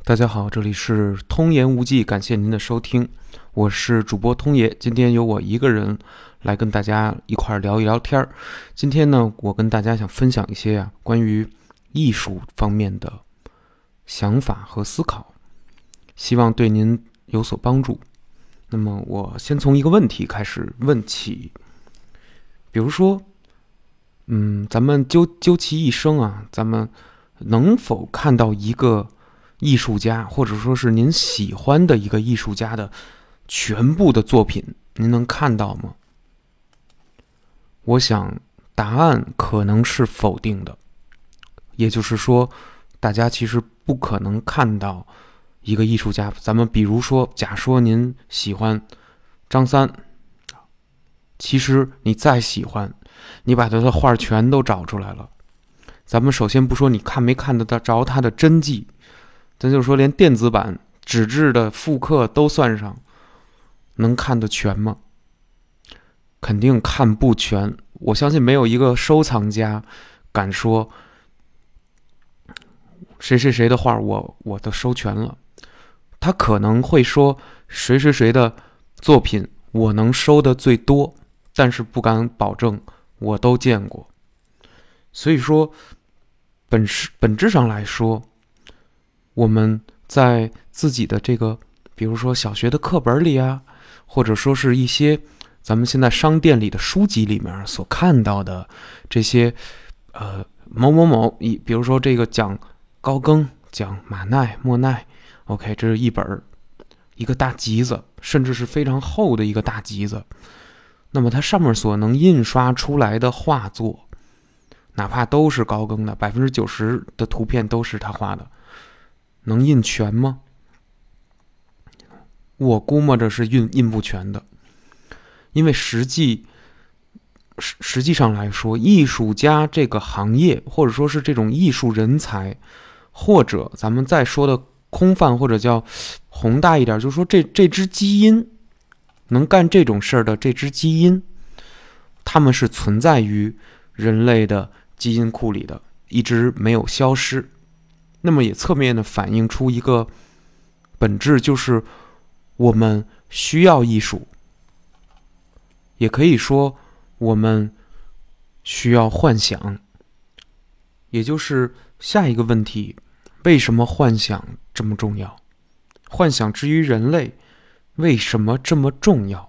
大家好，这里是通言无忌，感谢您的收听，我是主播通爷。今天由我一个人来跟大家一块聊一聊天儿。今天呢，我跟大家想分享一些关于艺术方面的想法和思考，希望对您有所帮助。那么我先从一个问题开始问起，比如说，咱们究其一生啊，咱们能否看到一个艺术家，或者说是您喜欢的一个艺术家的全部的作品，您能看到吗？我想答案可能是否定的，也就是说，大家其实不可能看到一个艺术家。咱们比如说，假说您喜欢张三，其实你再喜欢，你把他的画全都找出来了，咱们首先不说你看没看得着他的真迹，咱就说连电子版纸质的复刻都算上，能看得全吗？肯定看不全。我相信没有一个收藏家敢说谁谁谁的画我都收全了。他可能会说谁谁谁的作品我能收的最多，但是不敢保证我都见过。所以说本质上来说，我们在自己的这个比如说小学的课本里啊，或者说是一些咱们现在商店里的书籍里面所看到的这些某某某，比如说这个讲高更，讲马奈莫奈， OK， 这是一个大集子，甚至是非常厚的一个大集子。那么它上面所能印刷出来的画作，哪怕都是高更的，90%的图片都是他画的，能印全吗？我估摸着是印不全的。因为实际上来说，艺术家这个行业，或者说是这种艺术人才，或者咱们再说的空泛或者叫宏大一点，就是说这只基因能干这种事儿的这只基因，他们是存在于人类的基因库里的，一直没有消失。那么也侧面的反映出一个本质，就是我们需要艺术，也可以说我们需要幻想。也就是下一个问题，为什么幻想这么重要？幻想之于人类为什么这么重要？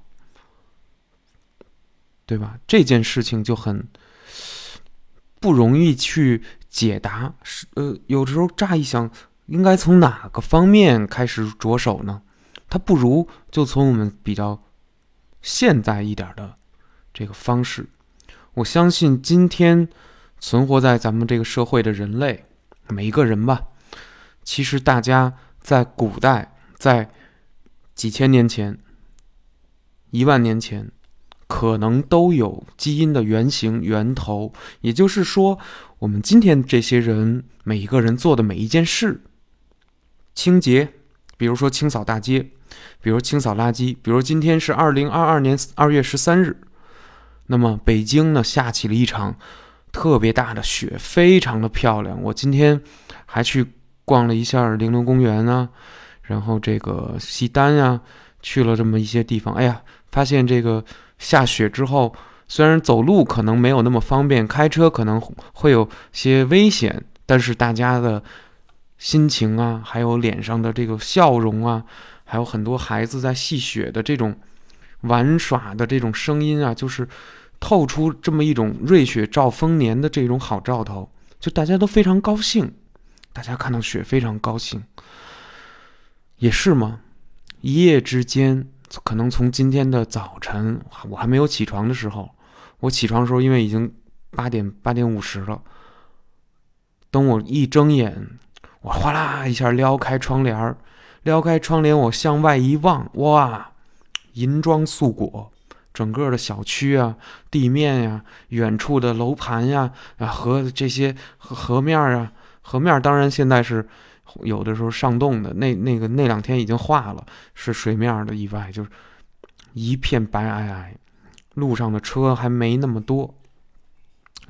对吧？这件事情就很不容易去解答。有的时候乍一想，应该从哪个方面开始着手呢？它不如就从我们比较现代一点的这个方式。我相信今天存活在咱们这个社会的人类，每一个人吧，其实大家在古代，在几千年前、1万年前，可能都有基因的原型源头。也就是说，我们今天这些人每一个人做的每一件事，清洁，比如说清扫大街，比如清扫垃圾，比如今天是2022年2月13日，那么北京呢下起了一场特别大的雪，非常的漂亮。我今天还去逛了一下玲珑公园啊，然后这个西单啊，去了这么一些地方。哎呀，发现这个下雪之后，虽然走路可能没有那么方便，开车可能会有些危险，但是大家的心情啊，还有脸上的这个笑容啊，还有很多孩子在戏雪的这种玩耍的这种声音啊，就是透出这么一种瑞雪兆丰年的这种好兆头，就大家都非常高兴，大家看到雪非常高兴。也是吗？一夜之间，可能从今天的早晨，我还没有起床的时候，我起床的时候因为已经8点50了，等我一睁眼，我哗啦一下撩开窗帘，我向外一望，哇，银装素裹，整个的小区啊，地面呀，远处的楼盘呀，和这些河面啊，河面当然现在是有的时候上冻的，那2天已经化了，是水面的以外，就是一片白皑皑，路上的车还没那么多，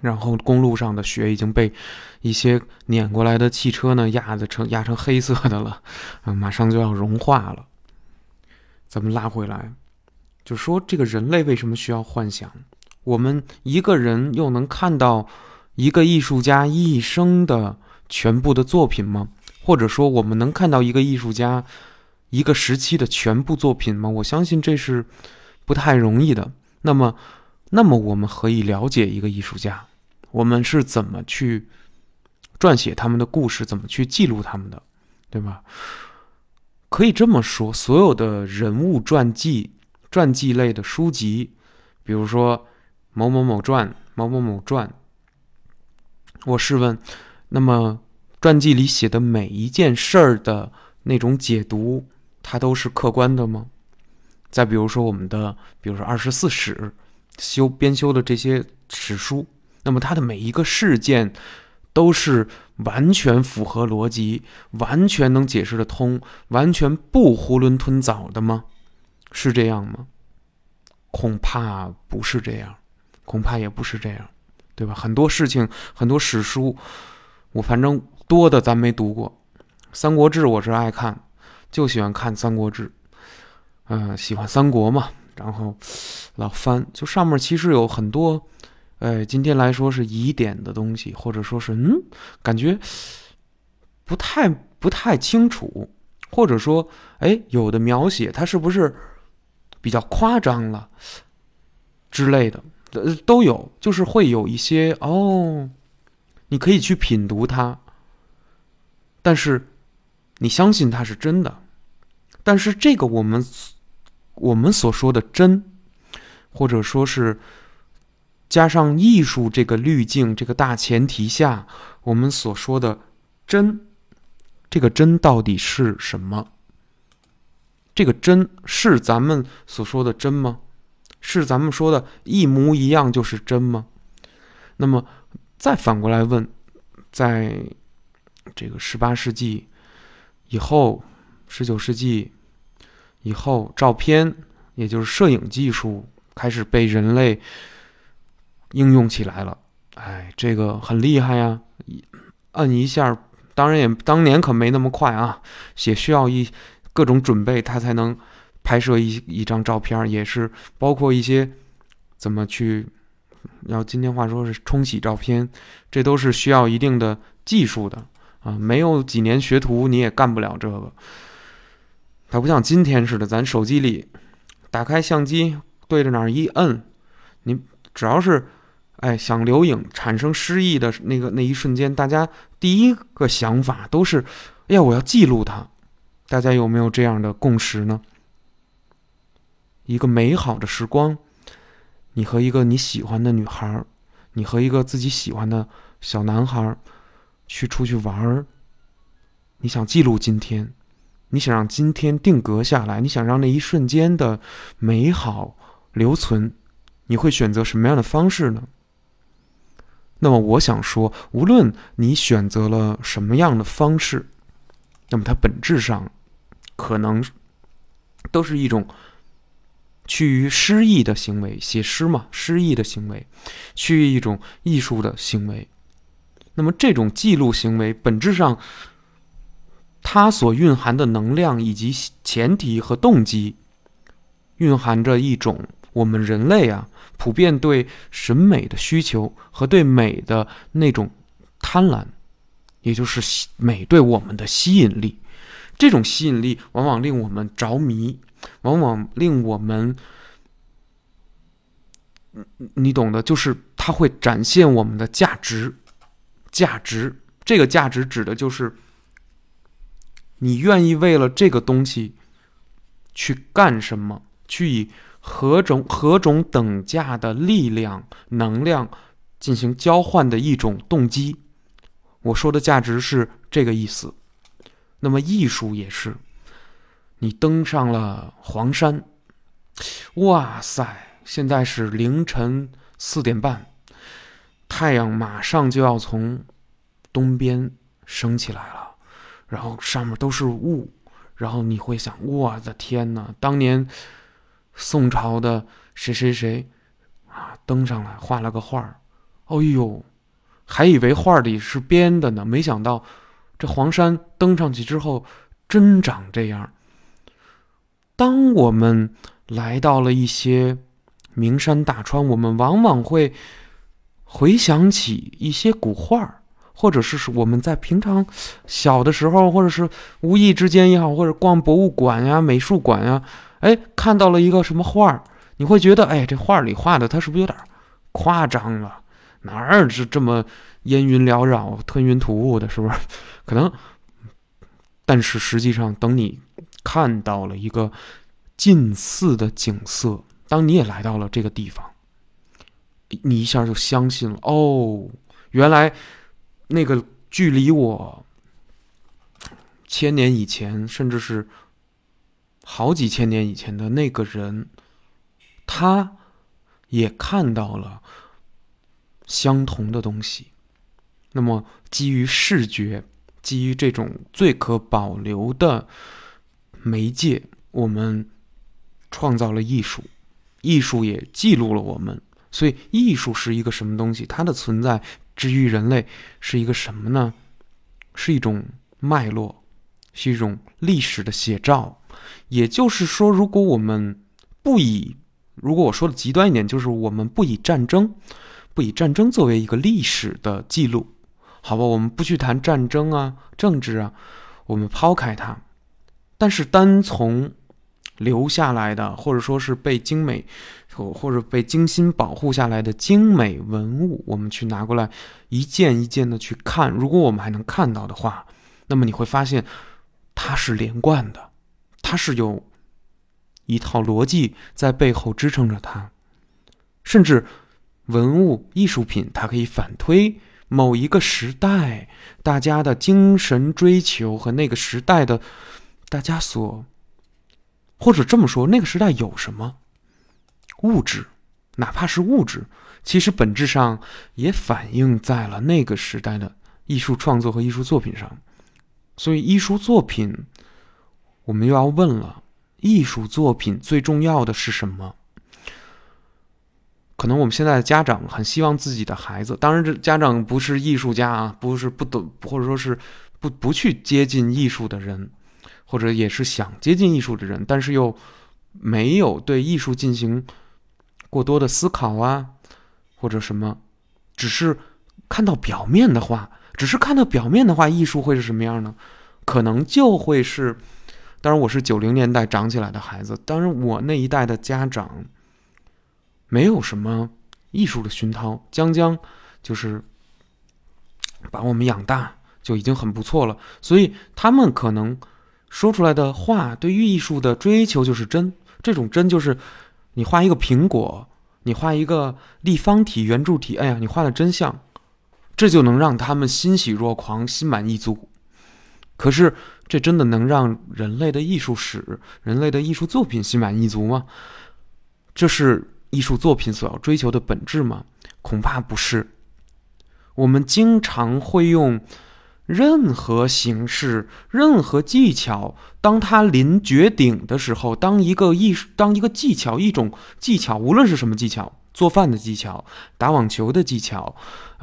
然后公路上的雪已经被一些碾过来的汽车呢压成黑色的了，马上就要融化了。咱们拉回来，就说这个人类为什么需要幻想？我们一个人又能看到一个艺术家一生的全部的作品吗？或者说我们能看到一个艺术家一个时期的全部作品吗？我相信这是不太容易的。那么我们可以了解一个艺术家，我们是怎么去撰写他们的故事，怎么去记录他们的，对吧？可以这么说，所有的人物传记类的书籍，比如说某某某传、某某某传，我试问，那么传记里写的每一件事儿的那种解读，它都是客观的吗？再比如说比如说24史编修的这些史书，那么它的每一个事件都是完全符合逻辑，完全能解释得通，完全不囫囵吞枣的吗？是这样吗？恐怕不是这样，恐怕也不是这样，对吧？很多事情，很多史书，我反正多的咱没读过。三国志我是爱看，就喜欢看三国志，喜欢三国嘛，然后老翻，就上面其实有很多今天来说是疑点的东西，或者说是感觉不太清楚，或者说有的描写它是不是比较夸张了之类的，都有，就是会有一些你可以去品读它，但是你相信它是真的。但是这个我们所说的真，或者说是加上艺术这个滤镜这个大前提下，我们所说的真，这个真到底是什么？这个真是咱们所说的真吗？是咱们说的一模一样就是真吗？那么再反过来问，在这个18世纪以后，19世纪以后，照片也就是摄影技术开始被人类应用起来了。这个很厉害呀，摁一下，当年可没那么快啊，也需要各种准备，它才能拍摄一张照片，也是包括一些怎么去，要今天话说是冲洗照片，这都是需要一定的技术的啊，没有几年学徒你也干不了这个。它不像今天似的，咱手机里打开相机对着哪儿一摁，你只要是想留影产生诗意的那一瞬间，大家第一个想法都是我要记录它。大家有没有这样的共识呢？一个美好的时光，你和一个你喜欢的女孩，你和一个自己喜欢的小男孩出去玩，你想记录今天，你想让今天定格下来，你想让那一瞬间的美好留存，你会选择什么样的方式呢？那么我想说，无论你选择了什么样的方式，那么它本质上可能都是一种趋于诗意的行为，写诗嘛，诗意的行为，趋于一种艺术的行为。那么这种记录行为本质上它所蕴含的能量以及前提和动机，蕴含着一种我们人类普遍对审美的需求和对美的那种贪婪，也就是美对我们的吸引力。这种吸引力往往令我们着迷，往往令我们你懂的，就是它会展现我们的价值。这个价值指的就是你愿意为了这个东西去干什么，去以何种等价的力量能量进行交换的一种动机。我说的价值是这个意思。那么艺术也是，你登上了黄山，哇塞，现在是凌晨4点半，太阳马上就要从东边升起来了，然后上面都是雾，然后你会想，我的天哪，当年宋朝的谁谁谁登上来画了个画， 哦呦，还以为画里是编的呢，没想到这黄山登上去之后真长这样。当我们来到了一些名山大川，我们往往会回想起一些古画，或者是我们在平常小的时候，或者是无意之间也好，或者逛博物馆呀、美术馆呀，看到了一个什么画，你会觉得，这画里画的它是不是有点夸张了？哪儿是这么烟云缭绕、吞云吐雾的，是不是？可能，但是实际上，等你看到了一个近似的景色，当你也来到了这个地方，你一下就相信了，原来那个距离我1000年以前，甚至是好几千年以前的那个人，他也看到了相同的东西。那么基于视觉，基于这种最可保留的媒介，我们创造了艺术，艺术也记录了我们。所以艺术是一个什么东西？它的存在之于人类是一个什么呢？是一种脉络，是一种历史的写照。也就是说，如果我说的极端一点，就是我们不以战争作为一个历史的记录，好吧，我们不去谈战争啊、政治啊，我们抛开它。但是单从留下来的，或者说是被精美或者被精心保护下来的精美文物，我们去拿过来一件一件的去看，如果我们还能看到的话，那么你会发现它是连贯的，它是有一套逻辑在背后支撑着它。甚至文物艺术品，它可以反推某一个时代大家的精神追求和那个时代的大家或者这么说，那个时代有什么物质，哪怕是物质，其实本质上也反映在了那个时代的艺术创作和艺术作品上。所以艺术作品，我们又要问了，艺术作品最重要的是什么？可能我们现在的家长很希望自己的孩子，当然这家长不是艺术家啊，不是不懂，或者说是不去接近艺术的人，或者也是想接近艺术的人，但是又没有对艺术进行过多的思考啊，或者什么，只是看到表面的话，艺术会是什么样呢？可能就会是，当然我是90年代长起来的孩子，当然我那一代的家长没有什么艺术的熏陶，将就是把我们养大就已经很不错了，所以他们可能说出来的话对于艺术的追求就是真，这种真就是你画一个苹果，你画一个立方体、圆柱体，你画的真像，这就能让他们欣喜若狂、心满意足。可是这真的能让人类的艺术史、人类的艺术作品心满意足吗？这是艺术作品所要追求的本质吗？恐怕不是。我们经常会用任何形式、任何技巧，当它临绝顶的时候，当一个技巧、一种技巧，无论是什么技巧，做饭的技巧、打网球的技巧，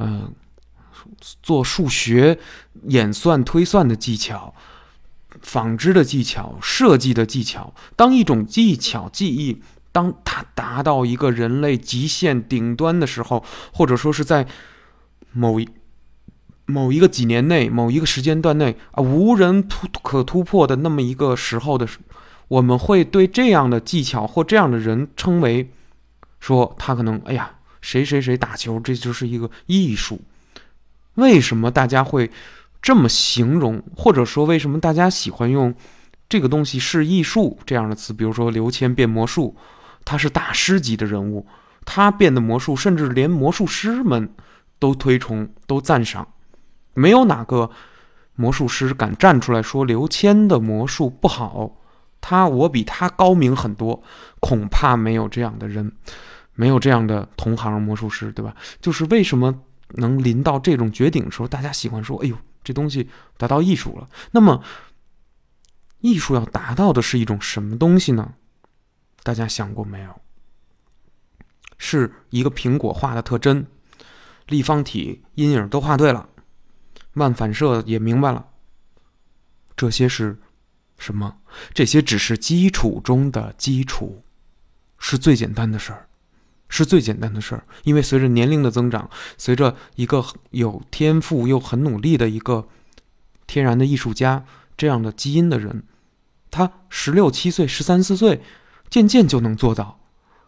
做数学演算推算的技巧、纺织的技巧、设计的技巧，当一种技巧技艺，当它达到一个人类极限顶端的时候，或者说是在某一个几年内、某一个时间段内无人可突破的那么一个时候的，我们会对这样的技巧或这样的人称为说他可能谁谁谁打球，这就是一个艺术。为什么大家会这么形容，或者说为什么大家喜欢用这个东西是艺术这样的词？比如说刘谦变魔术，他是大师级的人物，他变的魔术甚至连魔术师们都推崇、都赞赏，没有哪个魔术师敢站出来说刘谦的魔术不好，我比他高明很多，恐怕没有这样的人，没有这样的同行魔术师，对吧？就是为什么能临到这种绝顶的时候，大家喜欢说这东西达到艺术了。那么艺术要达到的是一种什么东西呢？大家想过没有？是一个苹果画的特真， 立方体、阴影都画对了，漫反射也明白了。这些是什么？这些只是基础中的基础，是最简单的事儿，是最简单的事儿。因为随着年龄的增长，随着一个有天赋又很努力的一个天然的艺术家这样的基因的人，他16、7岁、13、14岁，渐渐就能做到，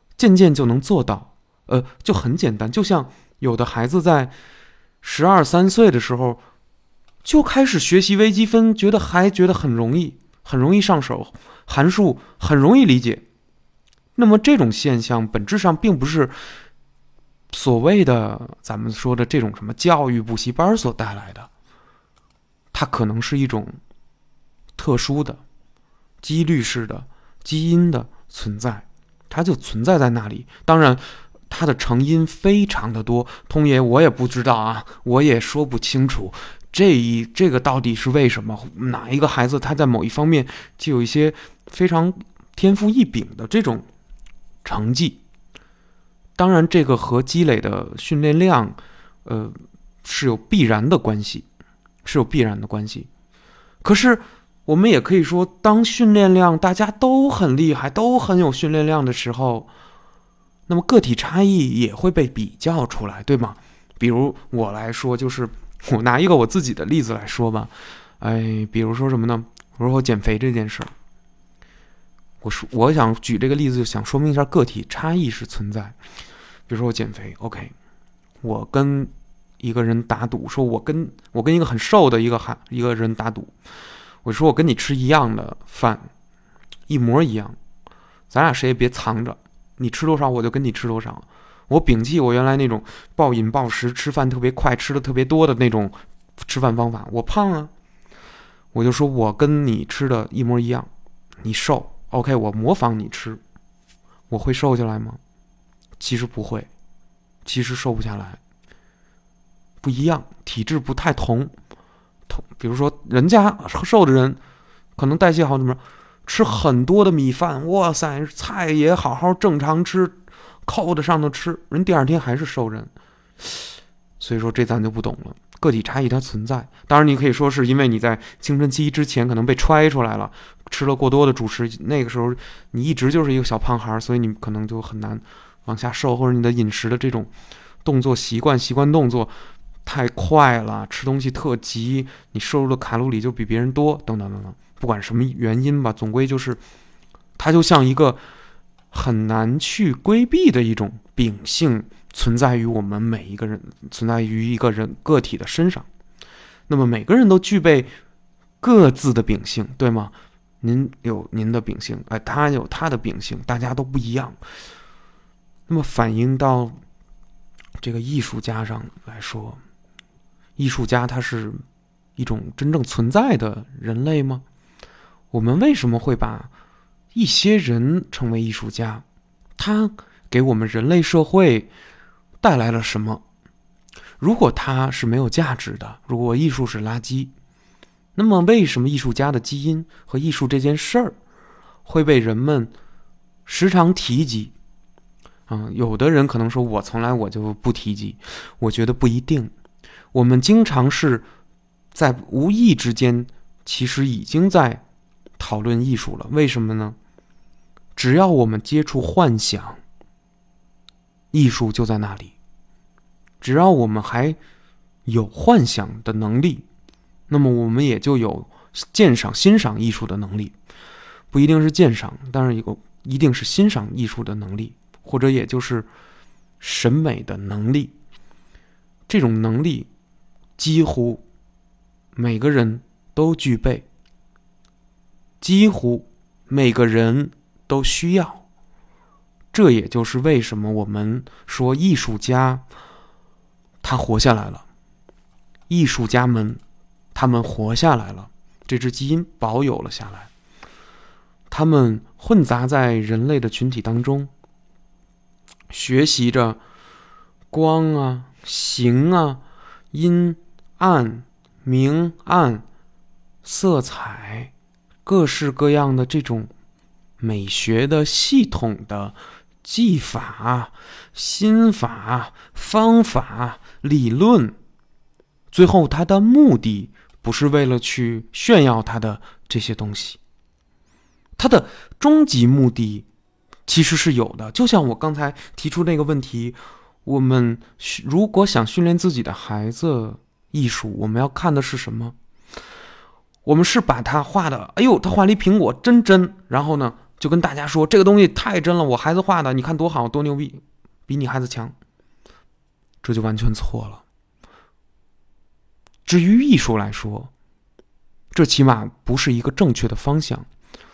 就很简单。就像有的孩子在12、13岁的时候就开始学习微积分，觉得很容易上手，函数很容易理解。那么这种现象本质上并不是所谓的咱们说的这种什么教育补习班所带来的，它可能是一种特殊的几率式的基因的存在，它就存在在那里。当然它的成因非常的多，通爷我也不知道啊，我也说不清楚这个到底是为什么，哪一个孩子他在某一方面就有一些非常天赋异禀的这种成绩。当然这个和积累的训练量是有必然的关系。可是我们也可以说，当训练量大家都很厉害，都很有训练量的时候，那么个体差异也会被比较出来，对吗？比如我来说，就是我拿一个我自己的例子来说吧，比如说什么呢？我说我减肥这件事儿，我想举这个例子，就想说明一下个体差异是存在。比如说我减肥 ，OK， 我跟一个人打赌，说我跟一个很瘦的一个人打赌，我说我跟你吃一样的饭，一模一样，咱俩谁也别藏着，你吃多少我就跟你吃多少。我摒弃我原来那种暴饮暴食、吃饭特别快、吃的特别多的那种吃饭方法。我胖啊，我就说我跟你吃的一模一样，你瘦 ，OK， 我模仿你吃，我会瘦下来吗？其实不会，其实瘦不下来，不一样，体质不太同。比如说人家瘦的人可能代谢好，怎么吃很多的米饭，哇塞，菜也好好正常吃，扣在上头吃，人第二天还是瘦人。所以说这咱就不懂了，个体差异它存在。当然你可以说是因为你在青春期之前可能被揣出来了，吃了过多的主食，那个时候你一直就是一个小胖孩，所以你可能就很难往下瘦，或者你的饮食的这种动作习惯动作太快了，吃东西特急，你摄入的卡路里就比别人多，等等等等。不管什么原因吧，总归就是它就像一个很难去规避的一种秉性，存在于我们每一个人，存在于一个人个体的身上。那么每个人都具备各自的秉性，对吗？您有您的秉性，他有他的秉性，大家都不一样。那么反映到这个艺术家上来说，艺术家他是一种真正存在的人类吗？我们为什么会把一些人称为艺术家？他给我们人类社会带来了什么？如果他是没有价值的，如果艺术是垃圾，那么为什么艺术家的基因和艺术这件事儿会被人们时常提及？有的人可能说我就不提及，我觉得不一定。我们经常是在无意之间其实已经在讨论艺术了。为什么呢？只要我们接触幻想，艺术就在那里。只要我们还有幻想的能力，那么我们也就有欣赏艺术的能力。不一定是鉴赏，当然一定是欣赏艺术的能力，或者也就是审美的能力。这种能力几乎每个人都具备，几乎每个人都需要。这也就是为什么我们说艺术家他活下来了，艺术家们他们活下来了，这只基因保有了下来，他们混杂在人类的群体当中，学习着光啊、形啊、阴暗、明暗、色彩，各式各样的这种美学的系统的技法、心法、方法、理论，最后他的目的不是为了去炫耀他的这些东西，他的终极目的其实是有的。就像我刚才提出那个问题，我们如果想训练自己的孩子艺术，我们要看的是什么？我们是把他画的，哎呦，他画了一苹果真真，然后呢就跟大家说这个东西太真了，我孩子画的，你看多好多牛逼，比你孩子强，这就完全错了。至于艺术来说，这起码不是一个正确的方向，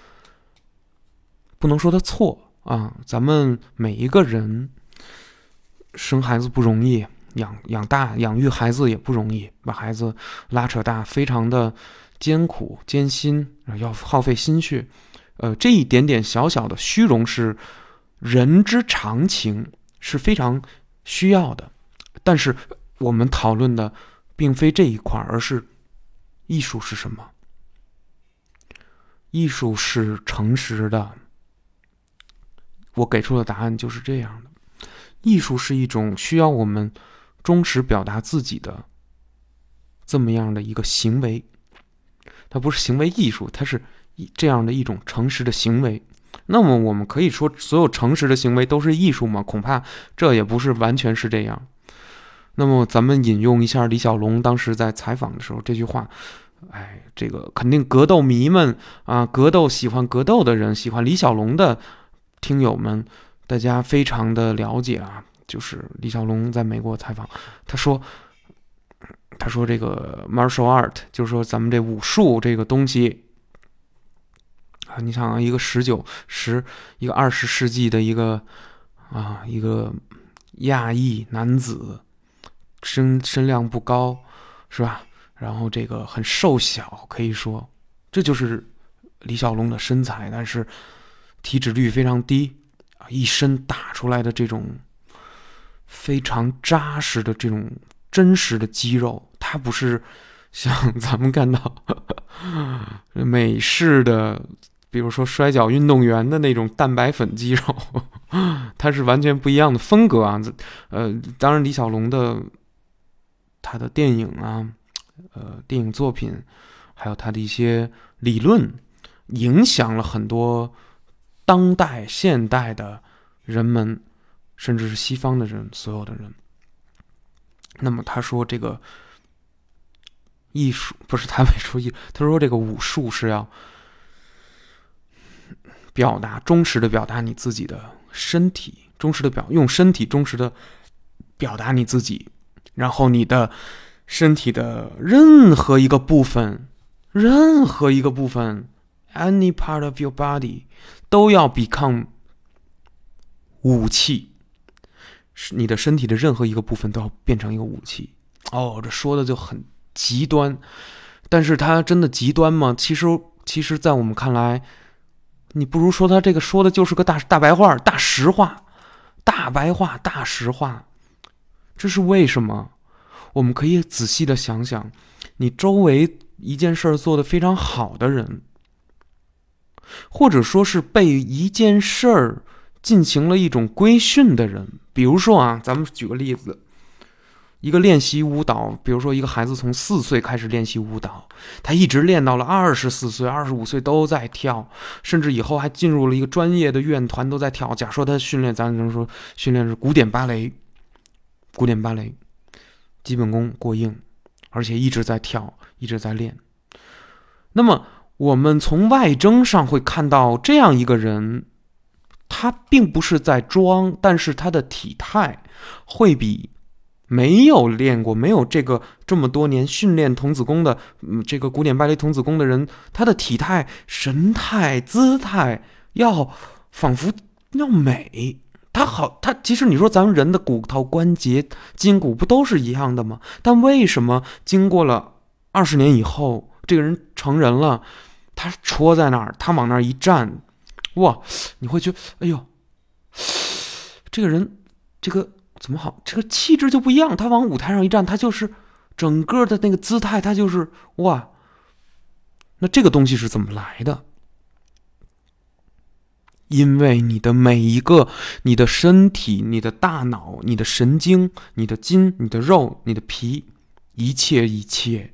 不能说它错啊。咱们每一个人生孩子不容易，养育孩子也不容易，把孩子拉扯大非常的艰苦艰辛，要耗费心血。这一点点小小的虚荣是人之常情，是非常需要的。但是我们讨论的并非这一块，而是艺术是什么？艺术是诚实的。我给出的答案就是这样的。艺术是一种需要我们忠实表达自己的这么样的一个行为，它不是行为艺术，它是这样的一种诚实的行为。那么我们可以说所有诚实的行为都是艺术吗？恐怕这也不是完全是这样。那么咱们引用一下李小龙当时在采访的时候这句话，这个肯定格斗迷们啊，喜欢格斗的人，喜欢李小龙的听友们，大家非常的了解啊。就是李小龙在美国采访，他说这个 martial art， 就是说咱们这武术这个东西啊，你想啊，一个20世纪的一个亚裔男子，身量不高，是吧？然后这个很瘦小，可以说这就是李小龙的身材，但是体脂率非常低，一身打出来的这种非常扎实的这种真实的肌肉，它不是像咱们看到美式的比如说摔跤运动员的那种蛋白粉肌肉，它是完全不一样的风格啊。当然李小龙的他的电影啊，电影作品，还有他的一些理论，影响了很多当代现代的人们，甚至是西方的人，所有的人。那么他说这个艺术不是他没说艺，他说这个武术是要忠实的表达你自己的身体，用身体忠实的表达你自己，然后你的身体的任何一个部分 any part of your body 都要 become 武器，你的身体的任何一个部分都要变成一个武器。这说的就很极端，但是它真的极端吗？其实在我们看来，你不如说他这个说的就是个大白话、大实话、大白话、大实话。这是为什么？我们可以仔细的想想，你周围一件事做得非常好的人，或者说是被一件事儿进行了一种规训的人，比如说啊，咱们举个例子，一个练习舞蹈，比如说一个孩子从4岁开始练习舞蹈，他一直练到了24岁、25岁都在跳，甚至以后还进入了一个专业的乐团都在跳。假说他咱能说训练是古典芭蕾，基本功过硬，而且一直在跳，一直在练。那么我们从外征上会看到这样一个人，他并不是在装，但是他的体态会比没有练过、没有这么多年训练童子功的这个古典芭蕾童子功的人，他的体态、神态、姿态要仿佛要美。他其实你说咱们人的骨头、关节、筋骨不都是一样的吗？但为什么经过了20年以后，这个人成人了，他戳在那儿，他往那儿一站，哇，你会觉得哎呦，这个人这个怎么好？这个气质就不一样。他往舞台上一站，他就是整个的那个姿态，他就是哇。那这个东西是怎么来的？ 因为你的每一个，你的身体、你的大脑、你的神经、你的筋、你的肉、你的皮，一切一切，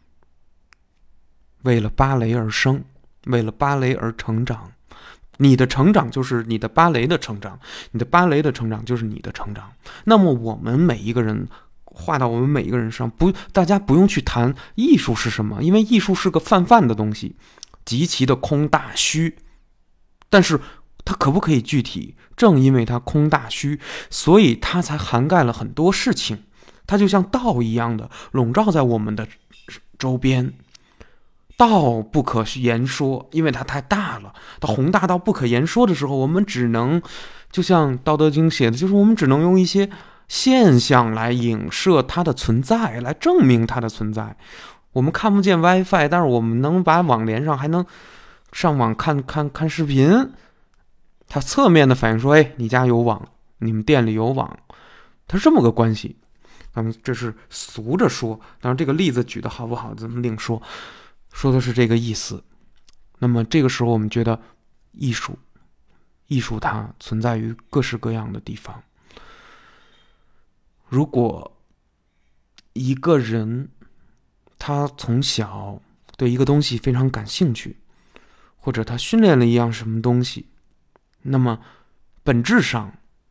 为了芭蕾而生，为了芭蕾而成长。你的成长就是你的芭蕾的成长，你的芭蕾的成长就是你的成长。那么我们每一个人画到我们每一个人上，大家不用去谈艺术是什么，因为艺术是个泛的东西，极其的空大虚。但是它可不可以具体？正因为它空大虚，所以它才涵盖了很多事情。它就像道一样的笼罩在我们的周边。道不可言说，因为它太大了，它宏大到不可言说的时候，我们只能就像《道德经》写的，就是我们只能用一些现象来影射它的存在，来证明它的存在。我们看不见 WiFi， 但是我们能把网连上，还能上网看视频。它侧面的反映说，哎，你家有网，你们店里有网，它是这么个关系。咱们这是俗着说，当然这个例子举的好不好，咱们另说。说的是这个意思。那么这个时候我们觉得艺术它存在于各式各样的地方。如果一个人他从小对一个东西非常感兴趣，或者他训练了一样什么东西，那么本质上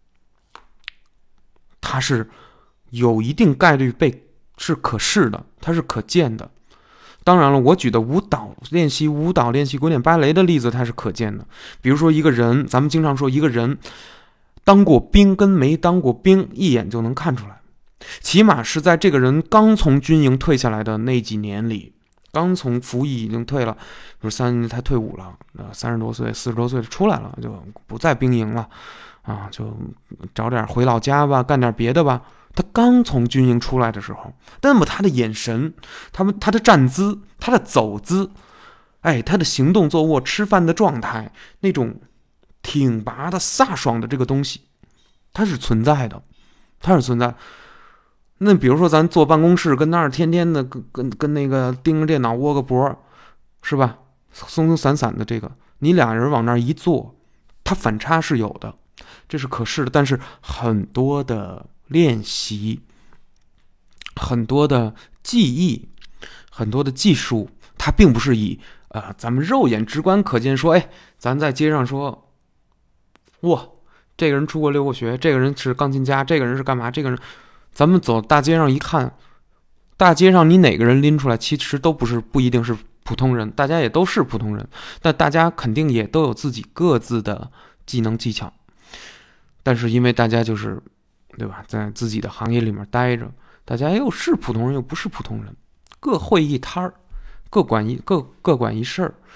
它是有一定概率是可视的，它是可见的。当然了，我举的练习舞蹈、练习古典芭蕾的例子，它是可见的。比如说一个人，咱们经常说一个人当过兵跟没当过兵，一眼就能看出来。起码是在这个人刚从军营退下来的那几年里，刚从服役已经退了，比如他退伍了，30多岁、40多岁出来了，就不在兵营了啊，就找点回老家吧，干点别的吧。他刚从军营出来的时候，那么他的眼神，他的站姿，他的走姿，他的行动坐卧、吃饭的状态，那种挺拔的飒爽的这个东西，它是存在的，它是存在。那比如说咱坐办公室，跟那儿天天的跟那个盯着电脑窝个脖，是吧？松松散散的这个，你俩人往那儿一坐，它反差是有的，这是可视的。但是很多的练习，很多的记忆，很多的技术，它并不是以咱们肉眼直观可见说，咱在街上说，哇，这个人出国留过学，这个人是钢琴家，这个人是干嘛，这个人，咱们走大街上一看，大街上你哪个人拎出来，其实都不一定是普通人，大家也都是普通人，但大家肯定也都有自己各自的技能技巧。但是因为大家就是对吧，在自己的行业里面待着，大家又是普通人又不是普通人，各会一摊儿，各管一事儿。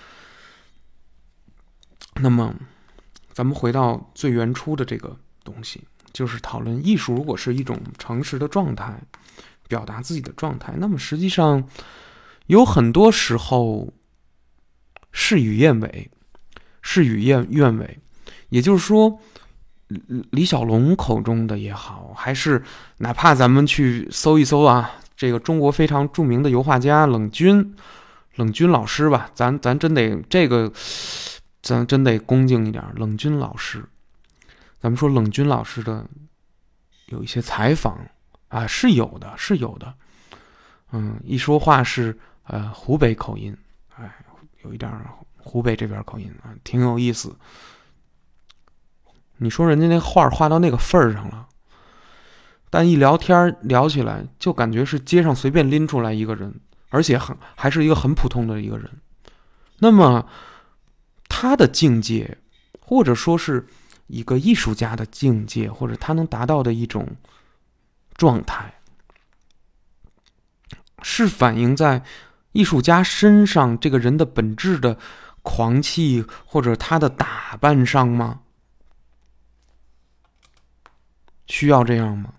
那么咱们回到最原初的这个东西，就是讨论艺术如果是一种诚实的状态，表达自己的状态，那么实际上有很多时候事与愿违，也就是说李小龙口中的也好，还是哪怕咱们去搜一搜这个中国非常著名的油画家冷军老师吧，咱真得这个，咱真得恭敬一点。冷军老师，咱们说冷军老师的有一些采访是有的。一说话是湖北口音，有一点湖北这边口音挺有意思。你说人家那画画到那个份儿上了，但一聊天聊起来，就感觉是街上随便拎出来一个人，而且还是一个很普通的一个人。那么他的境界，或者说是一个艺术家的境界，或者他能达到的一种状态，是反映在艺术家身上这个人的本质的狂气，或者他的打扮上吗？需要这样吗？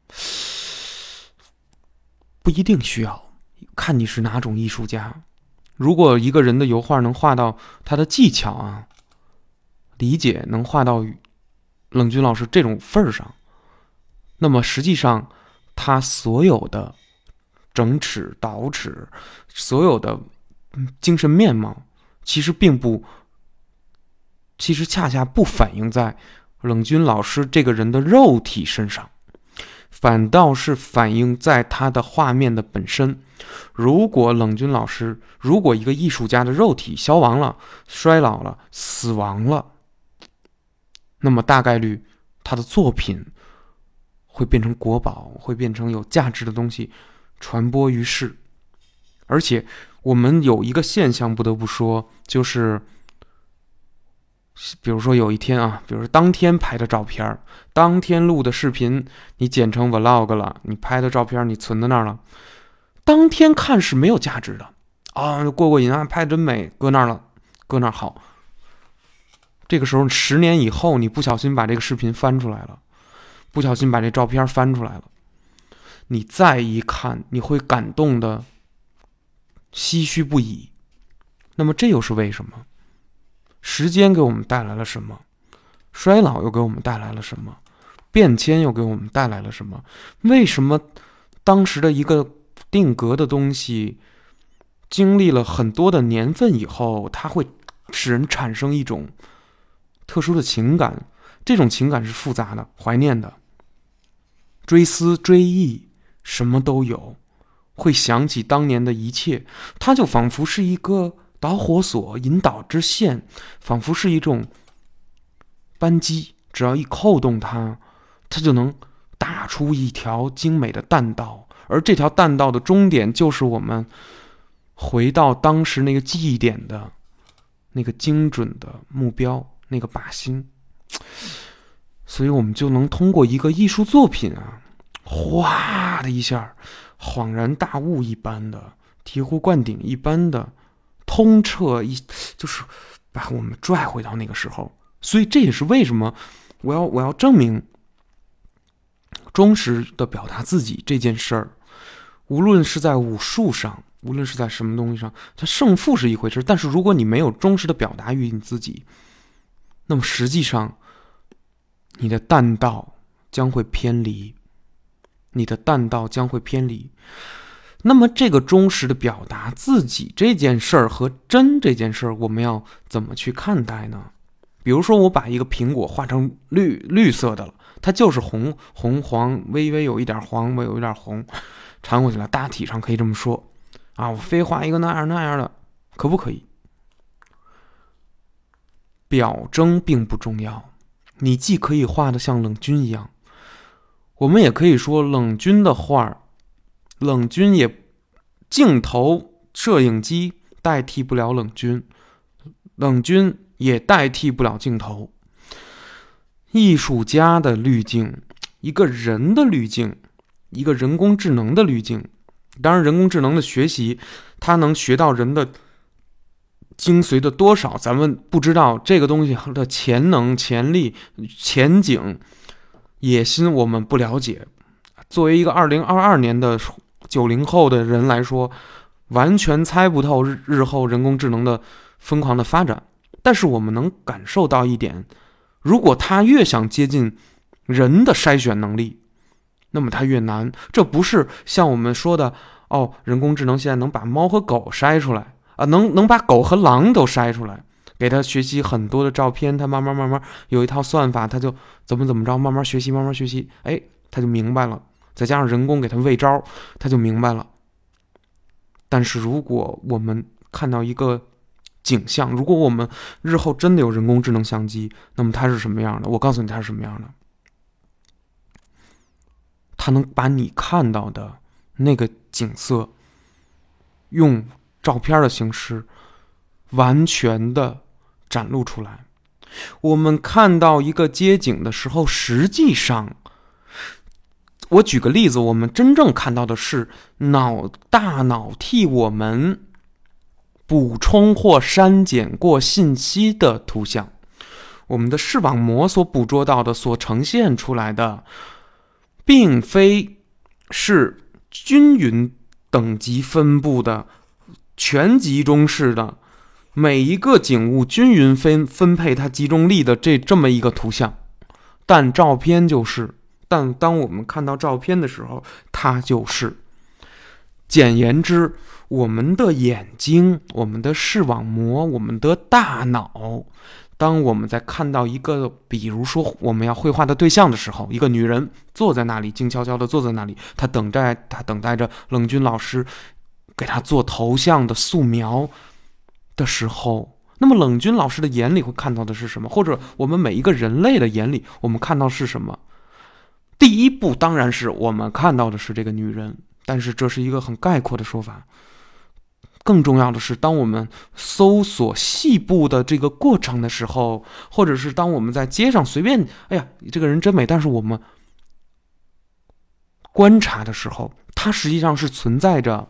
不一定需要，看你是哪种艺术家。如果一个人的油画能画到他的技巧理解能画到冷军老师这种份儿上，那么实际上他所有的整尺倒尺，所有的精神面貌，其实并不其实恰恰不反映在冷军老师这个人的肉体身上，反倒是反映在他的画面的本身。如果一个艺术家的肉体消亡了、衰老了、死亡了，那么大概率他的作品会变成国宝，会变成有价值的东西，传播于世。而且我们有一个现象不得不说，就是比如说有一天啊，比如说当天拍的照片，当天录的视频，你剪成 vlog 了，你拍的照片你存在那儿了，当天看是没有价值的啊，过瘾啊，拍真美，搁那儿了，搁那儿好。这个时候10年以后，你不小心把这个视频翻出来了，不小心把这照片翻出来了，你再一看，你会感动的唏嘘不已。那么这又是为什么？时间给我们带来了什么？衰老又给我们带来了什么？变迁又给我们带来了什么？为什么当时的一个定格的东西，经历了很多的年份以后，它会使人产生一种特殊的情感？这种情感是复杂的、怀念的、追思、追忆，什么都有，会想起当年的一切。它就仿佛是一个导火索、引导之线，仿佛是一种扳机，只要一扣动它，它就能打出一条精美的弹道，而这条弹道的终点就是我们回到当时那个记忆点的那个精准的目标，那个靶心。所以我们就能通过一个艺术作品啊，哗的一下，恍然大悟一般的，醍醐灌顶一般的，通彻就是把我们拽回到那个时候。所以这也是为什么我要证明忠实的表达自己这件事儿，无论是在武术上，无论是在什么东西上，它胜负是一回事，但是如果你没有忠实的表达于你自己，那么实际上你的弹道将会偏离，那么这个忠实的表达自己这件事儿和真这件事儿，我们要怎么去看待呢？比如说我把一个苹果画成绿色的了，它就是红黄，微微有一点黄，微有一点红，掺和起来，大体上可以这么说啊。我非画一个那样的，可不可以？表征并不重要，你既可以画得像冷军一样，我们也可以说冷军的画，冷军也镜头摄影机代替不了冷军，冷军也代替不了镜头。艺术家的滤镜，一个人的滤镜，一个人工智能的滤镜，当然人工智能的学习，它能学到人的精髓的多少咱们不知道，这个东西的潜能、潜力、前景、野心我们不了解。作为一个2022年的90后的人来说，完全猜不透日后人工智能的疯狂的发展。但是我们能感受到一点，如果他越想接近人的筛选能力，那么他越难。这不是像我们说的人工智能现在能把猫和狗筛出来啊，能把狗和狼都筛出来，给他学习很多的照片，他慢慢有一套算法，他就怎么着，慢慢学习，他就明白了。再加上人工给他喂招，他就明白了。但是如果我们看到一个景象，如果我们日后真的有人工智能相机，那么它是什么样的？我告诉你它是什么样的。它能把你看到的那个景色用照片的形式完全的展露出来。我们看到一个街景的时候，实际上我举个例子，我们真正看到的是大脑替我们补充或删减过信息的图像，我们的视网膜所捕捉到的，所呈现出来的，并非是均匀等级分布的全集中式的每一个景物均匀分配它集中力的这么一个图像。但照片就是，但当我们看到照片的时候，它就是。简言之，我们的眼睛、我们的视网膜、我们的大脑， 当我们在看到一个，比如说我们要绘画的对象的时候，一个女人坐在那里，静悄悄地坐在那里，她等待着冷军老师给她做头像的素描的时候，那么冷军老师的眼里会看到的是什么？或者我们每一个人类的眼里，我们看到是什么？第一步当然是我们看到的是这个女人，但是这是一个很概括的说法。更重要的是，当我们搜索细部的这个过程的时候，或者是当我们在街上随便，哎呀，这个人真美，但是我们观察的时候，它实际上是存在着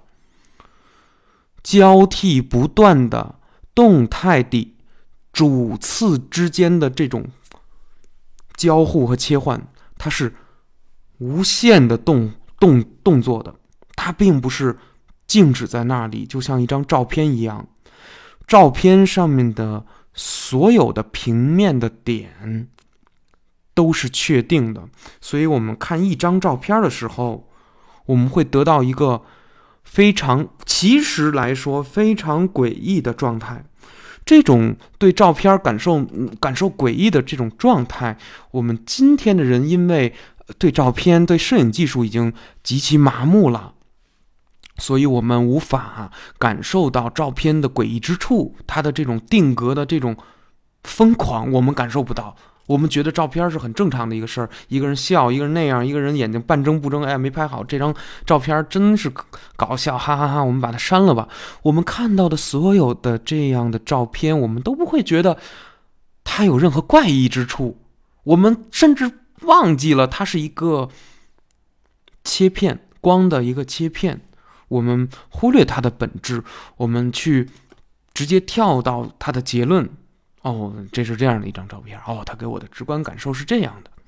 交替不断的动态的主次之间的这种交互和切换，它是无限的动作的，它并不是静止在那里，就像一张照片一样。照片上面的所有的平面的点都是确定的，所以我们看一张照片的时候，我们会得到一个其实来说非常诡异的状态。这种对照片感受诡异的这种状态，我们今天的人因为对照片、对摄影技术已经极其麻木了，所以我们无法感受到照片的诡异之处，它的这种定格的这种疯狂，我们感受不到。我们觉得照片是很正常的一个事儿，一个人笑，一个人那样，一个人眼睛半睁不睁，哎，没拍好，这张照片真是搞笑，哈哈哈，我们把它删了吧。我们看到的所有的这样的照片，我们都不会觉得它有任何怪异之处，我们甚至忘记了它是一个切片，光的一个切片，我们忽略它的本质，我们去直接跳到它的结论。哦，这是这样的一张照片。哦，它给我的直观感受是这样的。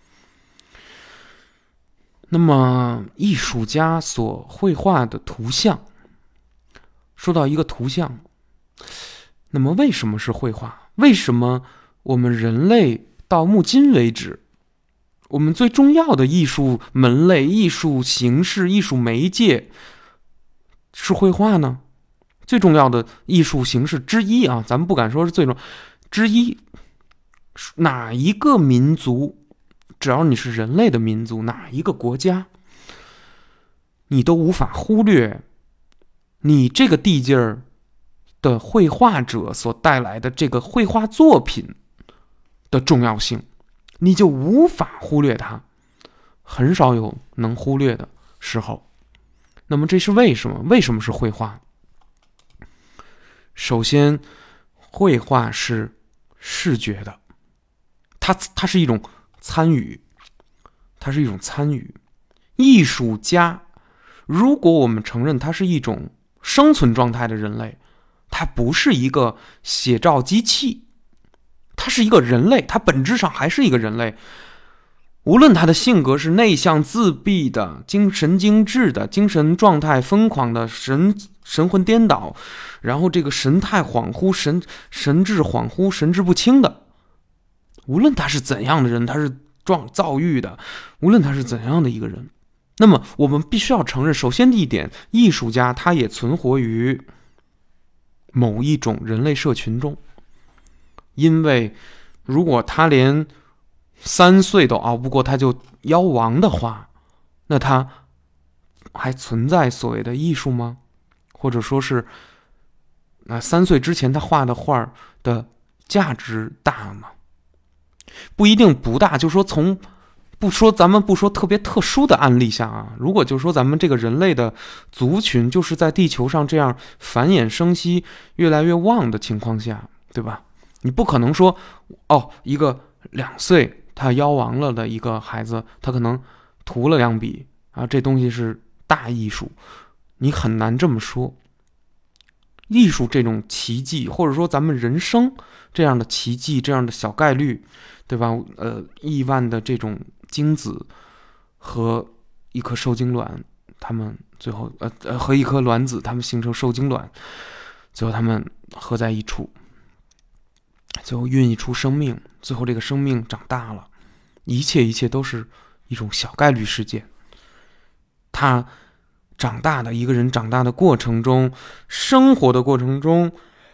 那么，艺术家所绘画的图像，说到一个图像，那么为什么是绘画？为什么我们人类到目今为止，我们最重要的艺术门类、艺术形式、艺术媒介是绘画呢？最重要的艺术形式之一啊，咱们不敢说是最重要之一，哪一个民族，只要你是人类的民族，哪一个国家，你都无法忽略你这个地界儿的绘画者所带来的这个绘画作品的重要性，你就无法忽略它，很少有能忽略的时候。那么这是为什么？为什么是绘画？首先，绘画是视觉的，它是一种参与，它是一种参与。艺术家，如果我们承认它是一种生存状态的人类，它不是一个写照机器，它是一个人类，它本质上还是一个人类。无论他的性格是内向自闭的、神经质的、精神状态疯狂的、神魂颠倒，然后这个神态恍惚、神志恍惚、神志不清的，无论他是怎样的人，他是躁郁的，无论他是怎样的一个人，那么我们必须要承认，首先第一点，艺术家他也存活于某一种人类社群中，因为如果他连3岁都熬不过他就夭亡的话，那他还存在所谓的艺术吗？或者说是3岁之前他画的画的价值大吗？不一定不大，就说咱们不说特别特殊的案例下啊，如果就说咱们这个人类的族群就是在地球上这样繁衍生息越来越旺的情况下，对吧？你不可能说一个2岁他夭亡了的一个孩子，他可能涂了2笔啊，这东西是大艺术，你很难这么说。艺术这种奇迹，或者说咱们人生这样的奇迹，这样的小概率，对吧？亿万的这种精子和一颗受精卵，他们最后和一颗卵子，他们形成受精卵，最后他们合在一处，最后孕育出生命，最后这个生命长大了，一切都是一种小概率事件。他长大的一个人长大的过程中，生活的过程中，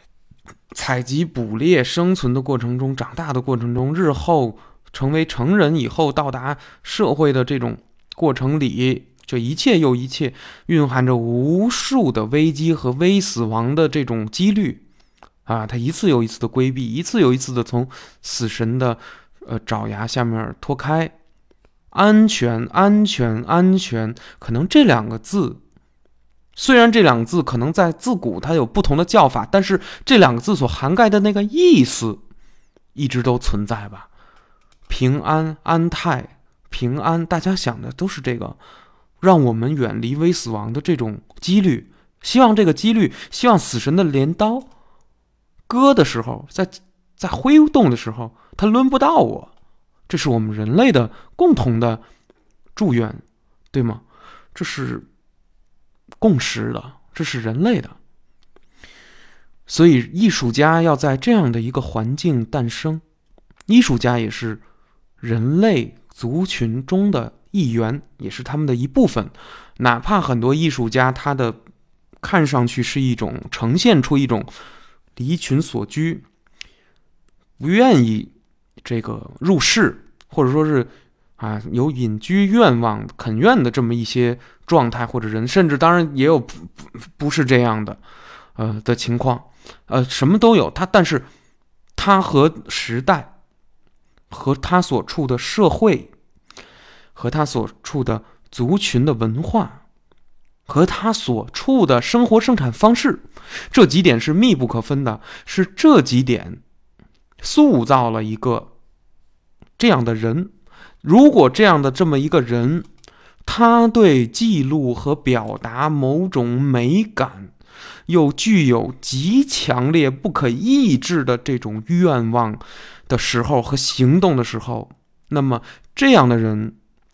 采集捕猎生存的过程中，长大的过程中，日后成为成人以后到达社会的这种过程里，这一切又一切蕴含着无数的危机和微死亡的这种几率啊！他一次又一次的规避，一次又一次的从死神的爪牙下面脱开。安全，安全，安全，可能这两个字，虽然这两个字可能在自古它有不同的叫法，但是这两个字所涵盖的那个意思一直都存在吧。平安、安泰、平安，大家想的都是这个，让我们远离微死亡的这种几率，希望这个几率，希望死神的镰刀割的时候，在挥动的时候，它抡不到我。这是我们人类的共同的祝愿，对吗？这是共识的，这是人类的。所以艺术家要在这样的一个环境诞生，艺术家也是人类族群中的一员，也是他们的一部分。哪怕很多艺术家他的看上去是一种呈现出一种离群所居，不愿意这个入世，或者说是有隐居愿望恳愿的这么一些状态或者人，甚至当然也有不是这样的的情况，什么都有。但是他和时代，和他所处的社会，和他所处的族群的文化，和他所处的生活生产方式，这几点是密不可分的，是这几点塑造了一个这样的人。如果这么一个人，他对记录和表达某种美感又具有极强烈不可抑制的这种愿望的时候和行动的时候，那么这样的人，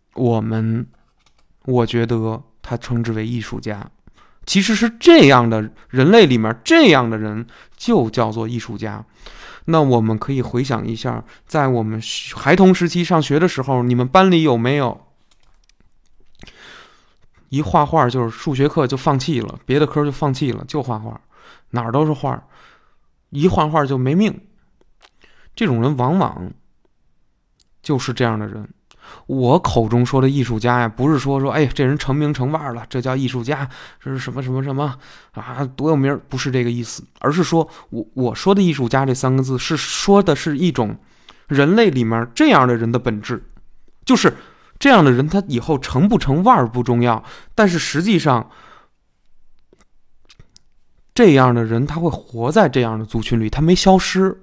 我觉得他称之为艺术家。其实是这样的人类里面，这样的人就叫做艺术家。那我们可以回想一下，在我们孩童时期上学的时候，你们班里有没有一画画就是数学课就放弃了，别的科就放弃了，就画画，哪儿都是画，一画画就没命？这种人往往就是这样的人。我口中说的艺术家呀，不是说哎，这人成名成腕了，这叫艺术家，这是什么什么什么啊，多有名，不是这个意思，而是说我说的艺术家这三个字是说的是一种人类里面这样的人的本质，就是这样的人他以后成不成腕不重要，但是实际上这样的人他会活在这样的族群里，他没消失，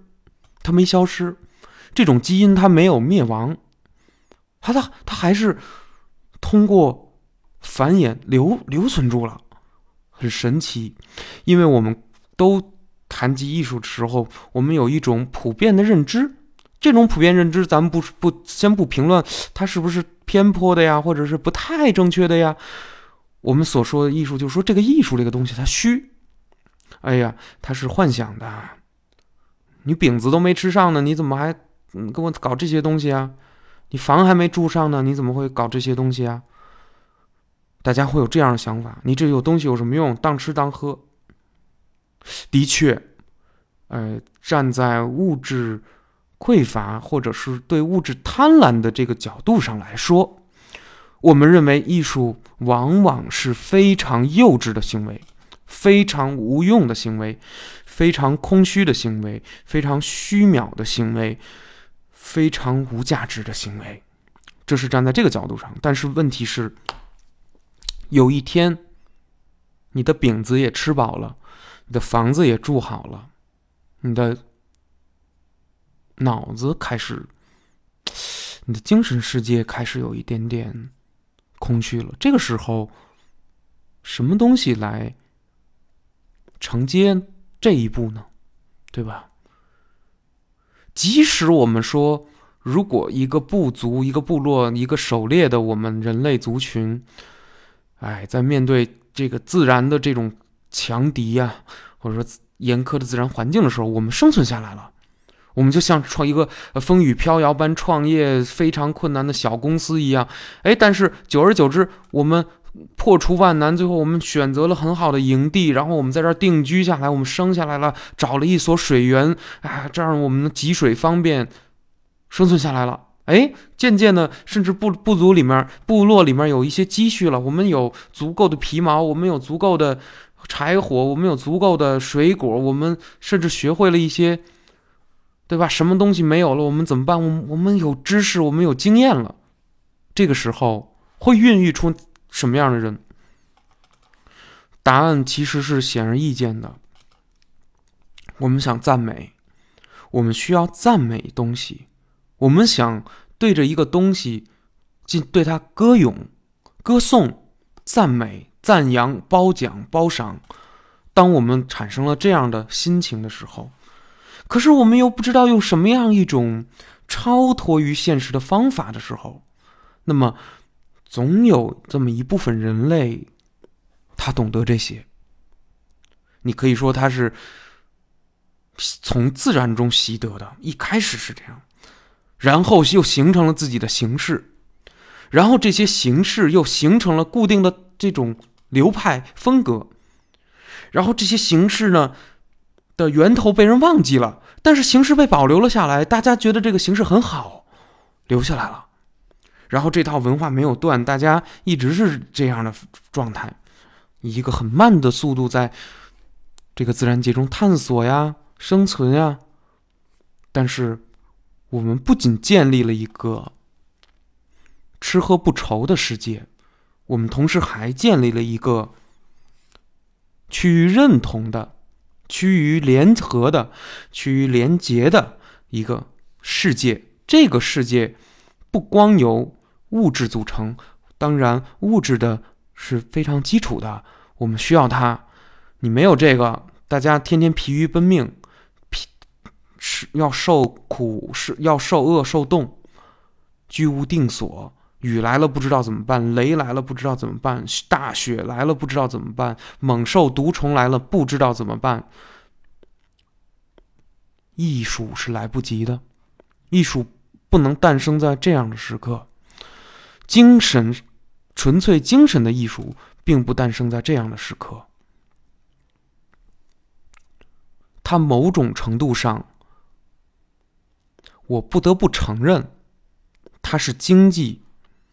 这种基因他没有灭亡，他还是通过繁衍留存住了，很神奇。因为我们都谈及艺术的时候，我们有一种普遍的认知，这种普遍认知咱们先不评论它是不是偏颇的呀，或者是不太正确的呀。我们所说的艺术，就是说这个艺术这个东西它虚，哎呀，它是幻想的，你饼子都没吃上呢，你怎么还跟我搞这些东西啊？你房还没住上呢，你怎么会搞这些东西啊？大家会有这样的想法，你这有东西有什么用？当吃当喝。的确，站在物质匮乏或者是对物质贪婪的这个角度上来说，我们认为艺术往往是非常幼稚的行为，非常无用的行为，非常空虚的行为，非常虚渺的行为，非常无价值的行为。这是站在这个角度上。但是问题是，有一天你的饼子也吃饱了，你的房子也住好了，你的脑子开始，你的精神世界开始有一点点空虚了。这个时候什么东西来承接这一步呢？对吧？即使我们说，如果一个部族、一个部落、一个狩猎的我们人类族群，在面对这个自然的这种强敌啊，或者说严苛的自然环境的时候，我们生存下来了，我们就像创一个风雨飘摇般创业非常困难的小公司一样，但是久而久之，我们破除万难，最后我们选择了很好的营地，然后我们在这儿定居下来，我们生下来了，找了一所水源，这样我们汲水方便，生存下来了。渐渐的，甚至部落里面有一些积蓄了，我们有足够的皮毛，我们有足够的柴火，我们有足够的水果，我们甚至学会了一些，对吧？什么东西没有了，我们怎么办？我们有知识，我们有经验了。这个时候会孕育出什么样的人？答案其实是显而易见的。我们想赞美，我们需要赞美东西，我们想对着一个东西对它歌咏、歌颂、赞美、赞扬、褒奖、褒赏。当我们产生了这样的心情的时候，可是我们又不知道用什么样一种超脱于现实的方法的时候，那么总有这么一部分人类，他懂得这些。你可以说他是从自然中习得的，一开始是这样，然后又形成了自己的形式，然后这些形式又形成了固定的这种流派风格，然后这些形式呢的源头被人忘记了，但是形式被保留了下来，大家觉得这个形式很好，留下来了。然后这套文化没有断，大家一直是这样的状态，以一个很慢的速度在这个自然界中探索呀、生存呀。但是我们不仅建立了一个吃喝不愁的世界，我们同时还建立了一个趋于认同的、趋于联合的、趋于连结的一个世界。这个世界不光由物质组成，当然物质的是非常基础的，我们需要它。你没有这个，大家天天疲于奔命，要受苦，是要受饿受冻，居无定所。雨来了不知道怎么办，雷来了不知道怎么办，大雪来了不知道怎么办，猛兽毒虫来了不知道怎么办。艺术是来不及的，艺术不能诞生在这样的时刻，精神，纯粹精神的艺术并不诞生在这样的时刻。它某种程度上，我不得不承认，它是经济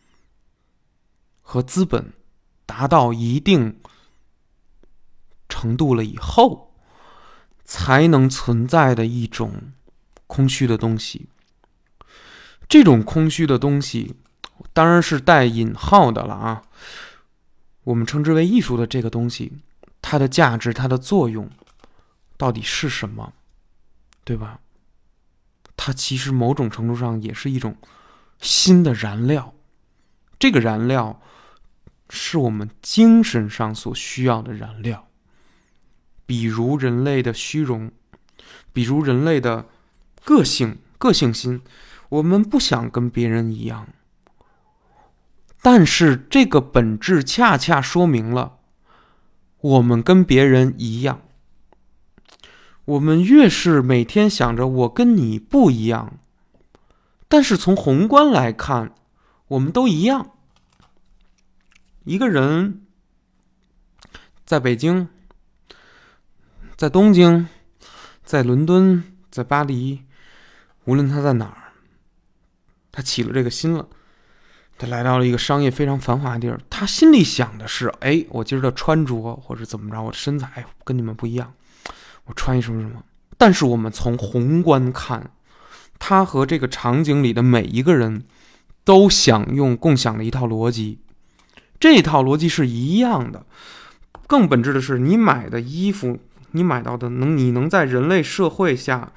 和资本达到一定程度了以后才能存在的一种空虚的东西。这种空虚的东西当然是带引号的了啊。我们称之为艺术的这个东西，它的价值、它的作用到底是什么，对吧？它其实某种程度上也是一种新的燃料。这个燃料是我们精神上所需要的燃料，比如人类的虚荣，比如人类的个性心，我们不想跟别人一样，但是这个本质恰恰说明了我们跟别人一样。我们越是每天想着我跟你不一样，但是从宏观来看，我们都一样。一个人在北京，在东京，在伦敦，在巴黎，无论他在哪儿，他起了这个心了，他来到了一个商业非常繁华的地儿，他心里想的是，我今儿的穿着或者怎么着，我的身材跟你们不一样，我穿一什么什么。但是我们从宏观看，他和这个场景里的每一个人都共享的一套逻辑，这套逻辑是一样的。更本质的是，你买的衣服，你买到的你能在人类社会下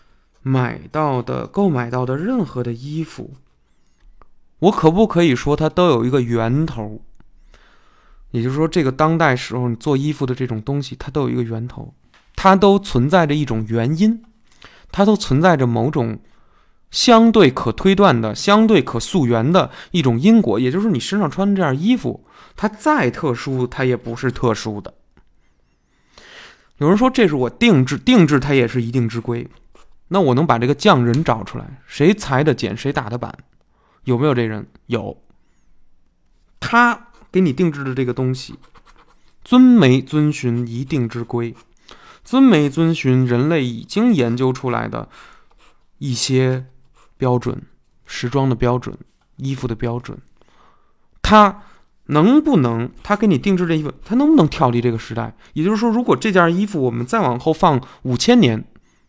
购买到的任何的衣服，我可不可以说它都有一个源头？也就是说，这个当代时候你做衣服的这种东西，它都有一个源头，它都存在着一种原因，它都存在着某种相对可推断的、相对可溯源的一种因果。也就是你身上穿这件衣服，它再特殊，它也不是特殊的。有人说这是我定制它也是一定之规。那我能把这个匠人找出来，谁裁的剪，谁打的板，有没有这人？有。他给你定制的这个东西，遵没遵循一定之规，遵没遵循人类已经研究出来的一些标准，时装的标准，衣服的标准，它能不能，它给你定制这衣服，它能不能跳离这个时代？也就是说，如果这件衣服我们再往后放5000年，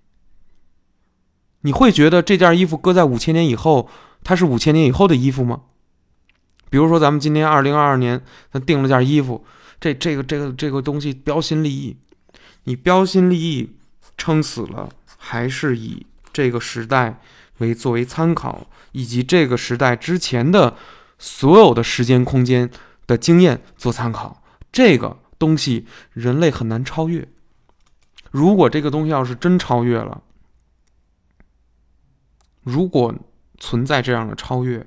你会觉得这件衣服搁在5000年以后，它是5000年以后的衣服吗？比如说咱们今年2022年，咱订了件衣服，这个东西标新立异，你标新立异撑死了，还是以这个时代作为参考，以及这个时代之前的所有的时间空间的经验做参考，这个东西人类很难超越。如果这个东西要是真超越了，如果存在这样的超越，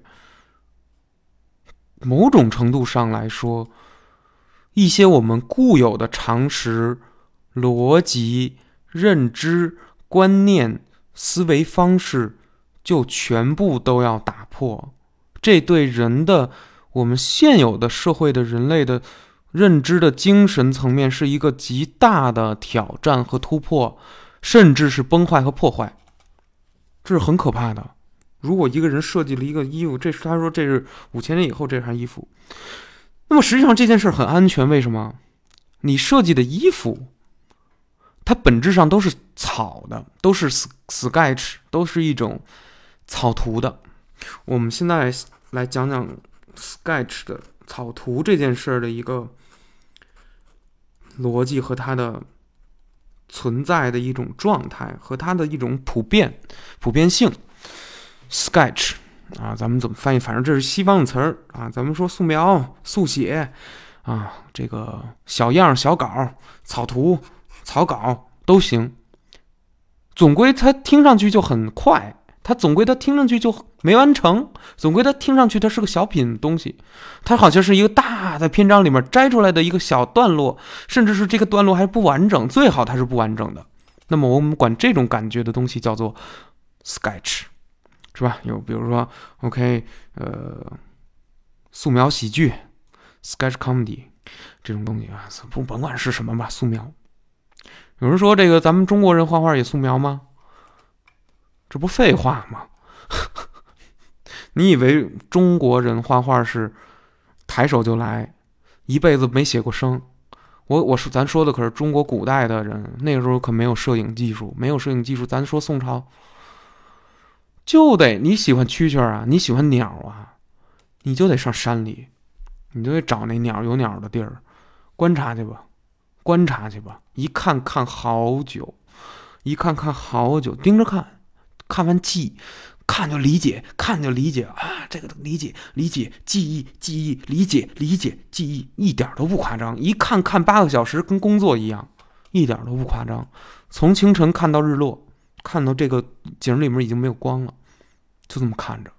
某种程度上来说，一些我们固有的常识、逻辑、认知、观念、思维方式就全部都要打破。这对人的，我们现有的社会的人类的认知的精神层面是一个极大的挑战和突破，甚至是崩坏和破坏。这是很可怕的。如果一个人设计了一个衣服，他说这是5000年以后这件衣服，那么实际上这件事很安全。为什么？你设计的衣服它本质上都是草的，都是 sketch， 都是一种草图的。我们现在来讲讲 sketch 的草图这件事的一个逻辑和它的存在的一种状态和它的一种普遍性。sketch 啊，咱们怎么翻译？反正这是西方的词儿啊。咱们说素描、速写啊，这个小样、小稿、草图、草稿都行。总归它听上去就很快，它听上去就没完成，总归它听上去它是个小品东西，它好像是一个大的篇章里面摘出来的一个小段落，甚至是这个段落还不完整，最好它是不完整的。那么我们管这种感觉的东西叫做 sketch。是吧？有比如说 OK 素描喜剧 sketch comedy 这种东西啊，甭管是什么吧，素描。有人说这个咱们中国人画画也素描吗？这不废话吗？你以为中国人画画是抬手就来，一辈子没写过生？咱说的可是中国古代的人，那个时候可没有摄影技术，咱说宋朝。就得你喜欢蛐蛐啊，你喜欢鸟啊，你就得上山里，你就得找那有鸟的地儿，观察去吧，一看好久，盯着看，看完记，看就理解啊，这个理解，记忆，理解，记忆，一点都不夸张。一看8个小时，跟工作一样，一点都不夸张。从清晨看到日落。看到这个景里面已经没有光了，就这么看着。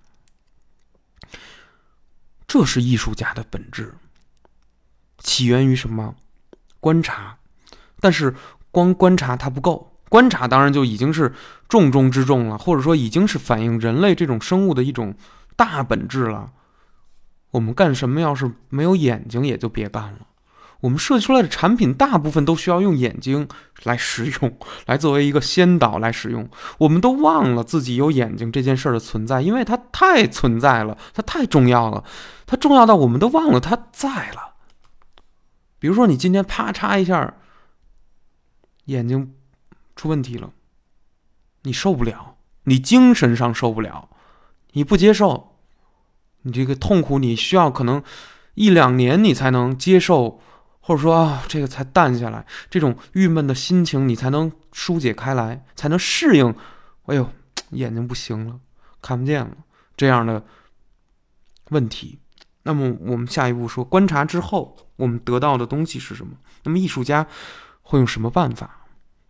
这是艺术家的本质，起源于什么？观察。但是光观察它不够，观察当然就已经是重中之重了，或者说已经是反映人类这种生物的一种大本质了。我们干什么要是没有眼睛也就别干了。我们设计出来的产品大部分都需要用眼睛来使用，来作为一个先导来使用。我们都忘了自己有眼睛这件事的存在，因为它太存在了，它太重要了，它重要到我们都忘了它在了。比如说你今天啪嚓一下眼睛出问题了，你受不了，你精神上受不了，你不接受，你这个痛苦你需要可能1-2年你才能接受，或者说这个才淡下来，这种郁闷的心情你才能疏解开来，才能适应。哎呦，眼睛不行了，看不见了，这样的问题。那么我们下一步说，观察之后我们得到的东西是什么？那么艺术家会用什么办法？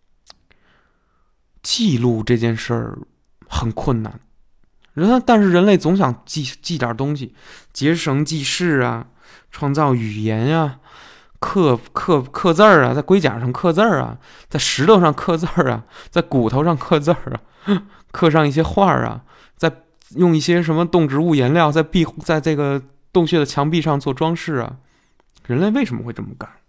记录这件事儿很困难，但是人类总想记点东西，结绳记事啊，创造语言啊，刻字儿啊，在龟甲上刻字儿啊，在石头上刻字儿啊，在骨头上刻字儿啊，刻上一些画啊，再用一些什么动植物颜料在这个洞穴的墙壁上做装饰啊。人类为什么会这么干？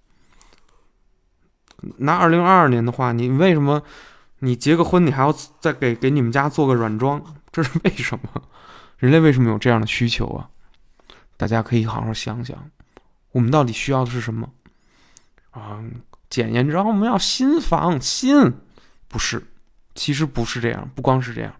拿2022年的话，你为什么你结个婚，你还要再给你们家做个软装？这是为什么？人类为什么有这样的需求啊？大家可以好好想想，我们到底需要的是什么啊？简言之，我们要新房新，不是，其实不是这样，不光是这样，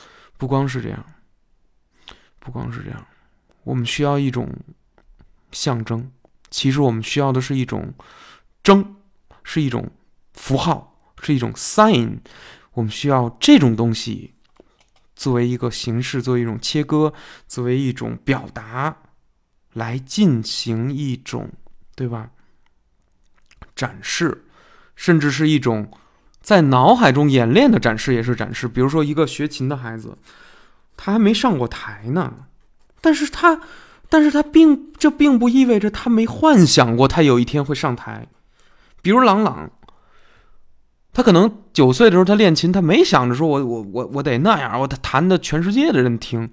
我们需要一种象征，其实我们需要的是一种征，是一种符号，是一种 sign， 我们需要这种东西作为一个形式，作为一种切割，作为一种表达，来进行一种，对吧？展示，甚至是一种在脑海中演练的展示，也是展示。比如说一个学琴的孩子，他还没上过台呢，但是这并不意味着他没幻想过他有一天会上台。比如郎朗，他可能9岁的时候他练琴，他没想着说我得那样，我弹的全世界的人听，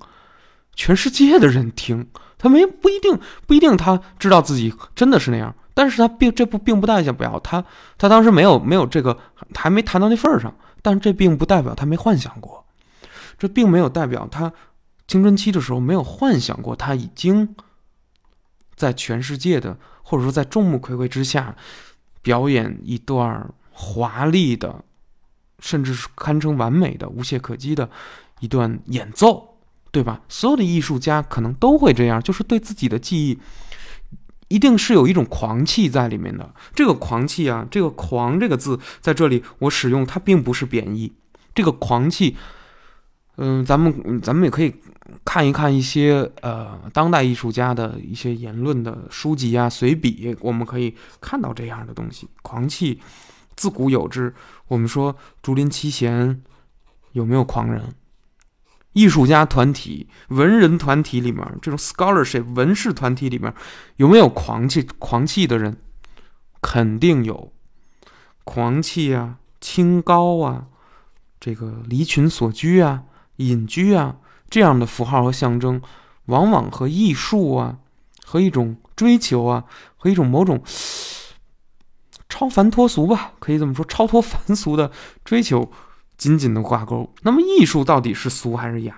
他不一定他知道自己真的是那样。但是这并不代表他当时没有这个，还没谈到那份上。但是这并不代表他没幻想过，这并没有代表他青春期的时候没有幻想过，他已经在全世界的，或者说在众目睽睽之下表演一段华丽的，甚至是堪称完美的、无懈可击的一段演奏，对吧？所有的艺术家可能都会这样，就是对自己的技艺一定是有一种狂气在里面的。这个狂气啊，这个狂这个字在这里我使用，它并不是贬义。这个狂气，咱们也可以看一看一些当代艺术家的一些言论的书籍啊、随笔，我们可以看到这样的东西。狂气自古有之。我们说竹林七贤有没有狂人？艺术家团体、文人团体里面，这种 scholarship 文士团体里面，有没有狂气的人？肯定有。狂气啊，清高啊，这个离群所居啊，隐居啊，这样的符号和象征，往往和艺术啊，和一种追求啊，和一种某种超凡脱俗吧，可以这么说，超脱凡俗的追求紧紧的挂钩。那么艺术到底是俗还是雅？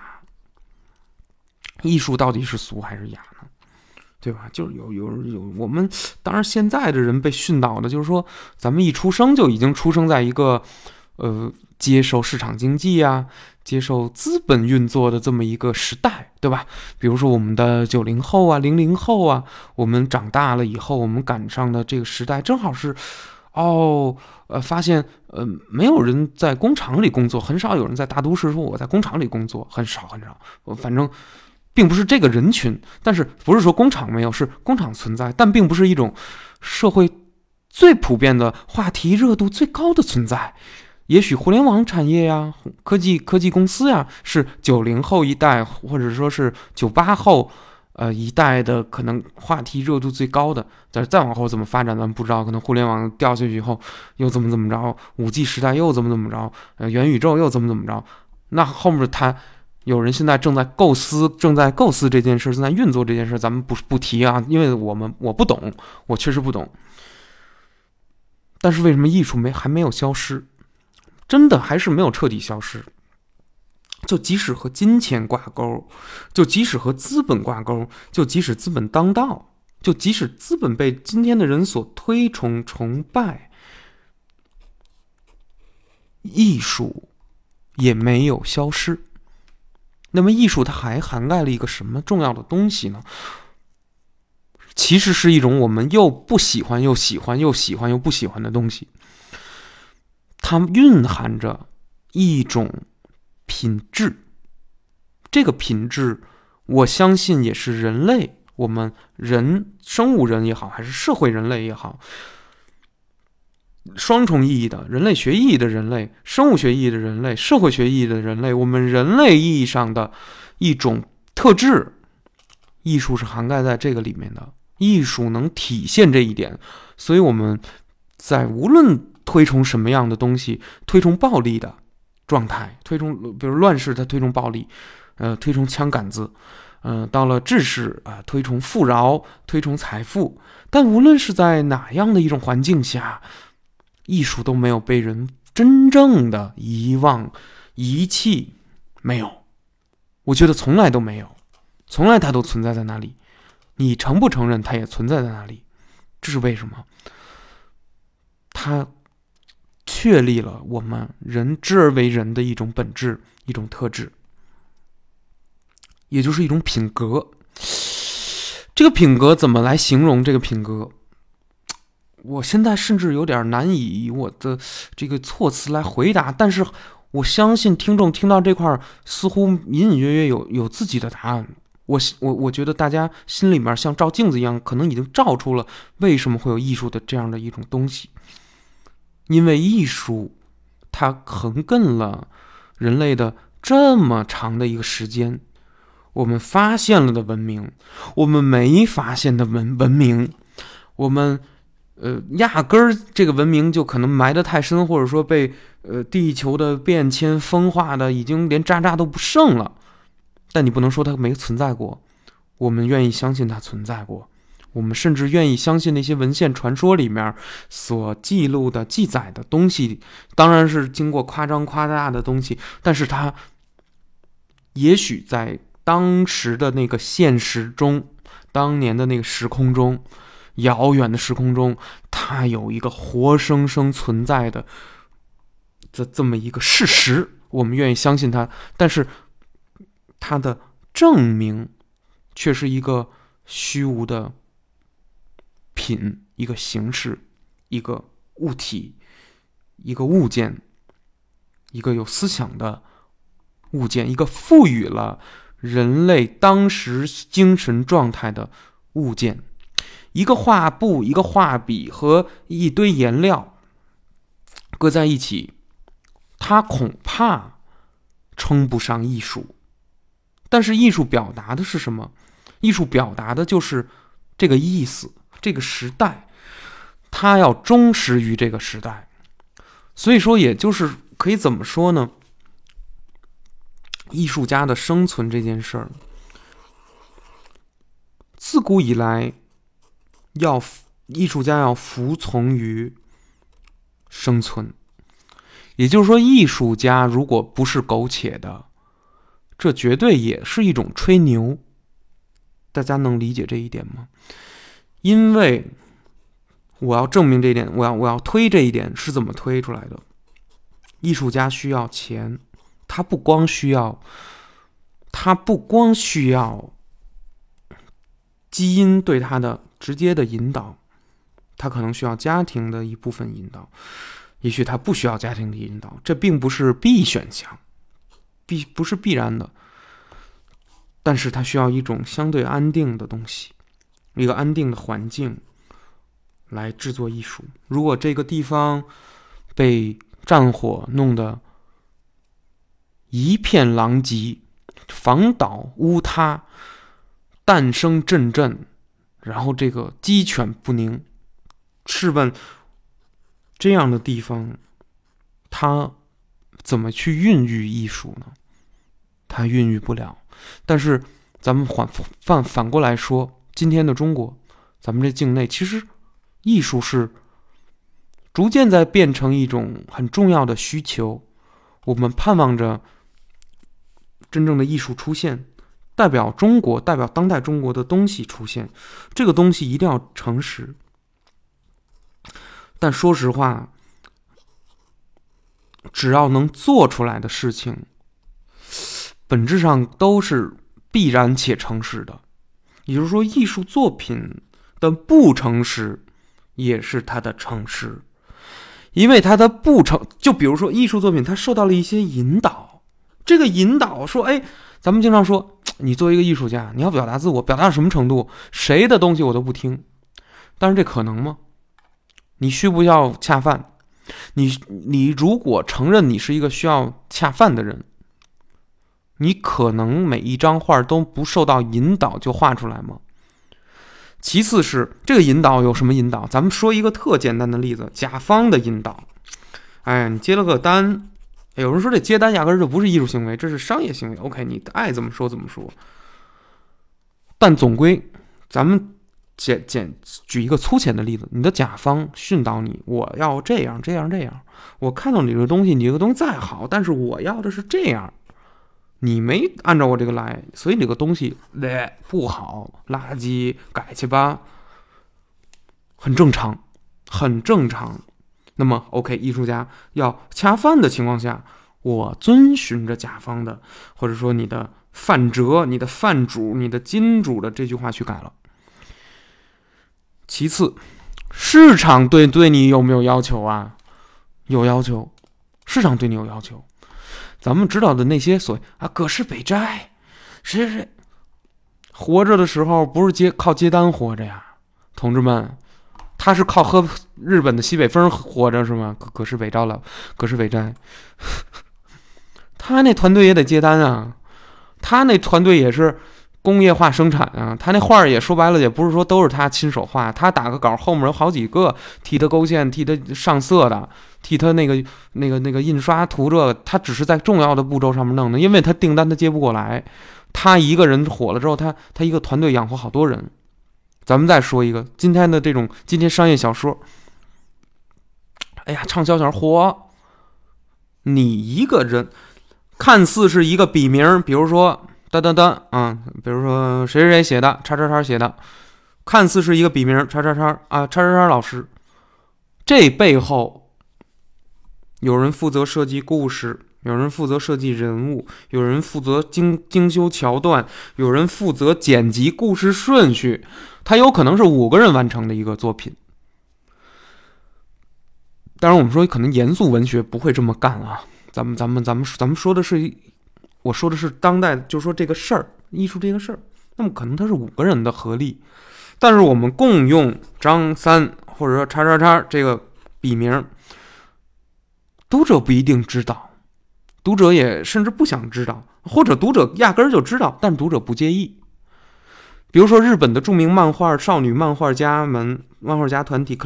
呢？对吧？就是有我们当然现在的人被训导的就是说，咱们一出生就已经出生在一个接受市场经济啊，接受资本运作的这么一个时代，对吧？比如说我们的90后啊、00后啊，我们长大了以后，我们赶上的这个时代正好是发现没有人在工厂里工作，很少有人在大都市说我在工厂里工作，很少，反正并不是这个人群。但是不是说工厂没有，是工厂存在，但并不是一种社会最普遍的话题热度最高的存在。也许互联网产业呀、科技公司呀，是90后一代或者说是98后一代的可能话题热度最高的。但是再往后怎么发展咱们不知道，可能互联网掉下去以后又怎么着，5G 时代又怎么着，元宇宙又怎么着，那后面有人现在正在构思这件事，正在运作这件事，咱们不提啊，因为我不懂，我确实不懂。但是为什么艺术还没有消失？真的还是没有彻底消失。就即使和金钱挂钩，就即使和资本挂钩，就即使资本当道，就即使资本被今天的人所推崇崇拜，艺术也没有消失。那么艺术它还涵盖了一个什么重要的东西呢？其实是一种我们又不喜欢又喜欢又喜欢又不喜欢的东西。它蕴含着一种品质，这个品质我相信也是人类，我们生物人也好，还是社会人类也好，双重意义的人类学意义的人类，生物学意义的人类，社会学意义的人类，我们人类意义上的一种特质，艺术是涵盖在这个里面的，艺术能体现这一点。所以我们在无论推崇什么样的东西，推崇暴力的状态，比如乱世他推崇暴力，推崇枪杆子， 到了知识啊，推崇富饶，推崇财富。但无论是在哪样的一种环境下，艺术都没有被人真正的遗忘、遗弃，没有。我觉得从来都没有，从来它都存在在那里。你承不承认，它也存在在那里。这是为什么？它确立了我们人之而为人的一种本质，一种特质，也就是一种品格。这个品格怎么来形容这个品格？我现在甚至有点难以我的这个措辞来回答，但是我相信听众听到这块似乎隐隐约约有自己的答案。我觉得大家心里面像照镜子一样，可能已经照出了为什么会有艺术的这样的一种东西。因为艺术它横亘了人类的这么长的一个时间，我们发现了的文明，我们没发现的文明，我们压根儿这个文明就可能埋得太深，或者说被地球的变迁风化的已经连渣渣都不剩了。但你不能说它没存在过，我们愿意相信它存在过，我们甚至愿意相信那些文献传说里面所记录的记载的东西，当然是经过夸张夸大的东西，但是它也许在当时的那个现实中，当年的那个时空中，遥远的时空中，它有一个活生生存在的这么一个事实，我们愿意相信它，但是它的证明却是一个虚无的品，一个形式，一个物体，一个物件，一个有思想的物件，一个赋予了人类当时精神状态的物件。一个画布，一个画笔和一堆颜料搁在一起，它恐怕称不上艺术。但是艺术表达的是什么？艺术表达的就是这个意思，这个时代，它要忠实于这个时代。所以说，也就是可以怎么说呢？艺术家的生存这件事儿，自古以来，艺术家要服从于生存。也就是说，艺术家如果不是苟且的，这绝对也是一种吹牛。大家能理解这一点吗？因为我要证明这一点，我要推这一点是怎么推出来的。艺术家需要钱，他不光需要基因对他的直接的引导，他可能需要家庭的一部分引导，也许他不需要家庭的引导，这并不是必选项，不是必然的。但是它需要一种相对安定的东西，一个安定的环境来制作艺术。如果这个地方被战火弄得一片狼藉，房倒屋塌，弹声阵阵，然后这个鸡犬不宁，试问这样的地方它怎么去孕育艺术呢？它孕育不了。但是咱们反过来说，今天的中国，咱们这境内，其实艺术是逐渐在变成一种很重要的需求。我们盼望着真正的艺术出现，代表中国，代表当代中国的东西出现。这个东西一定要诚实。但说实话，只要能做出来的事情，本质上都是必然且诚实的。也就是说，艺术作品的不诚实也是它的诚实。因为它的不诚，就比如说艺术作品它受到了一些引导，这个引导说，咱们经常说，你作为一个艺术家，你要表达自我，表达到什么程度，谁的东西我都不听。但是这可能吗？你需不需要恰饭？你如果承认你是一个需要恰饭的人，你可能每一张画都不受到引导就画出来吗？其次是这个引导有什么引导？咱们说一个特简单的例子，甲方的引导。你接了个单，有人说这接单压根儿就不是艺术行为，这是商业行为。OK， 你爱怎么说怎么说。 但总归咱们举一个粗浅的例子，你的甲方训导你，我要这样这样这样，我看到你这个东西，你这个东西再好，但是我要的是这样，你没按照我这个来，所以这个东西不好，垃圾，改去吧，很正常，很正常。那么 OK， 艺术家要恰饭的情况下，我遵循着甲方的，或者说你的范哲、你的范主、你的金主的这句话去改了。其次，市场对你有没有要求啊？有要求，市场对你有要求。咱们知道的那些所谓葛饰北斋，谁活着的时候不是靠接单活着呀，同志们，他是靠喝日本的西北风活着是吗？葛饰北斋，他那团队也得接单啊，他那团队也是工业化生产啊，他那画也说白了也不是说都是他亲手画，他打个稿后面有好几个替他勾线、替他上色的，替他那个印刷图他只是在重要的步骤上面弄的，因为他订单他接不过来，他一个人火了之后，他一个团队养活好多人。咱们再说一个今天商业小说，畅销小说火，你一个人看似是一个笔名，比如说比如说谁写的，叉叉叉写的，看似是一个笔名，叉叉叉啊，叉叉叉老师，这背后有人负责设计故事，有人负责设计人物，有人负责精修桥段，有人负责剪辑故事顺序，它有可能是5个人完成的一个作品。当然我们说可能严肃文学不会这么干啊，咱们说的是，我说的是当代，就是说这个事儿，艺术这个事儿，那么可能它是5个人的合力，但是我们共用张三或者说叉叉叉这个笔名，读者不一定知道，读者也甚至不想知道，或者读者压根就知道，但读者不介意。比如说日本的著名少女漫画家团体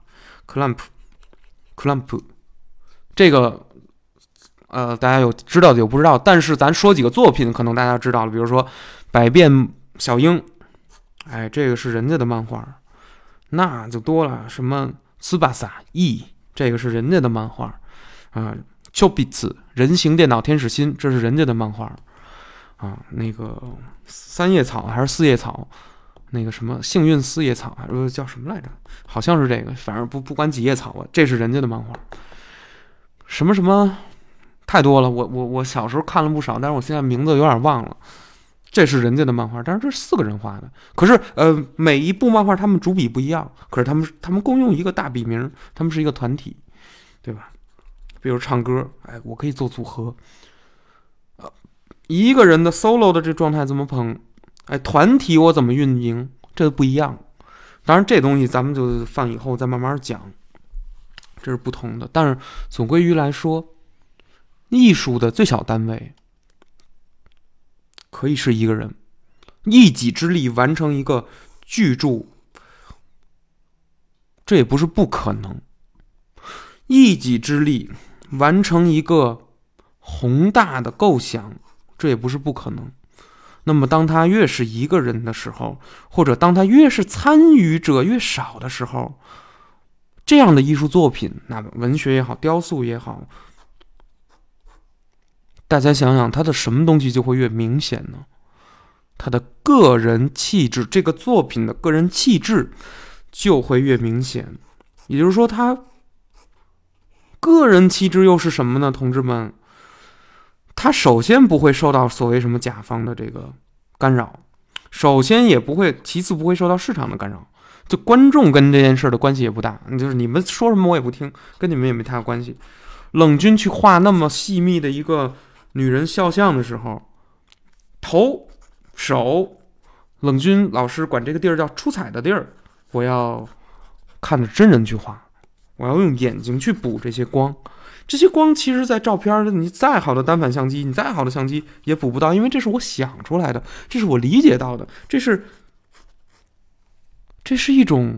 Clamp， 这个大家有知道的有不知道，但是咱说几个作品可能大家知道了，比如说百变小樱，这个是人家的漫画，那就多了，什么斯巴萨 E， 这个是人家的漫画啊，Chobits 人形电脑天使心，这是人家的漫画啊，那个3叶草还是4叶草，那个什么幸运4叶草，叫什么来着？好像是这个，反正不管几叶草吧，这是人家的漫画。什么什么太多了，我小时候看了不少，但是我现在名字有点忘了。这是人家的漫画，但是这是4个人画的。可是每一部漫画他们主笔不一样，可是他们共用一个大笔名，他们是一个团体，对吧？比如唱歌，我可以做组合。一个人的 solo 的这状态怎么捧？团体我怎么运营？这不一样。当然，这东西咱们就放以后再慢慢讲，这是不同的。但是总归于来说，艺术的最小单位可以是一个人，一己之力完成一个巨著，这也不是不可能。一己之力完成一个宏大的构想，这也不是不可能。那么当他越是一个人的时候，或者当他越是参与者越少的时候，这样的艺术作品，那文学也好，雕塑也好，大家想想他的什么东西就会越明显呢？他的个人气质，这个作品的个人气质就会越明显。也就是说，他个人气质又是什么呢？同志们，他首先不会受到所谓什么甲方的这个干扰，首先也不会，其次不会受到市场的干扰，就观众跟这件事的关系也不大，就是你们说什么我也不听，跟你们也没太大关系。冷军去画那么细密的一个女人肖像的时候，头手，冷军老师管这个地儿叫出彩的地儿，我要看着真人去画，我要用眼睛去补这些光。这些光其实在照片，你再好的单反相机，你再好的相机也补不到，因为这是我想出来的，这是我理解到的，这是一种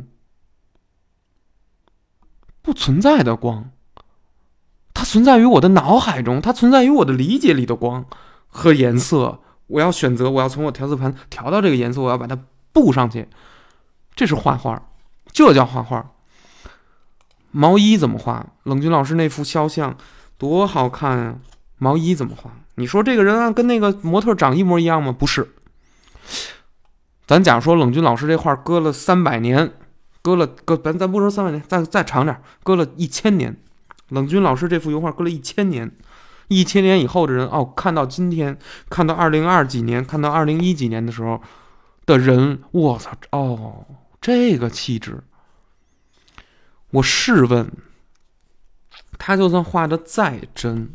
不存在的光，它存在于我的脑海中，它存在于我的理解里的光和颜色， 我要选择，我要从我调色盘调到这个颜色，我要把它布上去，这是画画，这叫画画。毛衣怎么画？冷军老师那幅肖像多好看啊！毛衣怎么画？你说这个人跟那个模特长一模一样吗？不是。咱假如说冷军老师这画搁了300年，咱不说300年，再长点，搁了1000年。冷军老师这幅油画搁了1000年，1000年以后的人看到今天，看到2020几年，看到2010几年的时候的人，我操，这个气质。我试问，他就算画的再真，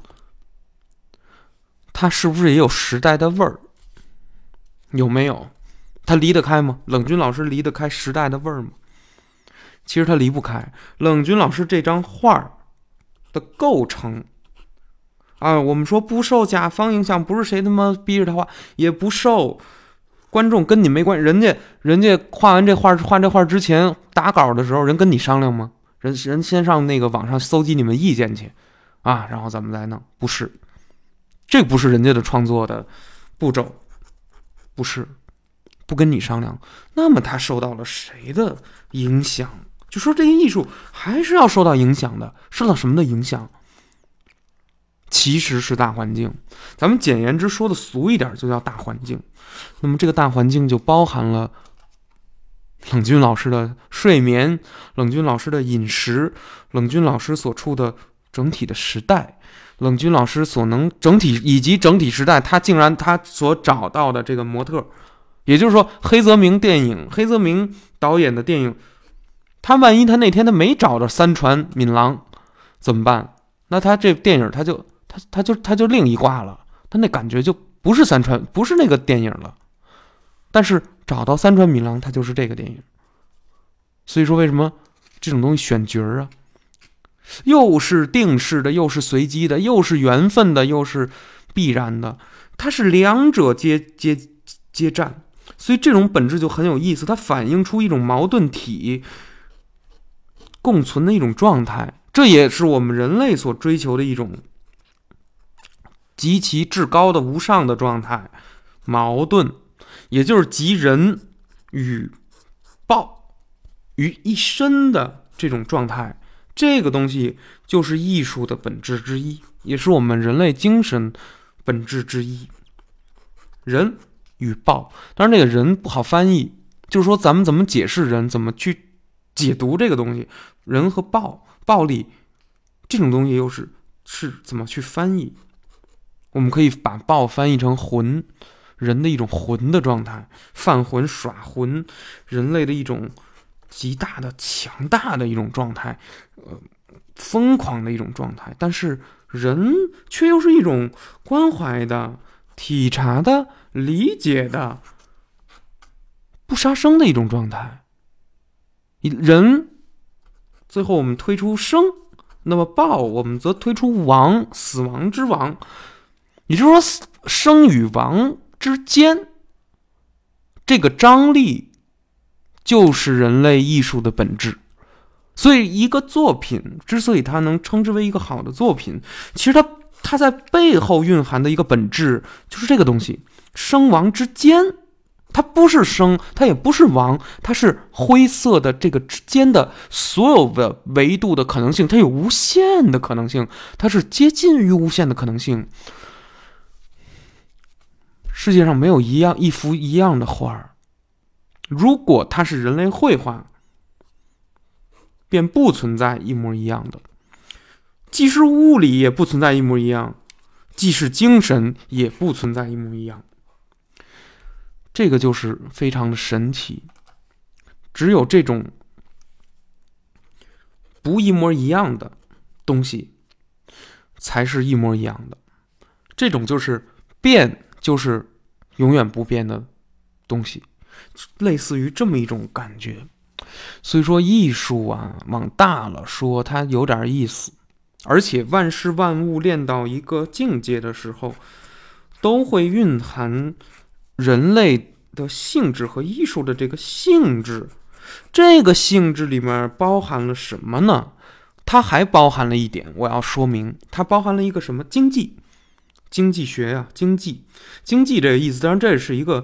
他是不是也有时代的味儿？有没有？他离得开吗？冷军老师离得开时代的味儿吗？其实他离不开。冷军老师这张画的构成我们说不受甲方影响，不是谁他妈逼着他画，也不受观众，跟你没关系。人家画这画之前打稿的时候，人跟你商量吗？人先上那个网上搜集你们意见去然后咱们再弄。不是，这不是人家的创作的步骤，不是，不跟你商量。那么他受到了谁的影响？就说这个艺术还是要受到影响的。受到什么的影响？其实是大环境。咱们简言之说的俗一点，就叫大环境。那么这个大环境就包含了冷军老师的睡眠，冷军老师的饮食，冷军老师所处的整体的时代，冷军老师所能整体以及整体时代，他所找到的这个模特，也就是说黑泽明导演的电影，他万一他那天他没找着三船敏郎怎么办？那他这电影他就另一挂了，他那感觉就不是不是那个电影了。但是找到三船敏郎，他就是这个电影。所以说为什么这种东西选角啊，又是定式的，又是随机的，又是缘分的，又是必然的，它是两者接战。所以这种本质就很有意思，它反映出一种矛盾体共存的一种状态，这也是我们人类所追求的一种极其至高的无上的状态，矛盾，也就是集人与报于一身的这种状态。这个东西就是艺术的本质之一，也是我们人类精神本质之一。人与报，当然这个人不好翻译，就是说咱们怎么解释人，怎么去解读这个东西，人和暴力这种东西又是怎么去翻译？我们可以把暴翻译成魂，人的一种魂的状态，犯魂耍魂，人类的一种极大的强大的一种状态，疯狂的一种状态。但是人却又是一种关怀的、体察的、理解的、不杀生的一种状态。人最后我们推出生，那么报我们则推出亡，死亡之亡。也就是说生与亡之间这个张力就是人类艺术的本质。所以一个作品之所以它能称之为一个好的作品，其实它在背后蕴含的一个本质就是这个东西，生亡之间，它不是生，它也不是亡，它是灰色的这个之间的所有的维度的可能性，它有无限的可能性，它是接近于无限的可能性。世界上没有一幅一样的画，如果它是人类绘画，便不存在一模一样的，既是物理也不存在一模一样，既是精神也不存在一模一样。这个就是非常的神奇，只有这种不一模一样的东西才是一模一样的，这种就是变，就是永远不变的东西，类似于这么一种感觉。所以说艺术往大了说它有点意思，而且万事万物练到一个境界的时候，都会蕴含人类的性质和艺术的这个性质。这个性质里面包含了什么呢？它还包含了一点，我要说明，它包含了一个什么？经济。 经济学呀，经济这个意思，当然这是一个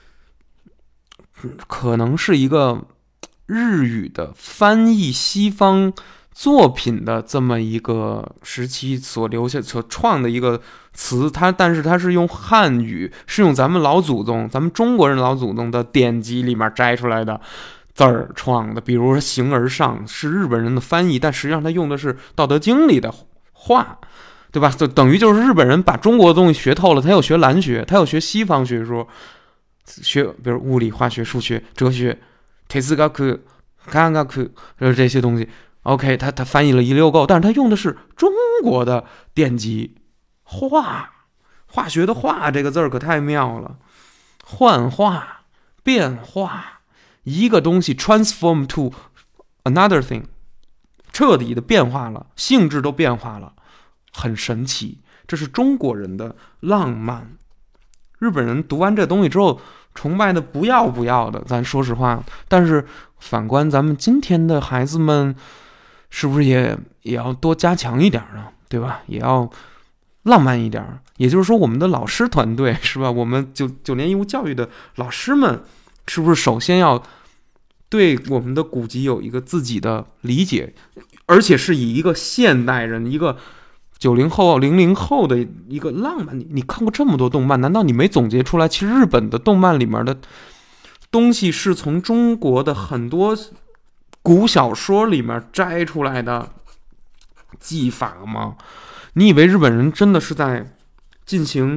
可能是一个日语的翻译西方作品的这么一个时期所留下所创的一个词，但是它是用汉语，是用咱们中国人老祖宗的典籍里面摘出来的字儿创的。比如说形而上是日本人的翻译，但实际上他用的是《道德经》里的话，对吧？就等于就是日本人把中国的东西学透了，他又学蓝学，他又学西方学说，比如物理、化学、数学、哲学、哲学、科学，这些东西。OK， 他翻译了一溜够，但是他用的是中国的典籍，化学的化这个字儿可太妙了，幻化、变化，一个东西 transform to another thing， 彻底的变化了，性质都变化了，很神奇。这是中国人的浪漫。日本人读完这东西之后，崇拜的不要的，咱说实话。但是反观咱们今天的孩子们，是不是也要多加强一点呢？对吧？也要浪漫一点。也就是说，我们的老师团队是吧？我们九年义务教育的老师们，是不是首先要对我们的古籍有一个自己的理解，而且是以一个现代人，一个90后、00后的一个浪漫。你看过这么多动漫，难道你没总结出来？其实日本的动漫里面的东西是从中国的很多古小说里面摘出来的技法吗？你以为日本人真的是在进行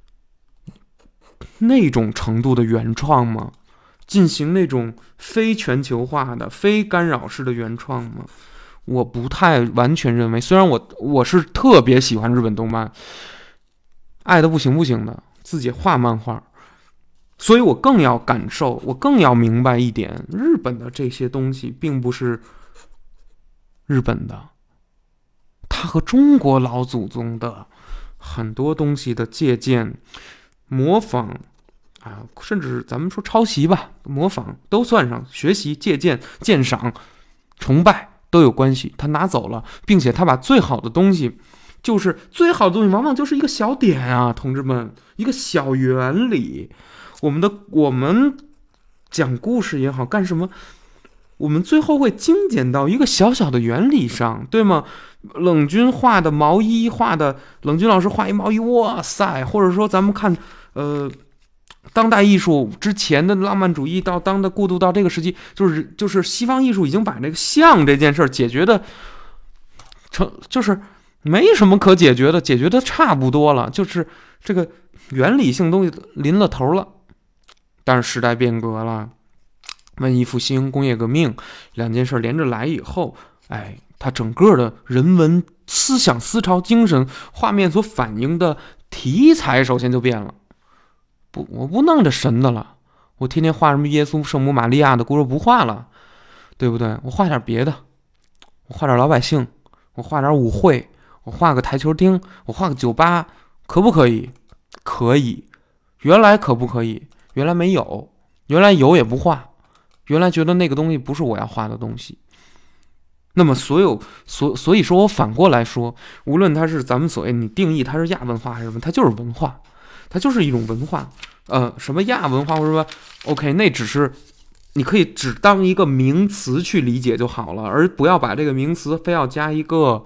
那种程度的原创吗？进行那种非全球化的、非干扰式的原创吗？我不太完全认为。虽然我是特别喜欢日本动漫，爱的不行的，自己画漫画，所以我更要感受，我更要明白一点，日本的这些东西并不是日本的，它和中国老祖宗的很多东西的借鉴、模仿啊，甚至咱们说抄袭吧，模仿都算上，学习、借鉴、鉴赏、崇拜都有关系。他拿走了，并且他把最好的东西，就是最好的东西，往往就是一个小点啊，同志们，一个小原理。我们讲故事也好，干什么，我们最后会精简到一个小小的原理上，对吗？冷军画的毛衣，冷军老师画一毛衣，哇塞！或者说咱们看当代艺术之前的浪漫主义到过渡到这个时期，就是西方艺术已经把这个像这件事解决的就是没什么可解决的，解决的差不多了，就是这个原理性东西临了头了。但是时代变革了，文艺复兴、工业革命两件事连着来以后，它整个的人文思想思潮精神画面所反映的题材首先就变了。我不弄这神的了，我天天画什么耶稣、圣母玛利亚的，我不画了，对不对？我画点别的，我画点老百姓，我画点舞会，我画个台球厅，我画个酒吧，可不可以？可以。原来可不可以？原来没有，原来有也不画，原来觉得那个东西不是我要画的东西。那么所以说我反过来说，无论它是咱们所谓你定义它是亚文化还是什么，它就是文化，它就是一种文化。什么亚文化或者说 OK， 那只是你可以只当一个名词去理解就好了，而不要把这个名词非要加一个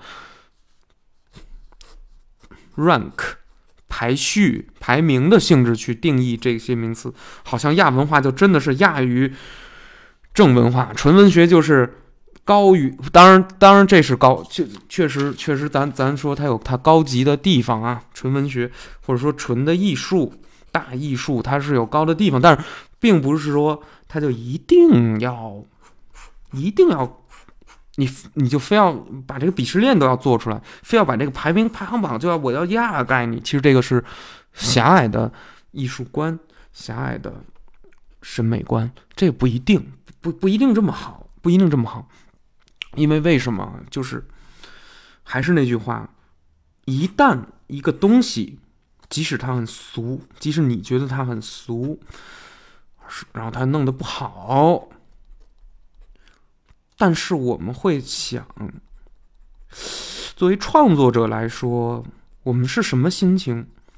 rank 排序排名的性质去定义这些名词，好像亚文化就真的是亚于正文化，纯文学就是高于，当然这是高，确实咱说它有它高级的地方啊，纯文学或者说纯的艺术大艺术它是有高的地方，但是并不是说它就一定要你就非要把这个鄙视链都要做出来，非要把这个排行榜我要压盖你。其实这个是狭隘的艺术观，狭隘的审美观，这个不一定这么好，不一定这么好。因为为什么？就是还是那句话，一旦一个东西，即使它很俗，即使你觉得它很俗，然后它弄得不好，但是我们会想，作为创作者来说，我们是什么心情？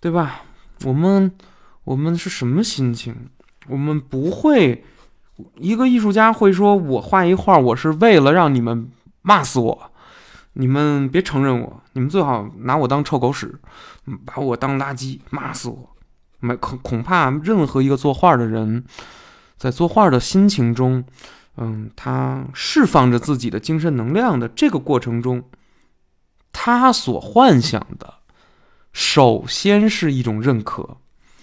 对吧？我们是什么心情？我们不会，一个艺术家会说，我画一画，我是为了让你们骂死我，你们别承认我，你们最好拿我当臭狗屎，把我当垃圾，骂死我。恐怕任何一个作画的人，在作画的心情中，他释放着自己的精神能量的这个过程中，他所幻想的，首先是一种认可，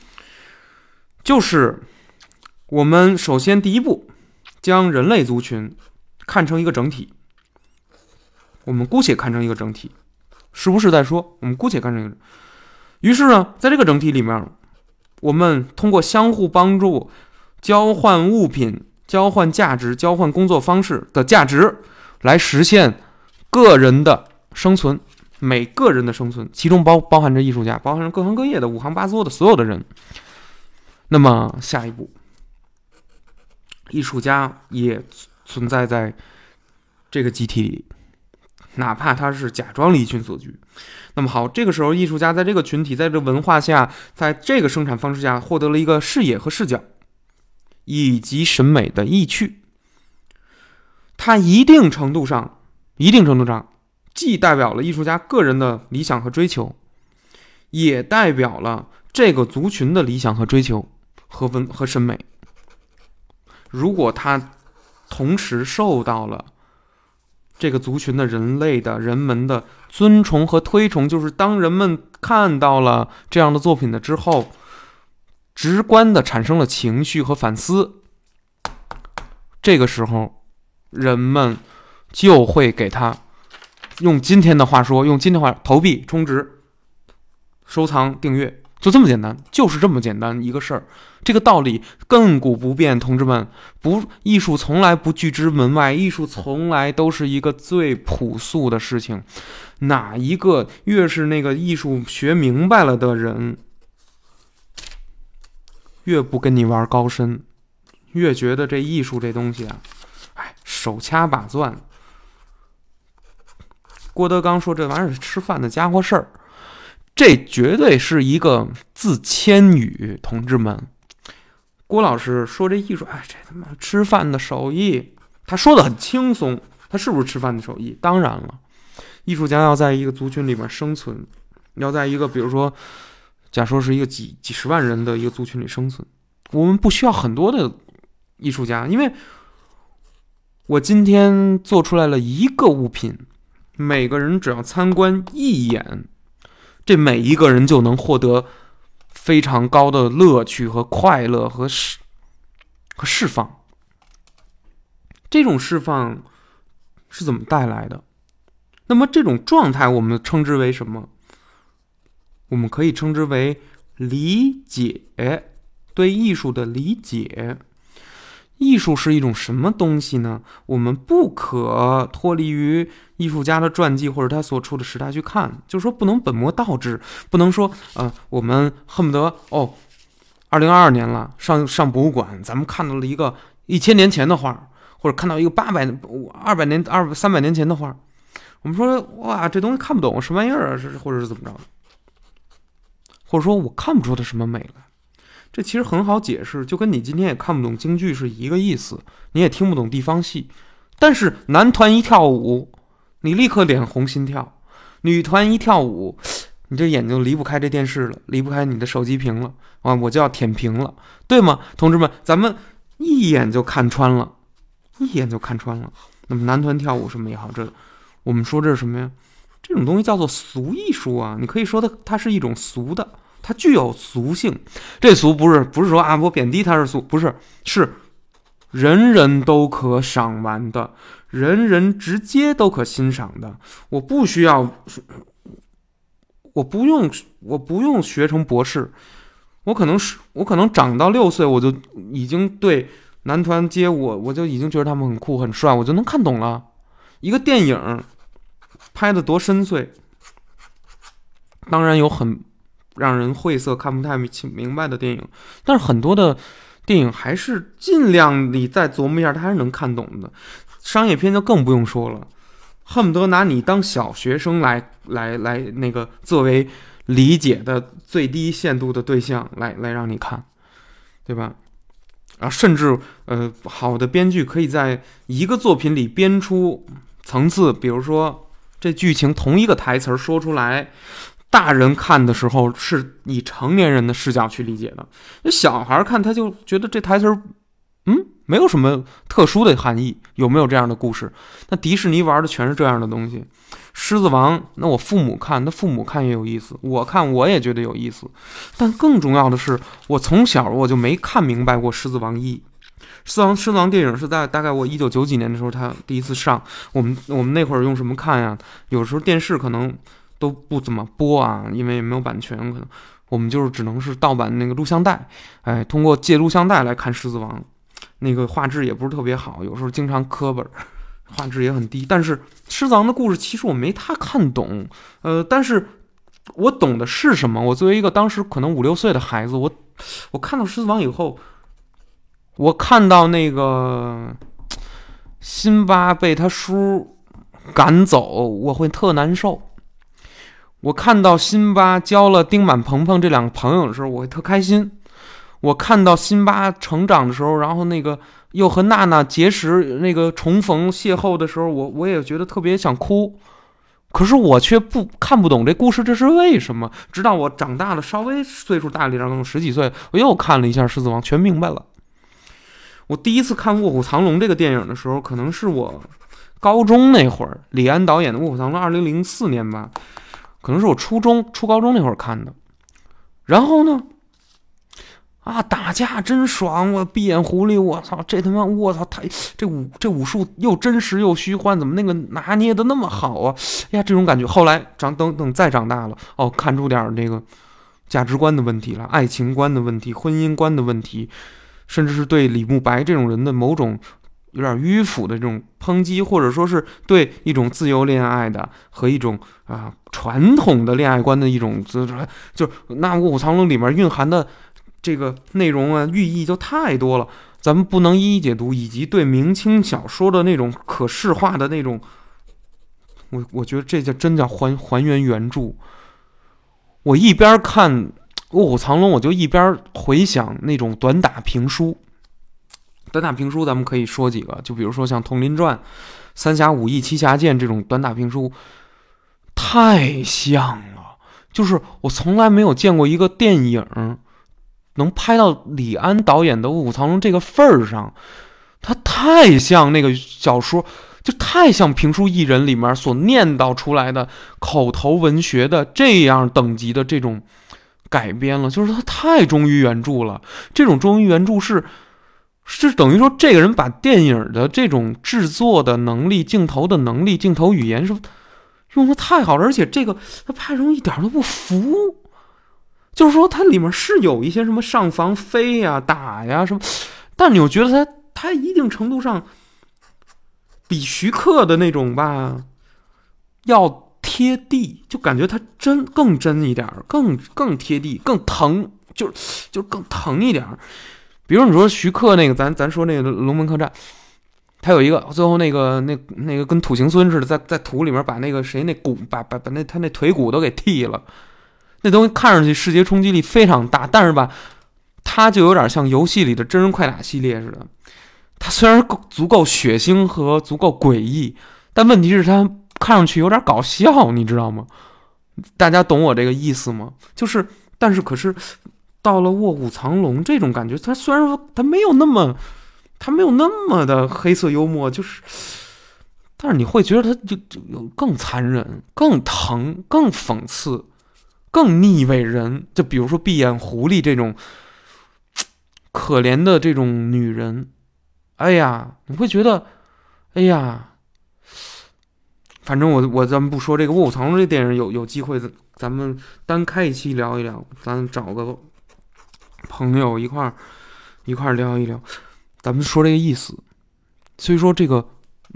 就是我们首先第一步，将人类族群看成一个整体，我们姑且看成一个整体，是不是在说我们姑且看成一个？于是呢，在这个整体里面，我们通过相互帮助、交换物品、交换价值、交换工作方式的价值，来实现个人的生存，每个人的生存，其中包含着艺术家，包含着各行各业的五行八作的所有的人。那么下一步，艺术家也存在在这个集体里，哪怕他是假装离群索居。那么好，这个时候艺术家在这个群体，在这文化下，在这个生产方式下，获得了一个视野和视角，以及审美的意趣。它一定程度上，既代表了艺术家个人的理想和追求，也代表了这个族群的理想和追求和审美。如果他同时受到了这个族群的人们的尊崇和推崇，就是当人们看到了这样的作品的之后，直观的产生了情绪和反思，这个时候人们就会给他用今天的话说，投币、充值、收藏、订阅，就这么简单，就是这么简单一个事儿。这个道理亘古不变，同志们，艺术从来不拒之门外，艺术从来都是一个最朴素的事情。哪一个越是那个艺术学明白了的人，越不跟你玩高深，越觉得这艺术这东西啊，手掐把攥。郭德纲说这玩意儿是吃饭的家伙事儿，这绝对是一个自谦语，同志们。郭老师说这艺术，这他妈吃饭的手艺，他说的很轻松，他是不是吃饭的手艺？当然了，艺术家要在一个族群里面生存，要在一个比如说，假说是一个几十万人的一个族群里生存，我们不需要很多的艺术家，因为我今天做出来了一个物品，每个人只要参观一眼，这每一个人就能获得非常高的乐趣和快乐和释放。这种释放是怎么带来的？那么这种状态我们称之为什么？我们可以称之为理解，对艺术的理解。艺术是一种什么东西呢？我们不可脱离于艺术家的传记或者他所处的时代去看，就是说不能本末倒置，不能说我们恨不得2022年了，上博物馆，咱们看到了一个1000年前的画，或者看到一个200年、300年前的画，我们说哇，这东西看不懂，什么玩意儿啊，或者是怎么着的，或者说我看不出它什么美来。这其实很好解释，就跟你今天也看不懂京剧是一个意思，你也听不懂地方戏。但是男团一跳舞，你立刻脸红心跳；女团一跳舞，你这眼睛离不开这电视了，离不开你的手机屏了啊！我就要舔屏了，对吗？同志们，咱们一眼就看穿了，那么男团跳舞什么也好，我们说这是什么呀？这种东西叫做俗艺术啊！你可以说它是一种俗的。它具有俗性，这俗不是说我贬低它是俗，不是，是人人都可赏玩的，人人直接都可欣赏的。我不用学成博士，我可能长到6岁，我就已经对男团街舞，我就已经觉得他们很酷很帅，我就能看懂了。一个电影拍得多深邃，当然有很让人晦涩看不太明白的电影，但是很多的电影还是尽量你再琢磨一下，他还是能看懂的。商业片就更不用说了，恨不得拿你当小学生来那个作为理解的最低限度的对象来让你看，对吧？甚至好的编剧可以在一个作品里编出层次，比如说这剧情同一个台词说出来，大人看的时候是以成年人的视角去理解的，小孩看他就觉得这台词没有什么特殊的含义。有没有这样的故事？那迪士尼玩的全是这样的东西。狮子王，那我父母看，那父母看也有意思，我看我也觉得有意思。但更重要的是，我从小我就没看明白过狮子王一。狮子王电影是在大概我1990几年的时候，他第一次上。我们那会儿用什么看呀？有时候电视可能都不怎么播啊，因为没有版权，可能我们就是只能是盗版那个录像带，通过借录像带来看狮子王。那个画质也不是特别好，有时候经常磕巴，画质也很低。但是狮子王的故事其实我没太看懂，但是我懂的是什么？我作为一个当时可能5、6岁的孩子，我看到狮子王以后，我看到那个辛巴被他叔赶走，我会特难受。我看到辛巴交了丁满、鹏鹏这两个朋友的时候，我会特开心。我看到辛巴成长的时候，然后那个又和娜娜结识，那个重逢邂逅的时候，我也觉得特别想哭。可是我却看不懂这故事，这是为什么？直到我长大了，稍微岁数大了一点，可能10几岁，我又看了一下《狮子王》，全明白了。我第一次看《卧虎藏龙》这个电影的时候，可能是我高中那会儿，李安导演的《卧虎藏龙》，2004年吧，可能是我初高中那会儿看的。然后呢？打架真爽！我闭眼狐狸，我操，这他妈，我操，这武术又真实又虚幻，怎么那个拿捏的那么好啊？呀，这种感觉。后来等再长大了，看出点这个价值观的问题了，爱情观的问题，婚姻观的问题，甚至是对李慕白这种人的某种有点迂腐的这种抨击，或者说是对一种自由恋爱的和一种传统的恋爱观的一种，就那《卧虎藏龙》里面蕴含的这个内容啊，寓意就太多了，咱们不能一一解读，以及对明清小说的那种可视化的那种，我觉得这真叫还原原著。我一边看《卧虎藏龙》，我就一边回想那种短打评书。短打评书咱们可以说几个，就比如说像《佟林传》《三侠五义》《七侠剑》这种短打评书，太像了。就是我从来没有见过一个电影能拍到李安导演的《卧虎藏龙》这个份儿上，它太像那个小说，就太像评书艺人里面所念叨出来的口头文学的这样等级的这种改编了，就是它太忠于原著了。这种忠于原著是等于说这个人把电影的这种制作的能力、镜头的能力、镜头语言是用的太好了，而且这个他拍成一点都不浮。就是说它里面是有一些什么上房飞呀、打呀什么，但你又觉得它一定程度上比徐克的那种吧要贴地，就感觉它更真一点，更贴地，更疼，就更疼一点。比如你说徐克那个，咱说那个《龙门客栈》，他有一个最后那个跟土行孙似的，在土里面把那个谁那骨把他那腿骨都给剃了。那东西看上去视觉冲击力非常大，但是吧，它就有点像游戏里的真人快打系列似的。它虽然足够血腥和足够诡异，但问题是它看上去有点搞笑，你知道吗？大家懂我这个意思吗？就是，但是可是到了《卧虎藏龙》这种感觉，它虽然说它没有那么的黑色幽默，就是，但是你会觉得它就更残忍、更疼、更讽刺。更腻味人，就比如说闭眼狐狸这种可怜的这种女人，哎呀，你会觉得，哎呀，反正咱们不说这个《卧虎藏龙》这电影，有机会咱们单开一期聊一聊，咱找个朋友一块聊一聊，咱们说这个意思。所以说这个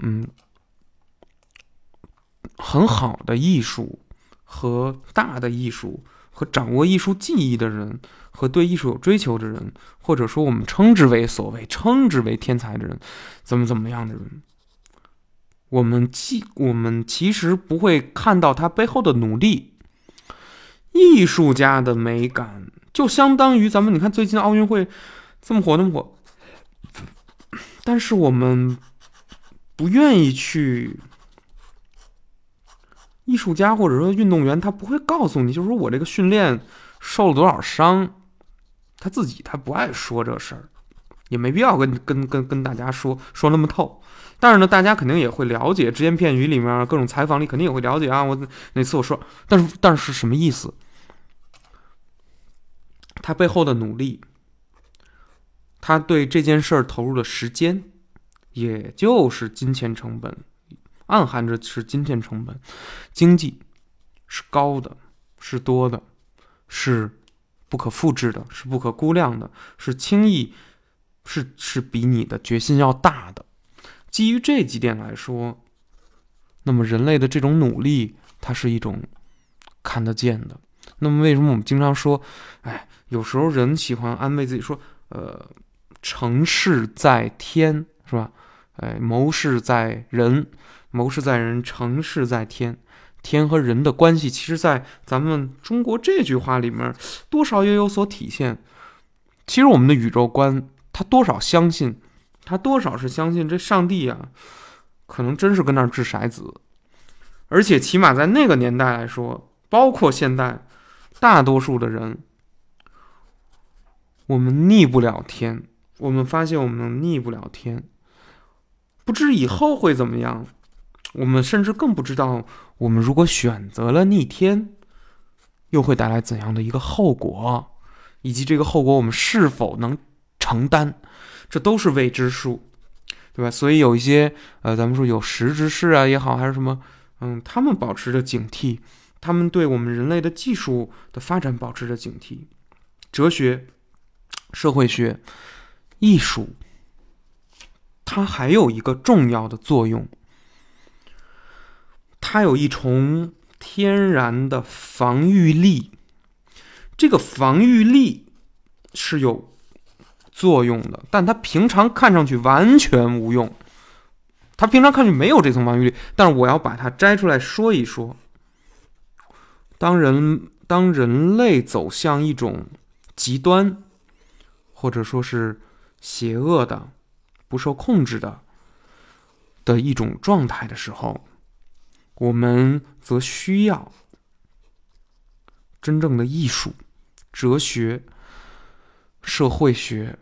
很好的艺术。和大的艺术，和掌握艺术技艺的人，和对艺术有追求的人，或者说我们称之为天才的人，怎么样的人，我们其实不会看到他背后的努力， 艺术家的美感就相当于咱们你看最近奥运会这么火那么火，但是我们不愿意去，艺术家或者说运动员他不会告诉你，就是说我这个训练受了多少伤，他自己他不爱说这事儿，也没必要跟大家说那么透。但是呢，大家肯定也会了解，只言片语里面各种采访里肯定也会了解啊。我哪次我说，但是什么意思？他背后的努力，他对这件事儿投入的时间，也就是金钱成本，暗含着是金钱成本，经济是高的，是多的，是不可复制的，是不可估量的，是轻易是比你的决心要大的。基于这几点来说，那么人类的这种努力，它是一种看得见的。那么为什么我们经常说，有时候人喜欢安慰自己说，成事在天，是吧？谋事在人，成事在天。天和人的关系，其实在咱们中国这句话里面，多少也有所体现。其实我们的宇宙观，他多少是相信这上帝啊，可能真是跟那儿掷骰子。而且起码在那个年代来说，包括现代，大多数的人，我们逆不了天，我们发现我们逆不了天，不知以后会怎么样，我们甚至更不知道，我们如果选择了逆天，又会带来怎样的一个后果，以及这个后果我们是否能承担，这都是未知数，对吧？所以有一些咱们说有识之士啊也好，还是什么，他们保持着警惕，他们对我们人类的技术的发展保持着警惕。哲学、社会学、艺术，它还有一个重要的作用，它有一重天然的防御力。这个防御力是有作用的，但它平常看上去完全无用，它平常看上去没有这层防御力，但是我要把它摘出来说一说。当人类走向一种极端，或者说是邪恶的、不受控制的一种状态的时候，我们则需要真正的艺术、哲学、社会学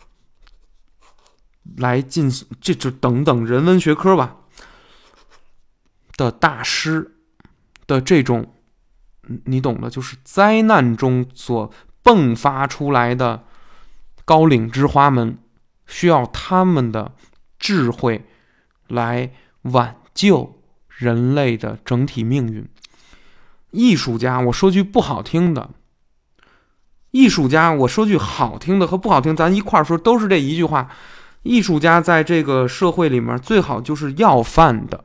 来进行，这就等等人文学科吧的大师的这种，你懂的，就是灾难中所迸发出来的高岭之花们，需要他们的智慧来挽救人类的整体命运。艺术家，我说句不好听的，艺术家，我说句好听的和不好听，咱一块儿说，都是这一句话。艺术家在这个社会里面最好就是要饭的。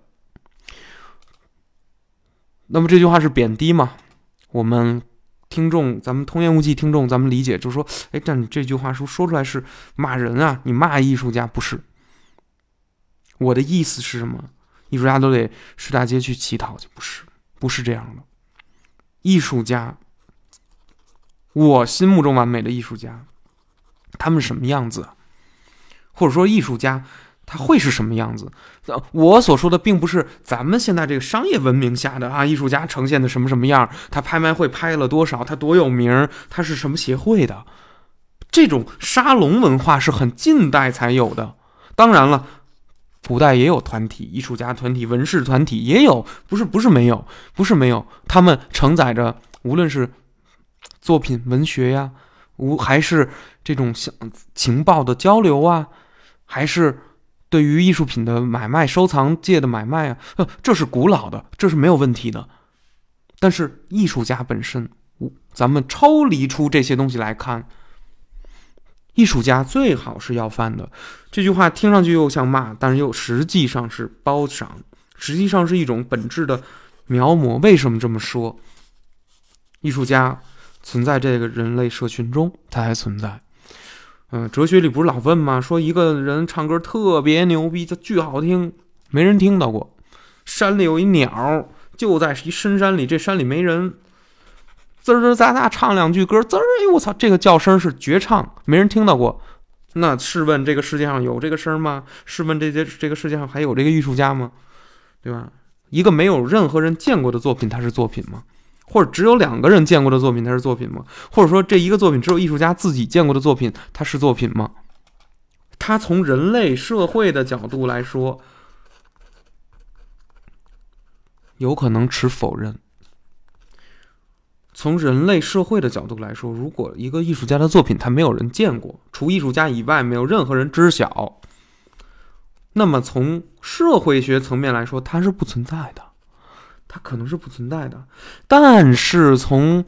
那么这句话是贬低吗？我们听众，咱们童言无忌听众，咱们理解就是说，但你这句话说出来是骂人啊，你骂艺术家，不是。我的意思是什么？艺术家都得上大街去乞讨去，不是这样的。艺术家，我心目中完美的艺术家，他们是什么样子？或者说艺术家他会是什么样子？我所说的并不是咱们现在这个商业文明下的艺术家呈现的什么样，他拍卖会拍了多少，他多有名，他是什么协会的。这种沙龙文化是很近代才有的。当然了，古代也有团体，艺术家团体、文士团体也有，不是没有，他们承载着无论是作品文学呀，还是这种情报的交流啊，还是对于艺术品的买卖、收藏界的买卖啊，这是古老的，这是没有问题的。但是艺术家本身，咱们抽离出这些东西来看，艺术家最好是要饭的。这句话听上去又像骂，但是又实际上是褒赏，实际上是一种本质的描摹。为什么这么说？艺术家存在这个人类社群中，它还存在。哲学里不是老问吗？说一个人唱歌特别牛逼，就巨好听，没人听到过。山里有一鸟，就在一深山里，这山里没人， 滋滋喳喳唱两句歌，滋儿，哎我操，这个叫声是绝唱，没人听到过。那试问这个世界上有这个声吗？试问这个世界上还有这个艺术家吗？对吧？一个没有任何人见过的作品，它是作品吗？或者只有2个人见过的作品，它是作品吗？或者说这一个作品只有艺术家自己见过的作品，它是作品吗？它从人类社会的角度来说，有可能持否认。从人类社会的角度来说，如果一个艺术家的作品他没有人见过，除艺术家以外没有任何人知晓，那么从社会学层面来说，它是不存在的，它可能是不存在的。但是从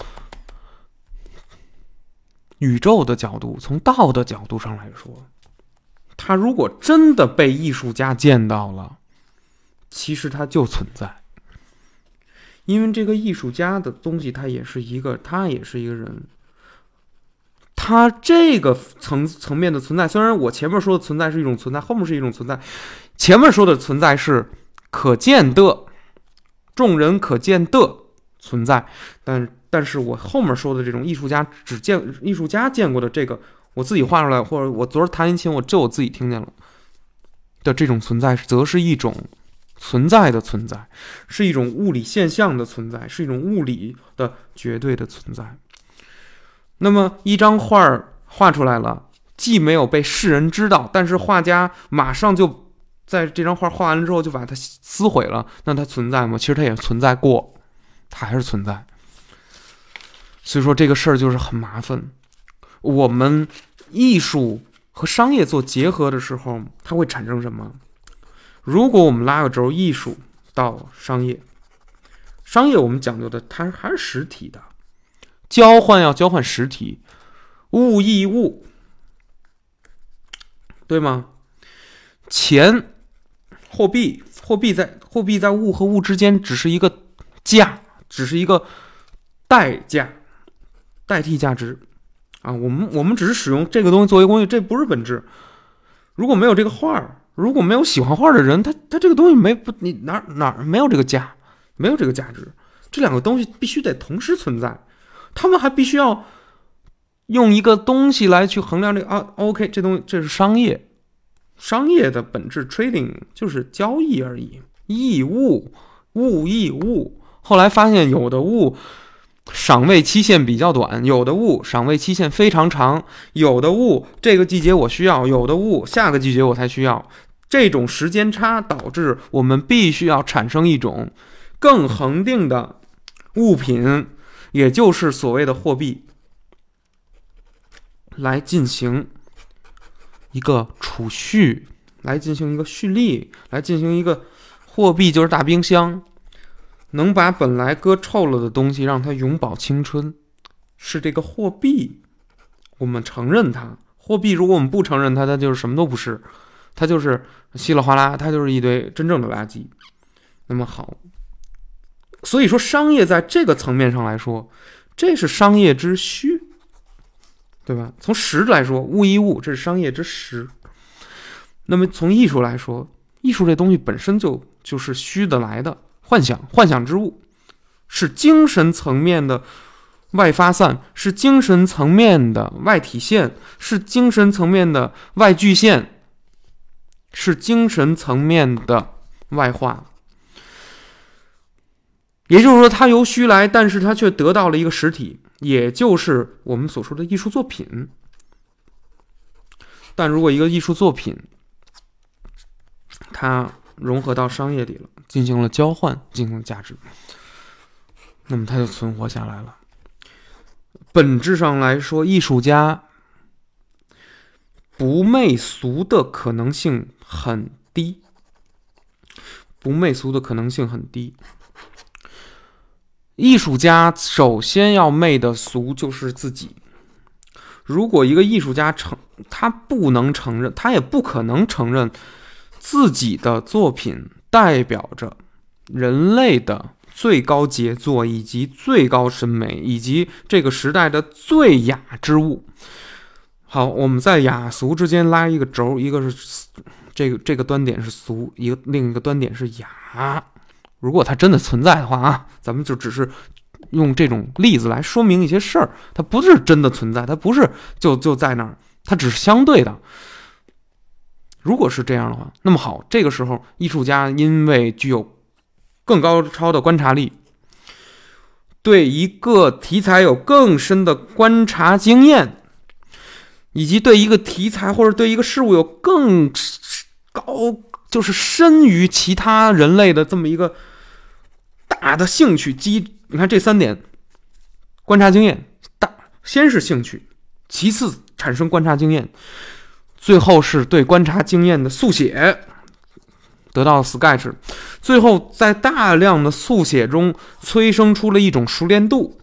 宇宙的角度，从道的角度上来说，它如果真的被艺术家见到了，其实它就存在。因为这个艺术家的东西，他也是一个人，他这个层面的存在，虽然我前面说的存在是一种存在，后面是一种存在，前面说的存在是可见的，众人可见的存在，但是我后面说的这种艺术家见过的这个，我自己画出来，或者我昨儿弹琴，我自己听见了的这种存在，则是一种存在的存在，是一种物理现象的存在，是一种物理的绝对的存在。那么一张画画出来了，既没有被世人知道，但是画家马上就在这张画画完了之后就把它撕毁了，那它存在吗？其实它也存在过，它还是存在。所以说这个事儿就是很麻烦。我们艺术和商业做结合的时候，它会产生什么？如果我们拉个轴，艺术到商业，商业我们讲究的它还是实体的，交换实体，物易物，对吗？钱，货币在物和物之间只是一个价，只是一个代价，代替价值啊。我们只是使用这个东西作为工具，这不是本质。如果没有这个画，如果没有喜欢画的人，他这个东西你哪没有这个价，没有这个价值。这2个东西必须得同时存在，他们还必须要用一个东西来去衡量这个OK， 这东西这是商业，商业的本质 trading 就是交易而已，易物易物。后来发现有的物赏味期限比较短，有的物赏味期限非常长，有的物这个季节我需要，有的物下个季节我才需要。这种时间差导致我们必须要产生一种更恒定的物品，也就是所谓的货币，来进行一个储蓄，来进行一个蓄力，来进行一个货币就是大冰箱，能把本来搁臭了的东西让它永葆青春，是这个货币。我们承认它，货币如果我们不承认它，它就是什么都不是，它就是稀里哗啦，它就是一堆真正的垃圾。那么好，所以说商业在这个层面上来说，这是商业之虚，对吧？从实来说，物易物，这是商业之实。那么从艺术来说，艺术这东西本身就是虚的来的，幻想之物，是精神层面的外发散，是精神层面的外体现，是精神层面的外具现，是精神层面的外化。也就是说，它由虚来，但是它却得到了一个实体，也就是我们所说的艺术作品。但如果一个艺术作品它融合到商业里了，进行了交换，进行了价值，那么它就存活下来了。本质上来说，艺术家不媚俗的可能性很低，不媚俗的可能性很低。艺术家首先要媚的俗就是自己。如果一个艺术家他不能承认，他也不可能承认自己的作品代表着人类的最高杰作，以及最高审美，以及这个时代的最雅之物。好，我们在雅俗之间拉一个轴，一个是这个端点是俗，另一个端点是雅。如果它真的存在的话啊，咱们就只是用这种例子来说明一些事儿，它不是真的存在，它不是就在那儿，它只是相对的。如果是这样的话，那么好，这个时候艺术家因为具有更高超的观察力，对一个题材有更深的观察经验，以及对一个题材或者对一个事物有更高，就是深于其他人类的这么一个大的兴趣你看这3点，观察经验先是兴趣，其次产生观察经验，最后是对观察经验的速写，得到 sketch， 最后在大量的速写中催生出了一种熟练度。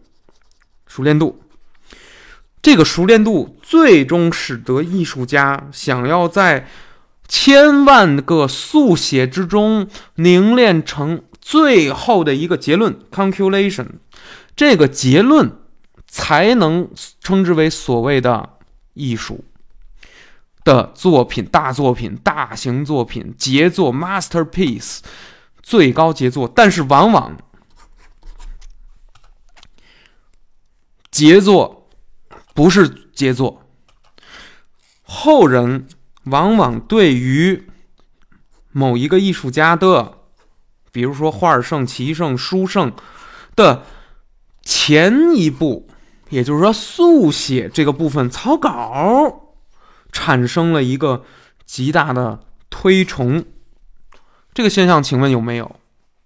这个熟练度最终使得艺术家想要在千万个速写之中凝练成最后的一个结论 conclusion， 这个结论才能称之为所谓的艺术的作品、大作品、大型作品、杰作 masterpiece， 最高杰作。但是往往杰作不是杰作，后人往往对于某一个艺术家的，比如说画圣、棋圣、书圣的前一步，也就是说速写这个部分草稿，产生了一个极大的推崇。这个现象请问有没有？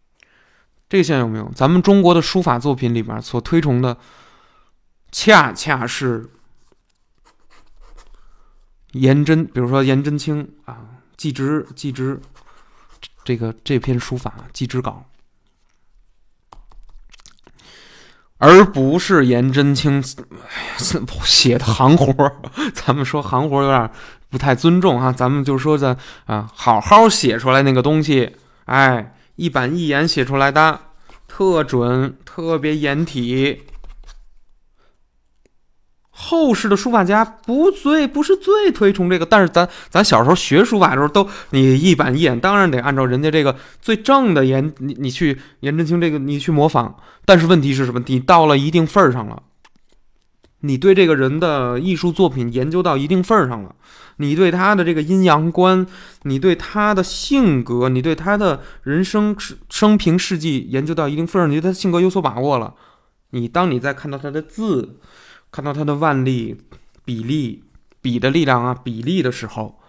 咱们中国的书法作品里面所推崇的恰恰是比如说颜真卿啊，祭侄这篇书法祭侄稿，而不是颜真卿写的行活。咱们说行活有点不太尊重啊，咱们就说的好好写出来那个东西，一板一眼写出来的，特准，特别严体。后世的书法家不是最推崇这个，但是咱小时候学书法的时候你一板一眼，当然得按照人家这个最正的你去颜真卿这个你去模仿。但是问题是什么？你到了一定份上了，你对这个人的艺术作品研究到一定份上了，你对他的这个阴阳观，你对他的性格，你对他的人生生平事迹研究到一定份上，你对他的性格有所把握了，当你再看到他的字，看到他的腕力、笔的力量比例的时候，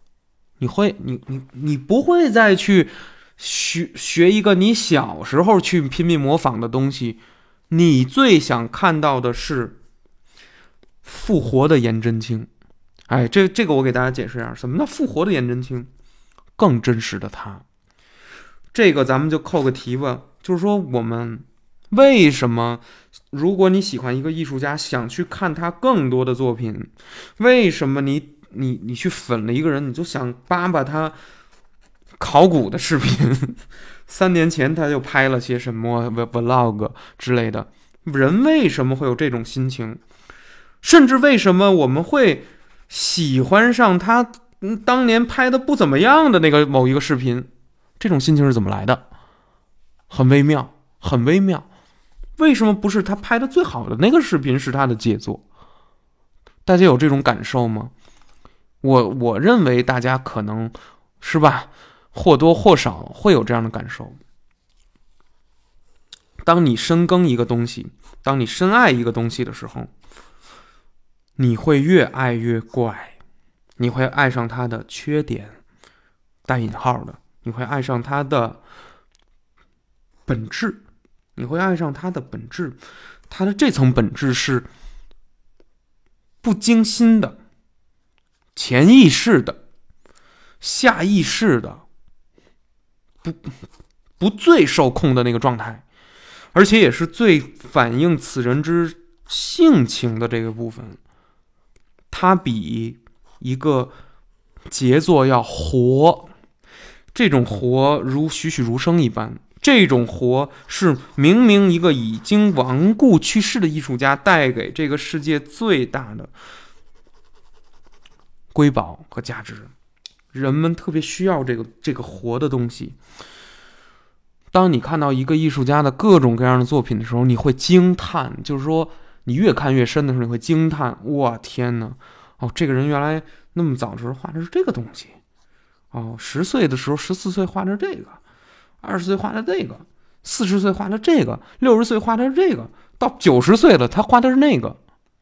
你不会再去学一个你小时候去拼命模仿的东西，你最想看到的是复活的颜真卿。这个我给大家解释一下，什么叫复活的颜真卿？更真实的他。这个咱们就扣个题吧，就是说我们为什么，如果你喜欢一个艺术家，想去看他更多的作品，为什么你去粉了一个人，你就想扒他考古的视频？3年前他就拍了些什么 vlog 之类的，人为什么会有这种心情？甚至为什么我们会喜欢上他当年拍的不怎么样的那个某一个视频？这种心情是怎么来的？很微妙。为什么不是他拍的最好的那个视频是他的杰作？大家有这种感受吗？我认为大家可能是吧，或多或少会有这样的感受。当你深耕一个东西，当你深爱一个东西的时候，你会越爱越怪，你会爱上它的缺点，带引号的，你会爱上它的本质，它的这层本质是不经心的、潜意识的、下意识的，不最受控的那个状态，而且也是最反映此人之性情的这个部分。它比一个杰作要活，这种活如栩栩如生一般，这种活是明明一个已经亡故去世的艺术家带给这个世界最大的瑰宝和价值，人们特别需要这个活的东西。 当你看到一个艺术家的各种各样的作品的时候，你会惊叹，就是说你越看越深的时候，你会惊叹，哇天哪，这个人原来那么早的时候画的是这个东西，10岁的时候14岁画的这个，20岁画的这个，40岁画的这个，60岁画的是这个，到90岁了他画的是那个。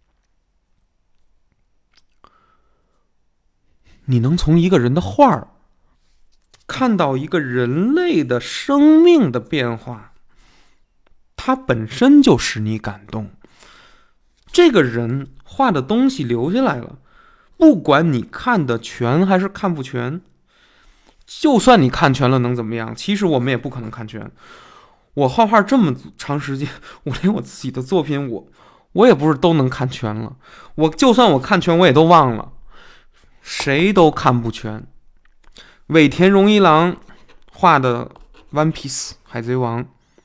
你能从一个人的画看到一个人类的生命的变化，它本身就使你感动。这个人画的东西留下来了，不管你看得全还是看不全，就算你看全了能怎么样？其实我们也不可能看全。我画画这么长时间，我连我自己的作品我也不是都能看全了。就算我看全，我也都忘了。谁都看不全。尾田荣一郎画的 One Piece 海贼王，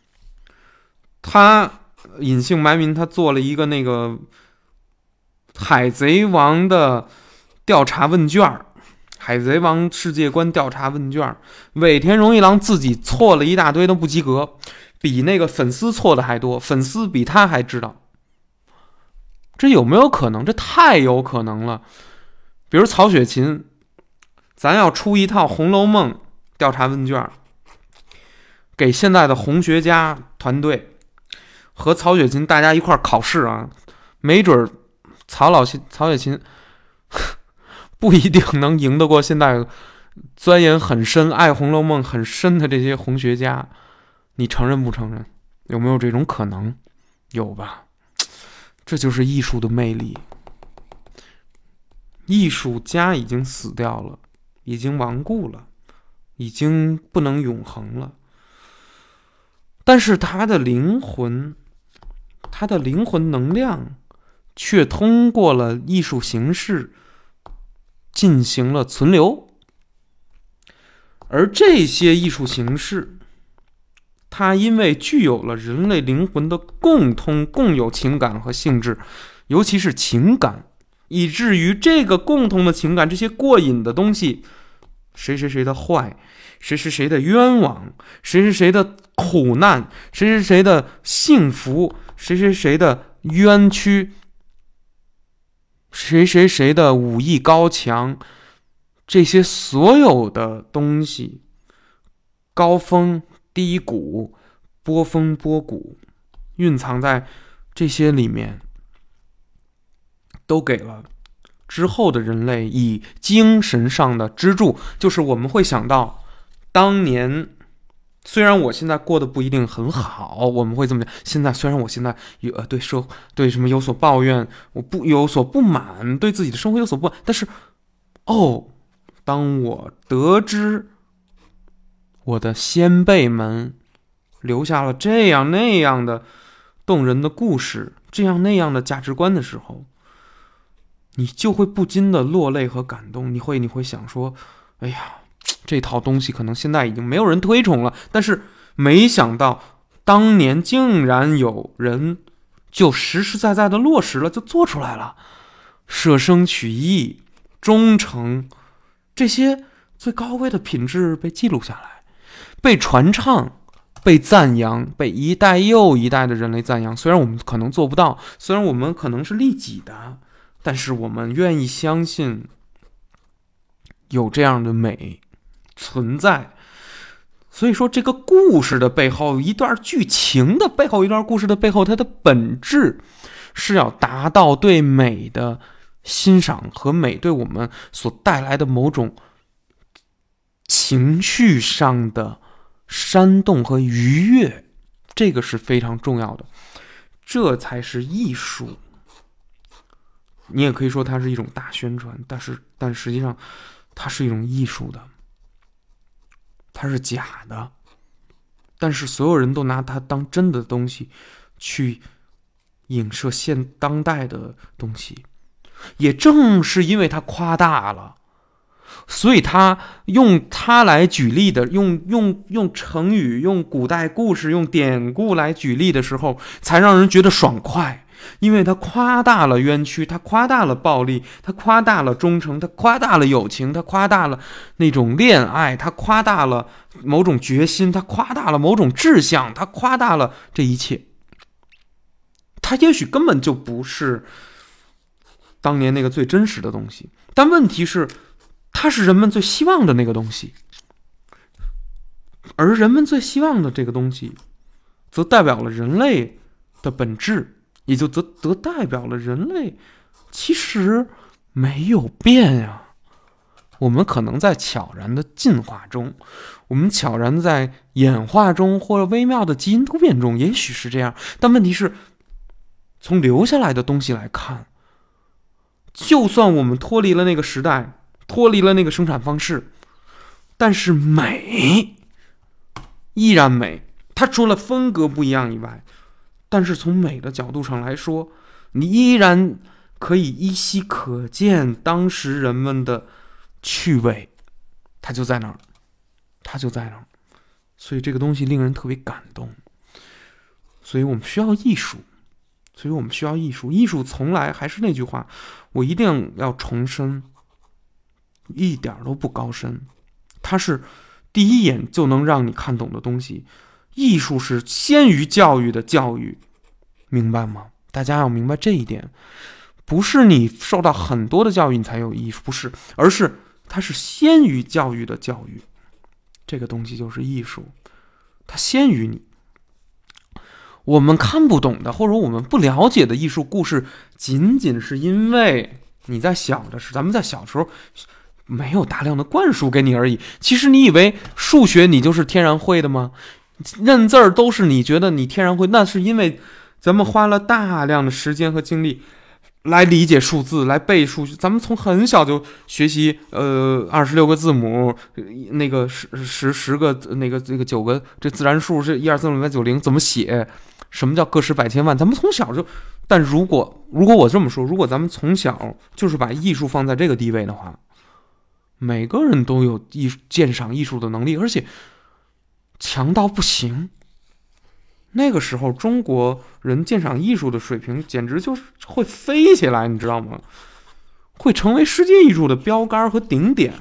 他隐姓埋名，他做了一个那个海贼王的调查问卷，海贼王世界观调查问卷，尾田荣一郎自己错了一大堆都不及格，比那个粉丝错的还多，粉丝比他还知道。这有没有可能？这太有可能了。比如曹雪芹，咱要出一套《红楼梦》调查问卷，给现在的红学家团队和曹雪芹大家一块考试啊，没准曹雪芹不一定能赢得过现在钻研很深、爱《红楼梦》很深的这些红学家。你承认不承认？有没有这种可能？有吧？这就是艺术的魅力。艺术家已经死掉了，已经亡故了，已经不能永恒了，但是他的灵魂能量却通过了艺术形式进行了存留。而这些艺术形式，它因为具有了人类灵魂的共有情感和性质，尤其是情感，以至于这个共同的情感，这些过瘾的东西，谁谁谁的坏，谁谁谁的冤枉，谁谁谁的苦难，谁谁谁的幸福，谁谁谁的冤屈，谁谁谁的武艺高强，这些所有的东西，高峰低谷，波峰波谷，蕴藏在这些里面，都给了之后的人类以精神上的支柱。就是我们会想到，当年虽然我现在过得不一定很好，我们会这么讲。现在虽然我现在对什么有所抱怨，我有所不满，对自己的生活有所不满，但是当我得知我的先辈们留下了这样那样的动人的故事，这样那样的价值观的时候，你就会不禁的落泪和感动。你会想说，哎呀，这套东西可能现在已经没有人推崇了，但是没想到当年竟然有人就实实在在的落实了，就做出来了。舍生取义、忠诚，这些最高贵的品质被记录下来，被传唱，被赞扬，被一代又一代的人类赞扬。虽然我们可能做不到，虽然我们可能是利己的，但是我们愿意相信有这样的美存在。所以说，这个故事的背后，一段剧情的背后，一段故事的背后，它的本质是要达到对美的欣赏和美对我们所带来的某种情绪上的煽动和愉悦，这个是非常重要的，这才是艺术。你也可以说它是一种大宣传，但实际上它是一种艺术的，它是假的，但是所有人都拿它当真的东西去影射现当代的东西。也正是因为它夸大了，所以他用它来举例的，用成语、用古代故事、用典故来举例的时候，才让人觉得爽快， 因为它夸大了冤屈，它夸大了暴力，它夸大了忠诚，它夸大了友情，它夸大了那种恋爱，它夸大了某种决心，它夸大了某种志向，它夸大了这一切。它也许根本就不是当年那个最真实的东西，但问题是它是人们最希望的那个东西，而人们最希望的这个东西则代表了人类的本质，也就则代表了人类其实没有变呀。我们可能在悄然的进化中，我们悄然在演化中，或者微妙的基因突变中，也许是这样，但问题是从留下来的东西来看，就算我们脱离了那个时代，脱离了那个生产方式，但是美依然美。它除了风格不一样以外，但是从美的角度上来说，你依然可以依稀可见当时人们的趣味，它就在那儿，它就在那儿。所以这个东西令人特别感动。所以我们需要艺术，所以我们需要艺术。艺术从来还是那句话，我一定要重申，一点都不高深，它是第一眼就能让你看懂的东西。艺术是先于教育的教育，明白吗？大家要明白这一点，不是你受到很多的教育你才有艺术，不是，而是它是先于教育的教育。这个东西就是艺术，它先于你。我们看不懂的或者我们不了解的艺术故事，仅仅是因为你在咱们在小时候没有大量的灌输给你而已。其实你以为数学你就是天然会的吗？认字儿都是你觉得你天然会，那是因为咱们花了大量的时间和精力来理解数字，来背数学。咱们从很小就学习26个字母，那个十个那个9个这自然数是1 2 3 4 5 6 7 9 0怎么写，什么叫个十百千万，咱们从小就。但如果我这么说，如果咱们从小就是把艺术放在这个地位的话，每个人都有鉴赏艺术的能力，而且强到不行。那个时候中国人鉴赏艺术的水平简直就是会飞起来，你知道吗？会成为世界艺术的标杆和顶点。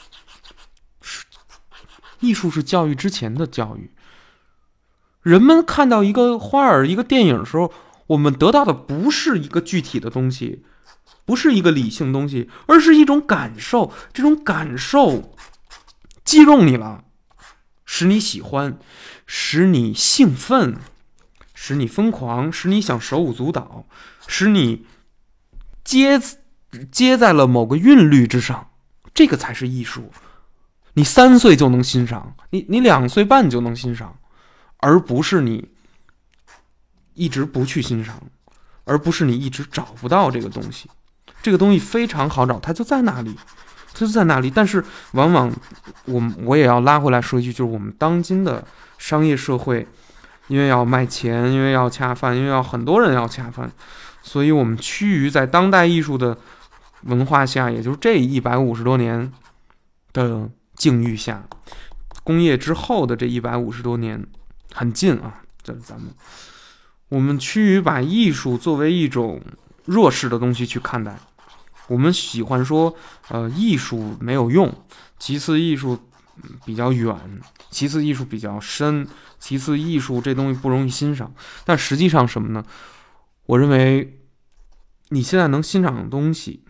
艺术是教育之前的教育。人们看到一个画儿一个电影的时候，我们得到的不是一个具体的东西，不是一个理性东西，而是一种感受。这种感受击中你了，使你喜欢，使你兴奋，使你疯狂，使你想手舞足蹈，使你接在了某个韵律之上。这个才是艺术。你3岁就能欣赏，你2岁半就能欣赏，而不是你一直不去欣赏，而不是你一直找不到这个东西。这个东西非常好找，它就在那里，但是往往我也要拉回来说一句，就是我们当今的商业社会，因为要卖钱，因为要恰饭，因为要很多人要恰饭，所以我们趋于在当代艺术的文化下，也就是这150多年的境遇下，工业之后的这150多年很近啊，这是我们趋于把艺术作为一种弱势的东西去看待。我们喜欢说艺术没有用，其次艺术比较远，其次艺术比较深，其次艺术这东西不容易欣赏。但实际上什么呢？我认为你现在能欣赏的东西，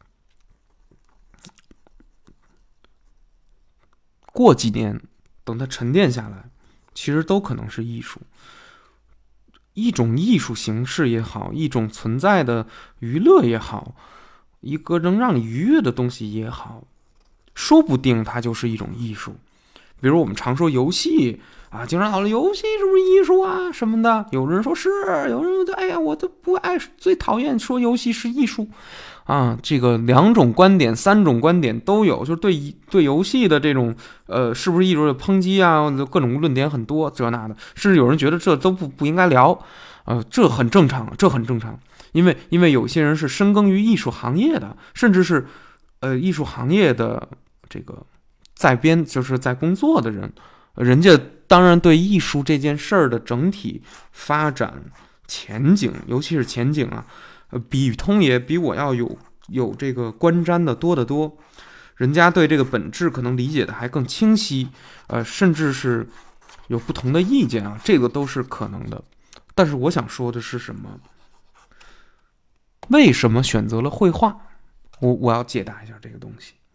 过几年等它沉淀下来，其实都可能是艺术。一种艺术形式也好，一种存在的娱乐也好，一个能让你愉悦的东西也好，说不定它就是一种艺术。比如我们常说游戏啊，经常讨论游戏是不是艺术啊什么的，有人说是，有人说哎呀我都不爱，最讨厌说游戏是艺术啊。这个2种观点3种观点都有，就是对游戏的这种是不是艺术的抨击啊，各种论点很多，这那的，甚至有人觉得这都不应该聊，这很正常，因为有些人是深耕于艺术行业的，甚至是艺术行业的这个就是在工作的人，人家当然对艺术这件事儿的整体发展前景，尤其是前景啊，比通也比我要有这个观瞻的多得多。人家对这个本质可能理解的还更清晰，甚至是有不同的意见啊，这个都是可能的。但是我想说的是什么？为什么选择了绘画？我要解答一下这个东西。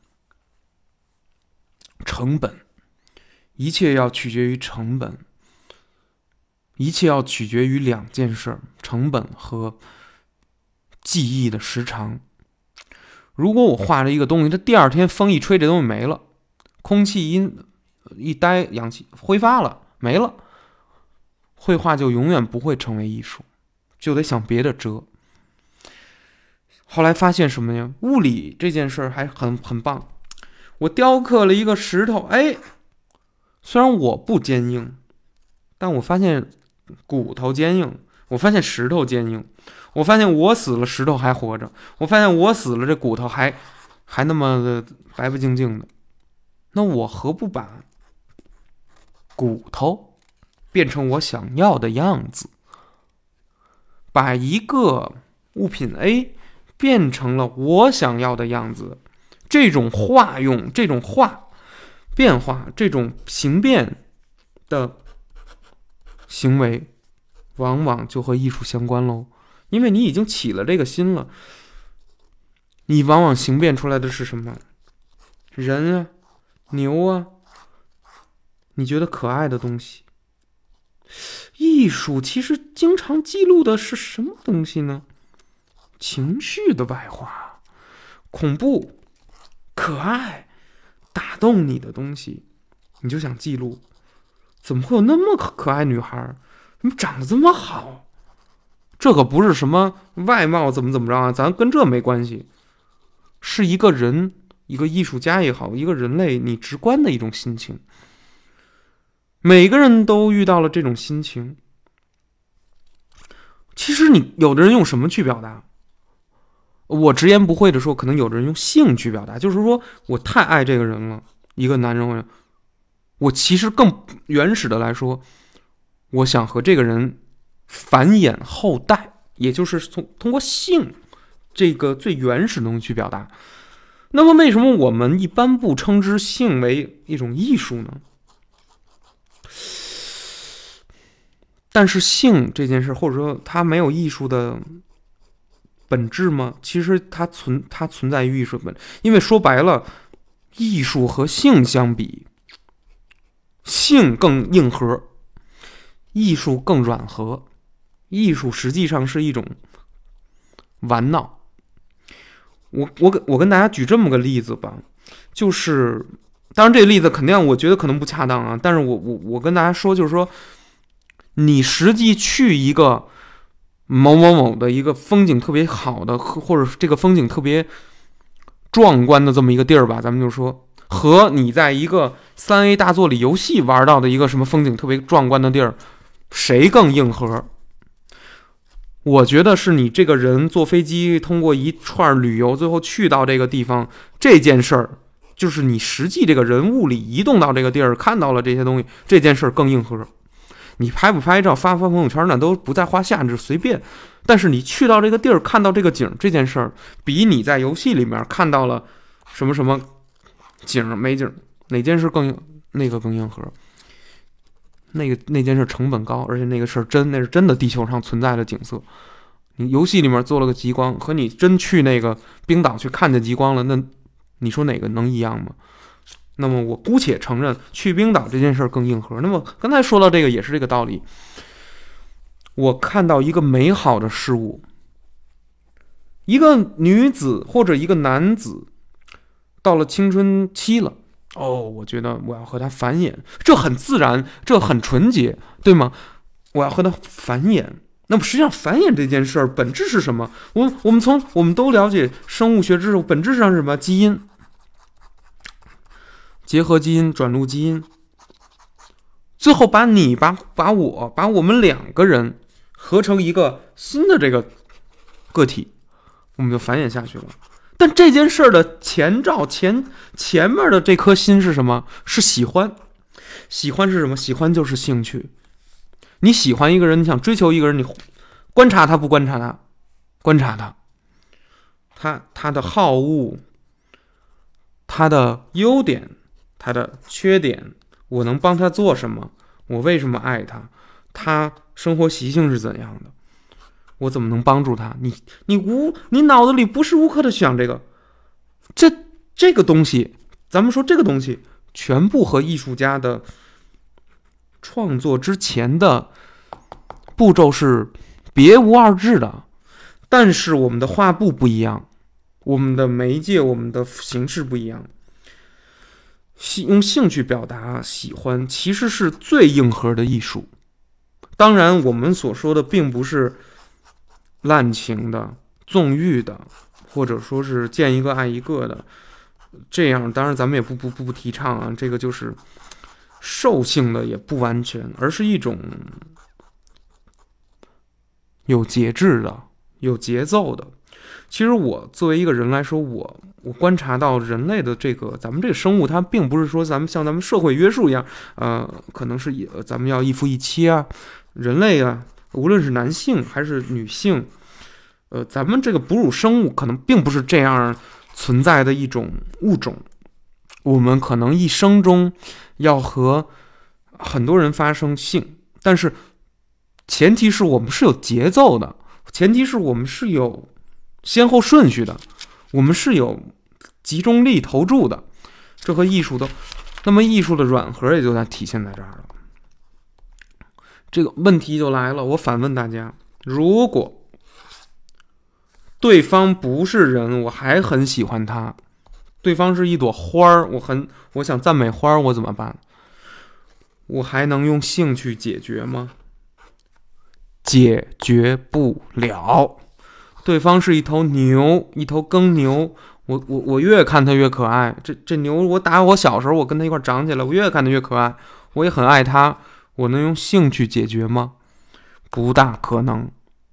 成本，一切要取决于成本，一切要取决于两件事：成本和记忆的时长。如果我画了一个东西，它第二天风一吹，这东西没了，空气一待，氧气挥发了，没了，绘画就永远不会成为艺术，就得想别的辙。后来发现什么呀？物理这件事还很棒。我雕刻了一个石头，虽然我不坚硬，但我发现骨头坚硬，我发现石头坚硬，我发现我死了石头还活着，我发现我死了这骨头还那么的白白净净的。那我何不把骨头变成我想要的样子，把一个物品 A 变成了我想要的样子？这种化用，这种变化，这种形变的行为，往往就和艺术相关喽。因为你已经起了这个心了，你往往形变出来的是什么？人啊，牛啊，你觉得可爱的东西。艺术其实经常记录的是什么东西呢？情绪的外化，恐怖、可爱、打动你的东西，你就想记录。怎么会有那么可爱女孩？怎么长得这么好？这可不是什么外貌怎么着啊，咱跟这没关系，是一个人，一个艺术家也好，一个人类你直观的一种心情。每个人都遇到了这种心情。其实你有的人用什么去表达？我直言不讳的说，可能有的人用性去表达，就是说我太爱这个人了，一个男人，我其实更原始的来说，我想和这个人繁衍后代，也就是通过性这个最原始的东西去表达。那么为什么我们一般不称之性为一种艺术呢？但是性这件事，或者说它没有艺术的本质吗？其实它存在于艺术本，因为说白了，艺术和性相比，性更硬核，艺术更软和。艺术实际上是一种玩闹。我跟大家举这么个例子吧，就是当然这个例子肯定我觉得可能不恰当啊，但是我跟大家说，就是说你实际去一个某某某的一个风景特别好的，或者这个风景特别壮观的这么一个地儿吧，咱们就说和你在一个3A 大作里游戏玩到的一个什么风景特别壮观的地儿，谁更硬核？我觉得是你这个人坐飞机通过一串旅游，最后去到这个地方，这件事儿就是你实际这个人物里移动到这个地儿，看到了这些东西，这件事儿更硬核。你拍不拍照发朋友圈那都不在话下，这随便。但是你去到这个地儿看到这个景，这件事儿比你在游戏里面看到了什么什么景没景哪件事更硬核？那件事成本高，而且那个事儿那是真的地球上存在的景色。你游戏里面做了个极光，和你真去那个冰岛去看见极光了，那你说哪个能一样吗？那么我姑且承认去冰岛这件事更硬核。那么刚才说到这个也是这个道理。我看到一个美好的事物，一个女子或者一个男子到了青春期了，我觉得我要和他繁衍，这很自然，这很纯洁，对吗？我要和他繁衍。那么实际上繁衍这件事儿本质是什么？我们都了解生物学知识，本质上是什么？基因结合基因，转录基因，最后把我们2个人合成一个新的这个个体，我们就繁衍下去了。但这件事的前兆前面的这颗心是什么？是喜欢。喜欢是什么？喜欢就是兴趣。你喜欢一个人，你想追求一个人，你观察他不观察他？观察他的好恶，他的优点，他的缺点，我能帮他做什么？我为什么爱他？他生活习性是怎样的？我怎么能帮助他？你脑子里不是无刻的想这个，这个东西，咱们说这个东西全部和艺术家的创作之前的步骤是别无二致的。但是我们的画布不一样，我们的媒介，我们的形式不一样。用兴趣表达喜欢，其实是最硬核的艺术。当然，我们所说的并不是滥情的、纵欲的，或者说是见一个爱一个的。这样，当然咱们也不提倡啊，这个就是兽性的，也不完全，而是一种有节制的、有节奏的。其实我作为一个人来说，我观察到人类的这个咱们这个生物，它并不是说像咱们社会约束一样，可能是咱们要一夫一妻啊，人类啊，无论是男性还是女性，咱们这个哺乳生物可能并不是这样存在的一种物种。我们可能一生中要和很多人发生性，但是前提是我们是有节奏的，前提是我们是有先后顺序的，我们是有集中力投注的。这和艺术的，那么艺术的软核也就在体现在这儿了。这个问题就来了，我反问大家，如果对方不是人，我还很喜欢他，对方是一朵花儿，我想赞美花儿，我怎么办？我还能用性去解决吗？解决不了。对方是一头牛，一头耕牛，我越看它越可爱。这牛，我小时候我跟它一块长起来，我越看它越可爱，我也很爱它。我能用性去解决吗？不大可能。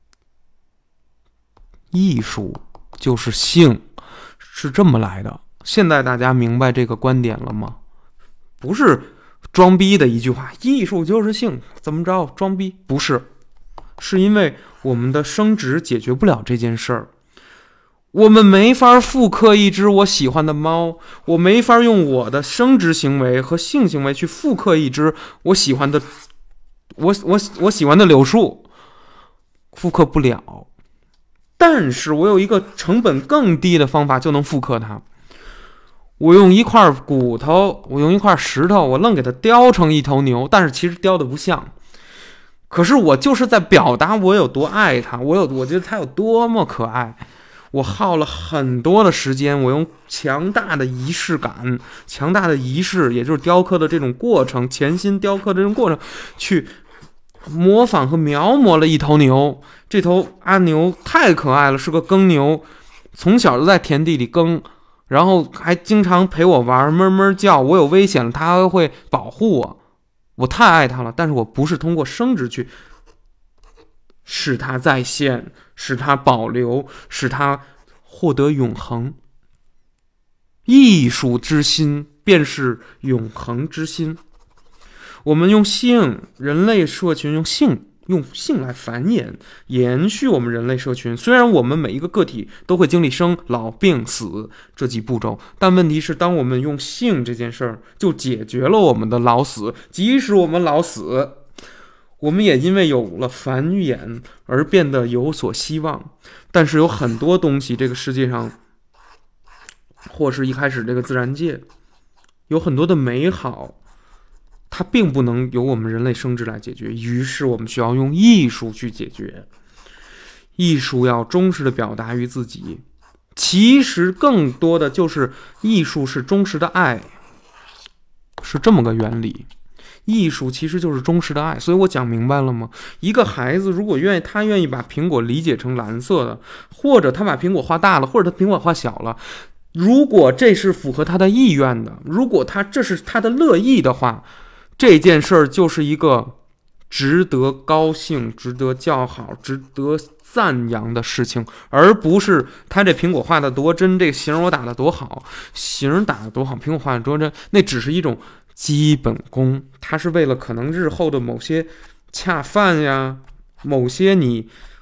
艺术就是性，是这么来的。现在大家明白这个观点了吗？不是装逼的一句话，艺术就是性，怎么着？装逼？不是，是因为我们的生殖解决不了这件事儿。我们没法复刻一只我喜欢的猫，我没法用我的生殖行为和性行为去复刻一只我喜欢的我喜欢的柳树，复刻不了。但是我有一个成本更低的方法就能复刻它。我用一块骨头，我用一块石头，我愣给它雕成一头牛，但是其实雕的不像。可是我就是在表达我有多爱它，我觉得它有多么可爱。我耗了很多的时间，我用强大的仪式感，强大的仪式，也就是雕刻的这种过程，潜心雕刻的这种过程，去模仿和描摹了一头牛。这头阿牛太可爱了，是个耕牛，从小就在田地里耕，然后还经常陪我玩，哞哞叫，我有危险了它还会保护我，我太爱它了。但是我不是通过生殖去使它再现，使它保留，使它获得永恒。艺术之心便是永恒之心。我们用性，人类社群用性来繁衍延续我们人类社群。虽然我们每一个个体都会经历生老病死这几步骤，但问题是当我们用性这件事儿就解决了我们的老死。即使我们老死，我们也因为有了繁衍而变得有所希望。但是有很多东西，这个世界上或是一开始这个自然界有很多的美好，它并不能由我们人类生殖来解决，于是我们需要用艺术去解决。艺术要忠实的表达于自己，其实更多的就是艺术是忠实的爱，是这么个原理。艺术其实就是忠实的爱，所以我讲明白了吗？一个孩子如果他愿意把苹果理解成蓝色的，或者他把苹果画大了，或者他苹果画小了，如果这是符合他的意愿的，如果这是他的乐意的话，这件事儿就是一个值得高兴、值得叫好、值得赞扬的事情，而不是他这苹果画的多真，这个形我打的多好，形打的多好，苹果画的多真，那只是一种基本功，它是为了可能日后的某些恰饭呀，某些你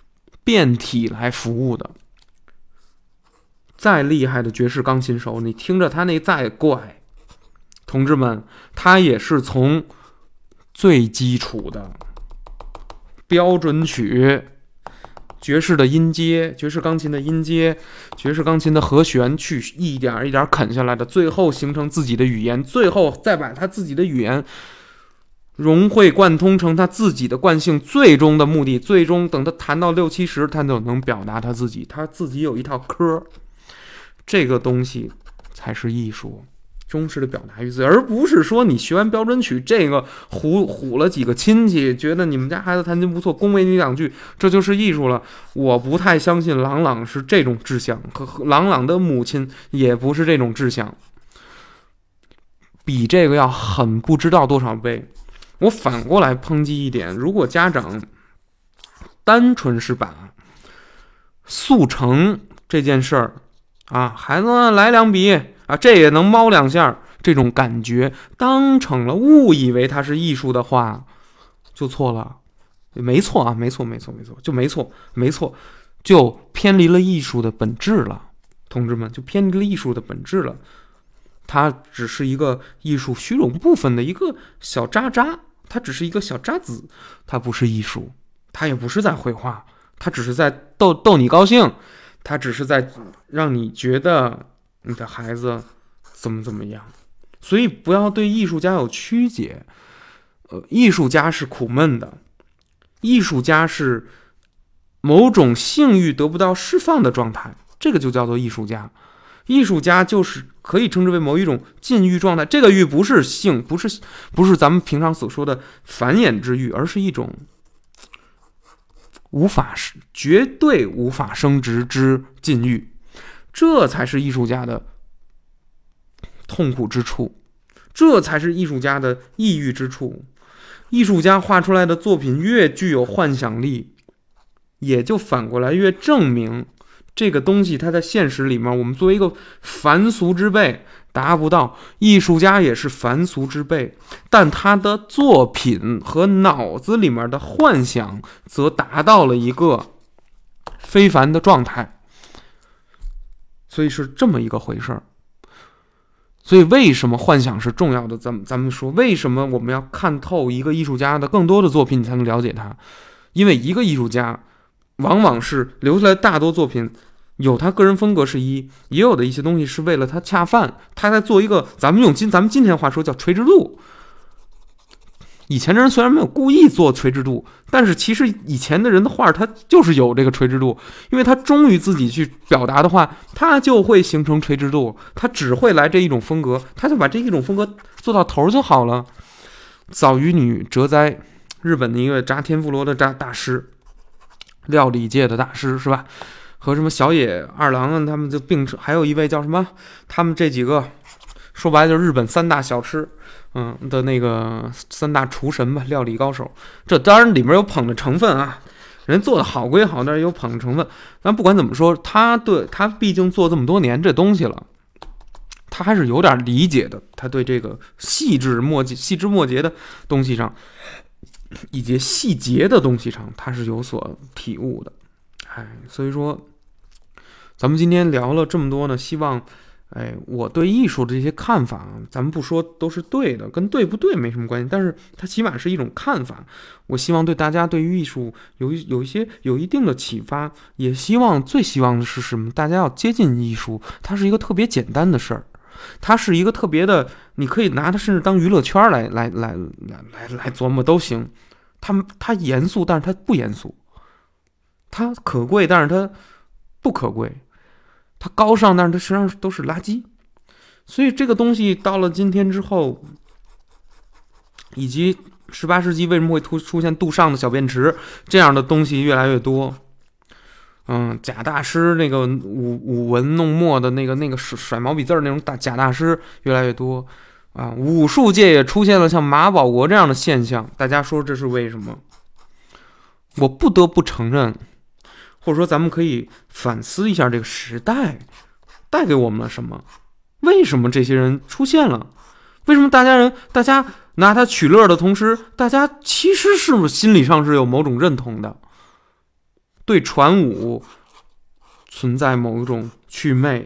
遍体来服务的。再厉害的爵士钢琴手，你听着他那再怪，同志们，他也是从最基础的标准曲、爵士的音阶、爵士钢琴的音阶、爵士钢琴的和弦去一点一点啃下来的，最后形成自己的语言，最后再把他自己的语言融会贯通成他自己的惯性，最终的目的，最终等他弹到60、70，他就能表达他自己有一套科，这个东西才是艺术，忠实的表达于自己，而不是说你学完标准曲这个唬了几个亲戚，觉得你们家孩子弹琴不错，恭维你2句，这就是艺术了。我不太相信郎朗是这种志向，和郎朗的母亲也不是这种志向，比这个要狠不知道多少倍。我反过来抨击一点，如果家长单纯是把速成这件事儿啊，孩子们来2笔啊，这也能猫2下，这种感觉当成了误以为它是艺术的话，就错了。没错啊，没错，就没错，就偏离了艺术的本质了，同志们，就偏离了艺术的本质了。它只是一个艺术虚荣部分的一个小渣渣，它只是一个小渣子，它不是艺术，它也不是在绘画，它只是在逗你高兴，它只是在让你觉得你的孩子怎么样。所以不要对艺术家有曲解，艺术家是苦闷的，艺术家是某种性欲得不到释放的状态，这个就叫做艺术家。艺术家就是可以称之为某一种禁欲状态，这个欲不是性，不是咱们平常所说的繁衍之欲，而是一种绝对无法生殖之禁欲，这才是艺术家的痛苦之处，这才是艺术家的抑郁之处。艺术家画出来的作品越具有幻想力，也就反过来越证明这个东西它在现实里面，我们作为一个凡俗之辈达不到。艺术家也是凡俗之辈，但他的作品和脑子里面的幻想则达到了一个非凡的状态，所以是这么一个回事儿。所以为什么幻想是重要的？咱们说，为什么我们要看透一个艺术家的更多的作品，你才能了解他？因为一个艺术家往往是留下来大多作品有他个人风格是也有的一些东西是为了他恰饭，他在做一个咱们今天话说叫垂直度。以前的人虽然没有故意做垂直度，但是其实以前的人的画他就是有这个垂直度，因为他忠于自己去表达的话，他就会形成垂直度，他只会来这一种风格，他就把这一种风格做到头就好了。早于女哲哉，日本的一个炸天妇罗的大师，料理界的大师是吧？和什么小野二郎啊，他们就并称，还有一位叫什么？他们这几个说白了就是日本3大小吃，的那个3大厨神吧，料理高手。这当然里面有捧的成分啊，人做的好归好，但是有捧的成分。但不管怎么说，他毕竟做这么多年这东西了，他还是有点理解的。他对这个细枝末节的东西上，以及细节的东西上，他是有所体悟的。所以说咱们今天聊了这么多呢，希望我对艺术的这些看法，咱们不说都是对的，跟对不对没什么关系，但是它起码是一种看法。我希望对大家对于艺术有一定的启发，也最希望的是什么？大家要接近艺术，它是一个特别简单的事儿，它是一个特别的，你可以拿它甚至当娱乐圈来琢磨都行。它严肃，但是它不严肃；它可贵，但是它不可贵。它高尚，但是它实际上都是垃圾。所以这个东西到了今天之后，以及18世纪为什么会出现杜尚的小便池这样的东西越来越多。假大师那个舞文弄墨的那个甩毛笔字那种假大师越来越多啊。武术界也出现了像马保国这样的现象，大家说这是为什么？我不得不承认，或者说咱们可以反思一下这个时代带给我们了什么？为什么这些人出现了？为什么大家拿他取乐的同时，大家其实是心理上是有某种认同的？ 对传武存在某一种祛魅。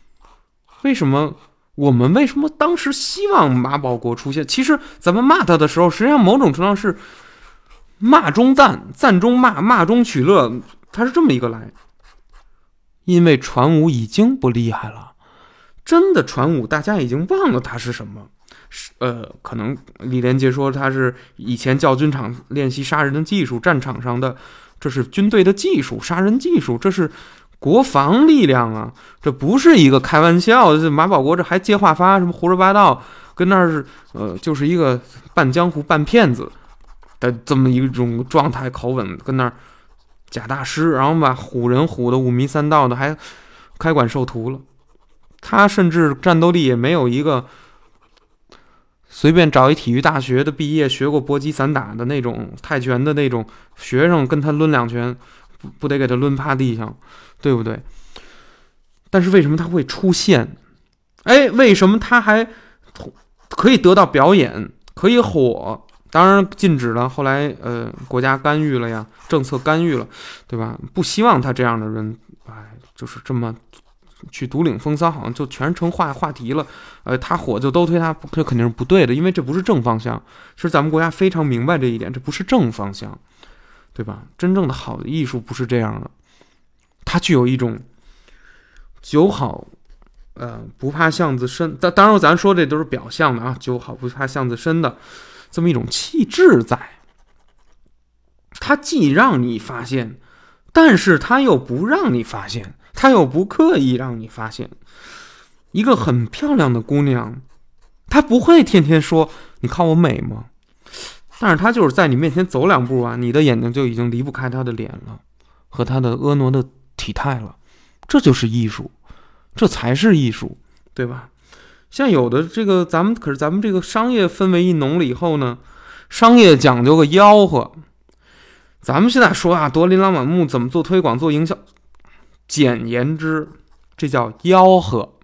我们为什么当时希望马保国出现？其实咱们骂他的时候，实际上某种程度上是骂中赞，赞中骂，骂中取乐，他是这么一个来。因为传武已经不厉害了，真的传武大家已经忘了他是什么。可能李连杰说他是以前教军场练习杀人的技术，战场上的这是军队的技术，杀人技术，这是国防力量啊，这不是一个开玩笑。这马保国这还接话发，什么胡说八道，跟那是就是一个半江湖半骗子的这么一种状态口吻，跟那儿假大师，然后把唬人唬得五迷三道的，还开馆授徒了。他甚至战斗力也没有一个随便找一体育大学的毕业学过搏击散打的那种泰拳的那种学生跟他抡两拳，不得给他抡趴地上，对不对？但是为什么他会出现？为什么他还可以得到表演，可以火？当然禁止了，后来国家干预了呀，政策干预了，对吧？不希望他这样的人，就是这么去独领风骚，好像就全成话题了。他火就都推他，这肯定是不对的，因为这不是正方向。其实咱们国家非常明白这一点，这不是正方向，对吧？真正的好的艺术不是这样的，它具有一种酒好，不怕巷子深。当然，咱说这都是表象的啊，酒好不怕巷子深的这么一种气质在。它既让你发现，但是它又不让你发现。他又不刻意让你发现，一个很漂亮的姑娘，她不会天天说你看我美吗？但是她就是在你面前走两步啊，你的眼睛就已经离不开她的脸了，和她的婀娜的体态了。这就是艺术，这才是艺术，对吧？像有的这个咱们这个商业氛围一浓了以后呢，商业讲究个吆喝。咱们现在说啊，多琳琅满目，怎么做推广做营销？简言之，这叫吆喝，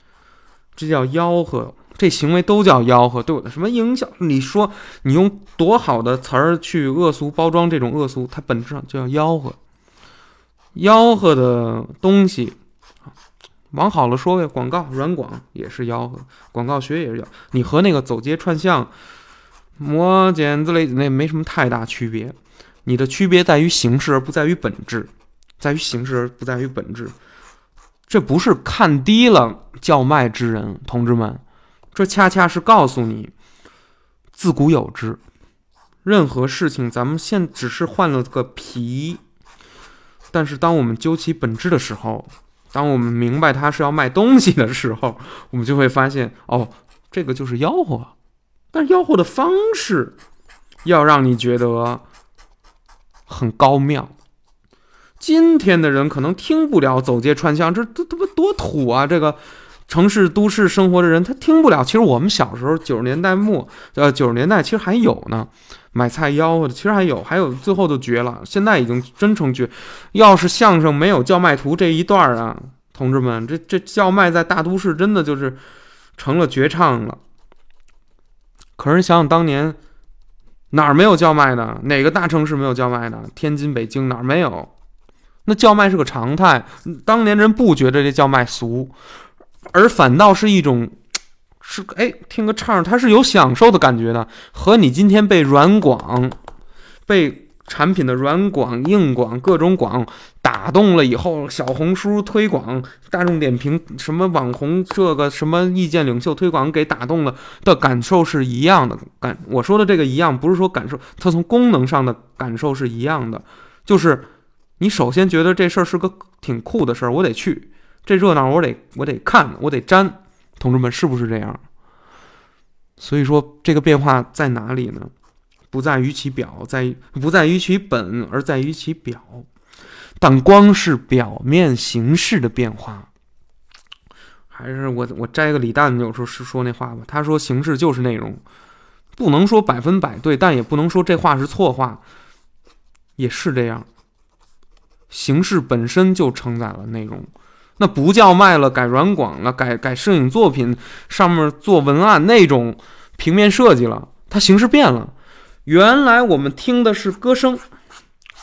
这行为都叫吆喝，对不对？什么营销？你说你用多好的词儿去恶俗包装这种恶俗，它本质上就叫吆喝。吆喝的东西，往好了说，广告软广也是吆喝，广告学也是吆喝。你和那个走街串巷、磨剪子类那没什么太大区别，你的区别在于形式而不在于本质。在于形式而不在于本质，这不是看低了叫卖之人，同志们，这恰恰是告诉你，自古有之。任何事情咱们现只是换了个皮，但是当我们究其本质的时候，当我们明白它是要卖东西的时候，我们就会发现，这个就是吆喝，但是吆喝的方式要让你觉得很高妙。今天的人可能听不了走街串巷，这多土啊！这个城市都市生活的人他听不了。其实我们小时候90年代末，90年代其实还有呢，买菜吆喝的其实还有最后就绝了，现在已经真成绝。要是相声没有叫卖图这一段啊，同志们，这叫卖在大都市真的就是成了绝唱了。可是想想当年哪儿没有叫卖的？哪个大城市没有叫卖的？天津、北京哪儿没有？那叫卖是个常态，当年人不觉得这叫卖俗，而反倒是一种听个唱它是有享受的感觉的，和你今天被软广、被产品的软广、硬广各种广打动了以后，小红书推广、大众点评、什么网红这个什么意见领袖推广给打动了的感受是一样的。我说的这个一样，不是说感受，它从功能上的感受是一样的，就是你首先觉得这事儿是个挺酷的事儿，我得去，这热闹我得看，我得沾，同志们是不是这样？所以说这个变化在哪里呢？不在于其表，不在于其本，而在于其表。但光是表面形式的变化，还是我摘个李诞有时候是说那话吧，他说形式就是内容，不能说100%对，但也不能说这话是错话，也是这样。形式本身就承载了内容，那不叫卖了，改软广了，改摄影作品上面做文案那种平面设计了，它形式变了。原来我们听的是歌声，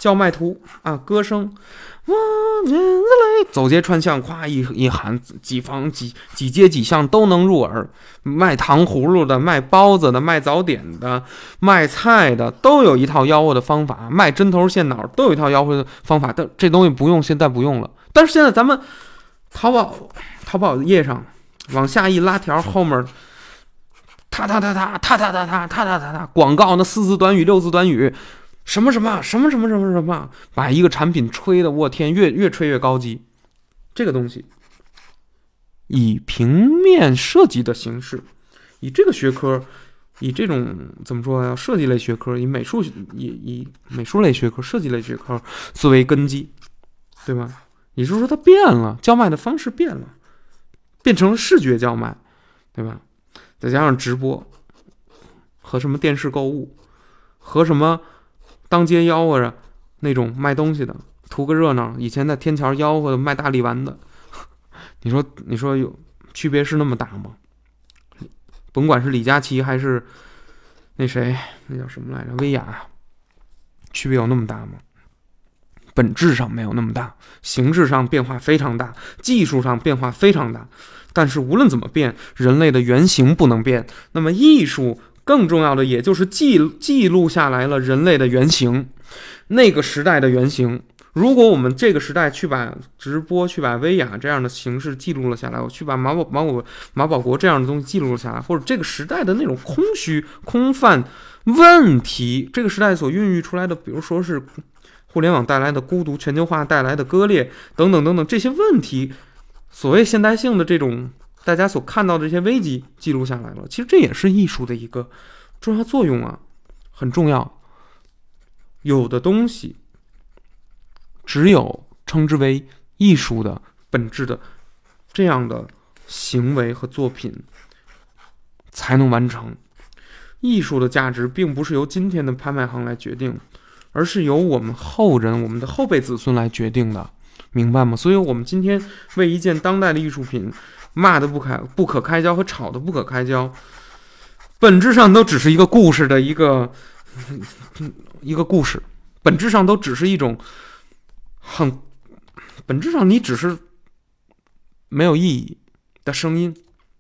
叫卖图啊，歌声，哇，人类走街串巷，夸一喊，几房几街几巷都能入耳。卖糖葫芦的，卖包子的，卖早点的，卖菜的，都有一套吆喝的方法。卖针头线脑都有一套吆喝的方法。但这东西不用，现在不用了。但是现在咱们淘宝页上往下一拉条，后面踏，广告那4字短语、6字短语，什么，把一个产品吹的，我天，越吹越高级。这个东西以平面设计的形式，以这个学科，以这种怎么说呀？设计类学科，以美术类学科、设计类学科作为根基，对吧？也就是说，它变了，叫卖的方式变了，变成了视觉叫卖，对吧？再加上直播和什么电视购物，和什么当街吆喝着那种卖东西的，图个热闹。以前在天桥吆喝的卖大力丸的，你说有区别是那么大吗？甭管是李佳琦还是那谁，那叫什么来着，薇娅，区别有那么大吗？本质上没有那么大，形式上变化非常大，技术上变化非常大。但是无论怎么变，人类的原型不能变。那么艺术更重要的，也就是记录下来了人类的原型，那个时代的原型。如果我们这个时代去把直播、去把薇娅这样的形式记录了下来，我去把马保国这样的东西记录了下来，或者这个时代的那种空虚、空泛问题，这个时代所孕育出来的，比如说是互联网带来的孤独、全球化带来的割裂等等等等这些问题，所谓现代性的这种大家所看到的这些危机记录下来了。其实这也是艺术的一个重要作用啊，很重要。有的东西只有称之为艺术的本质的这样的行为和作品才能完成。艺术的价值并不是由今天的拍卖行来决定，而是由我们后人、我们的后辈子孙来决定的，明白吗？所以我们今天为一件当代的艺术品骂的不可开交和吵的不可开交，本质上都只是一个故事的一个故事，本质上都只是一种本质上你只是没有意义的声音，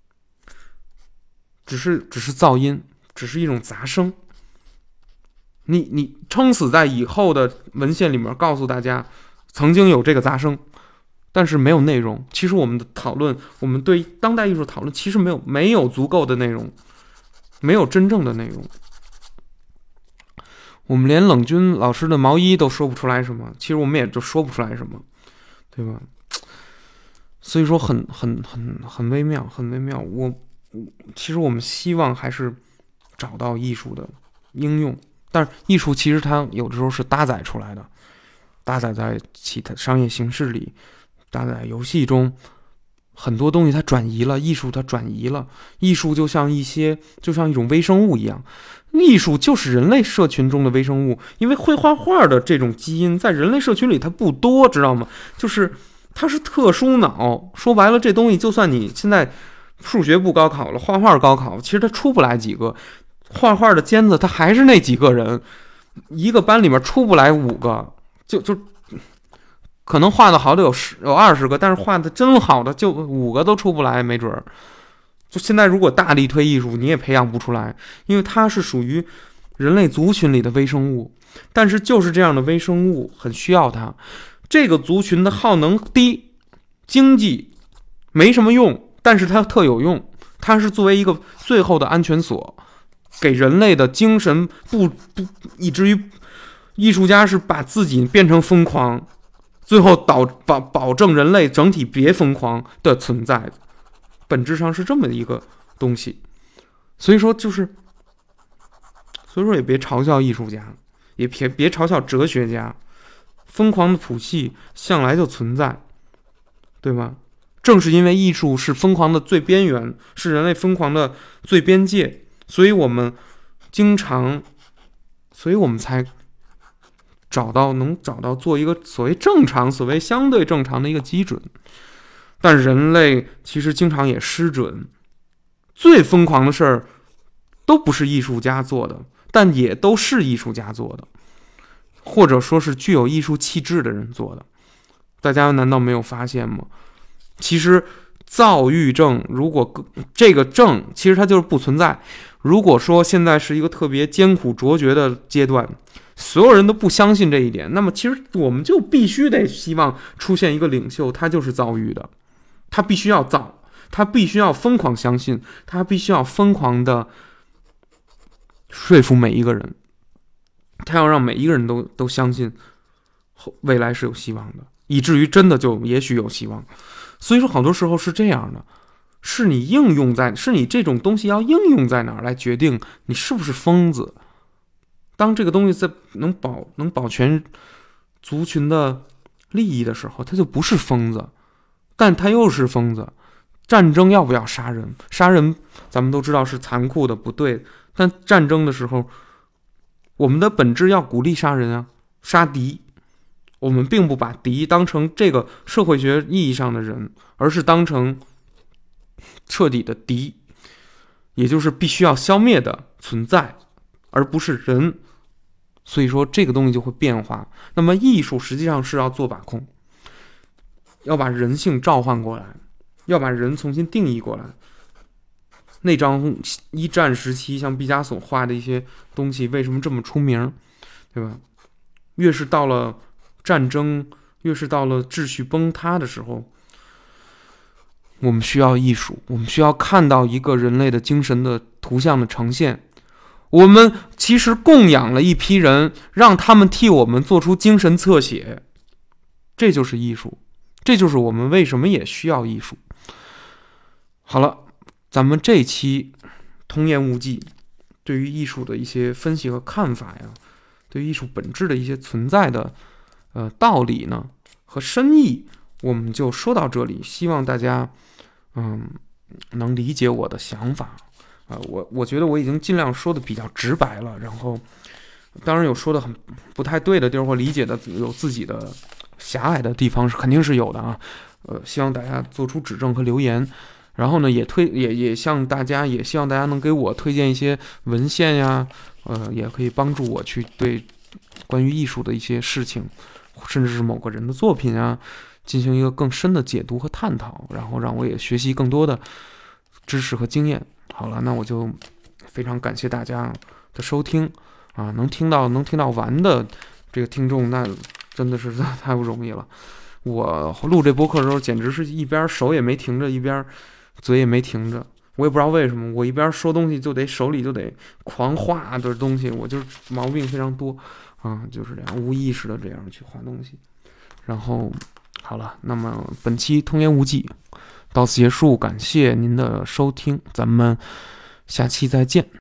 只是噪音，只是一种杂声。你撑死在以后的文献里面告诉大家曾经有这个杂声，但是没有内容。其实我们的讨论，我们对当代艺术讨论，其实没有足够的内容，没有真正的内容。我们连冷军老师的毛衣都说不出来什么，其实我们也就说不出来什么，对吧？所以说很微妙，很微妙。其实我们希望还是找到艺术的应用，但是艺术其实它有的时候是搭载出来的，搭载在其他商业形式里，搭载游戏中，很多东西它转移了，艺术它转移了。艺术就像一种微生物一样，艺术就是人类社群中的微生物，因为会画画的这种基因在人类社群里它不多，知道吗？就是它是特殊脑。说白了，这东西就算你现在数学不高考了，画画高考，其实它出不来几个。画画的尖子它还是那几个人，一个班里面出不来5个，就可能画的好的有20个，但是画的真好的就5个都出不来，没准儿。就现在如果大力推艺术，你也培养不出来，因为它是属于人类族群里的微生物。但是就是这样的微生物很需要它，这个族群的耗能低，经济没什么用，但是它特有用，它是作为一个最后的安全锁，给人类的精神以至于艺术家是把自己变成疯狂，最后保证人类整体别疯狂的存在，本质上是这么一个东西。所以说也别嘲笑艺术家，也别嘲笑哲学家，疯狂的谱系向来就存在，对吧？正是因为艺术是疯狂的最边缘，是人类疯狂的最边界，所以我们才能找到做一个所谓正常、所谓相对正常的一个基准。但人类其实经常也失准，最疯狂的事儿都不是艺术家做的，但也都是艺术家做的。 或者说是具有艺术气质的人做的。大家难道没有发现吗？其实躁郁症，如果这个症其实它就是不存在。如果说现在是一个特别艰苦卓绝的阶段，所有人都不相信这一点，那么其实我们就必须得希望出现一个领袖，他就是躁郁的，他必须要躁，他必须要疯狂相信，他必须要疯狂的说服每一个人，他要让每一个人都相信未来是有希望的，以至于真的就也许有希望。所以说好多时候是这样的，是你这种东西要应用在哪儿来决定你是不是疯子。当这个东西在能保全族群的利益的时候，他就不是疯子，但他又是疯子。战争要不要杀人？杀人咱们都知道是残酷的，不对。但战争的时候，我们的本质要鼓励杀人啊，杀敌。我们并不把敌当成这个社会学意义上的人，而是当成彻底的敌，也就是必须要消灭的存在，而不是人。所以说这个东西就会变化。那么艺术实际上是要做把控，要把人性召唤过来，要把人重新定义过来。那张一战时期像毕加索画的一些东西为什么这么出名，对吧？越是到了战争，越是到了秩序崩塌的时候，我们需要艺术，我们需要看到一个人类的精神的图像的呈现。我们其实供养了一批人，让他们替我们做出精神侧写，这就是艺术，这就是我们为什么也需要艺术。好了，咱们这期童言无忌对于艺术的一些分析和看法呀，对于艺术本质的一些存在的道理呢和深意，我们就说到这里。希望大家能理解我的想法。我觉得我已经尽量说的比较直白了，然后当然有说的很不太对的地儿，或理解的有自己的狭隘的地方是肯定是有的啊。希望大家做出指正和留言。然后呢，也向大家，也希望大家能给我推荐一些文献呀，也可以帮助我去对关于艺术的一些事情，甚至是某个人的作品啊，进行一个更深的解读和探讨，然后让我也学习更多的知识和经验。好了，那我就非常感谢大家的收听啊，能听到完的这个听众，那真的是太不容易了。我录这播客的时候，简直是一边手也没停着，一边嘴也没停着。我也不知道为什么，我一边说东西就得手里就得狂画的东西，我就是毛病非常多啊，就是这样无意识的这样去画东西。然后好了，那么本期童言无忌到此结束，感谢您的收听，咱们下期再见。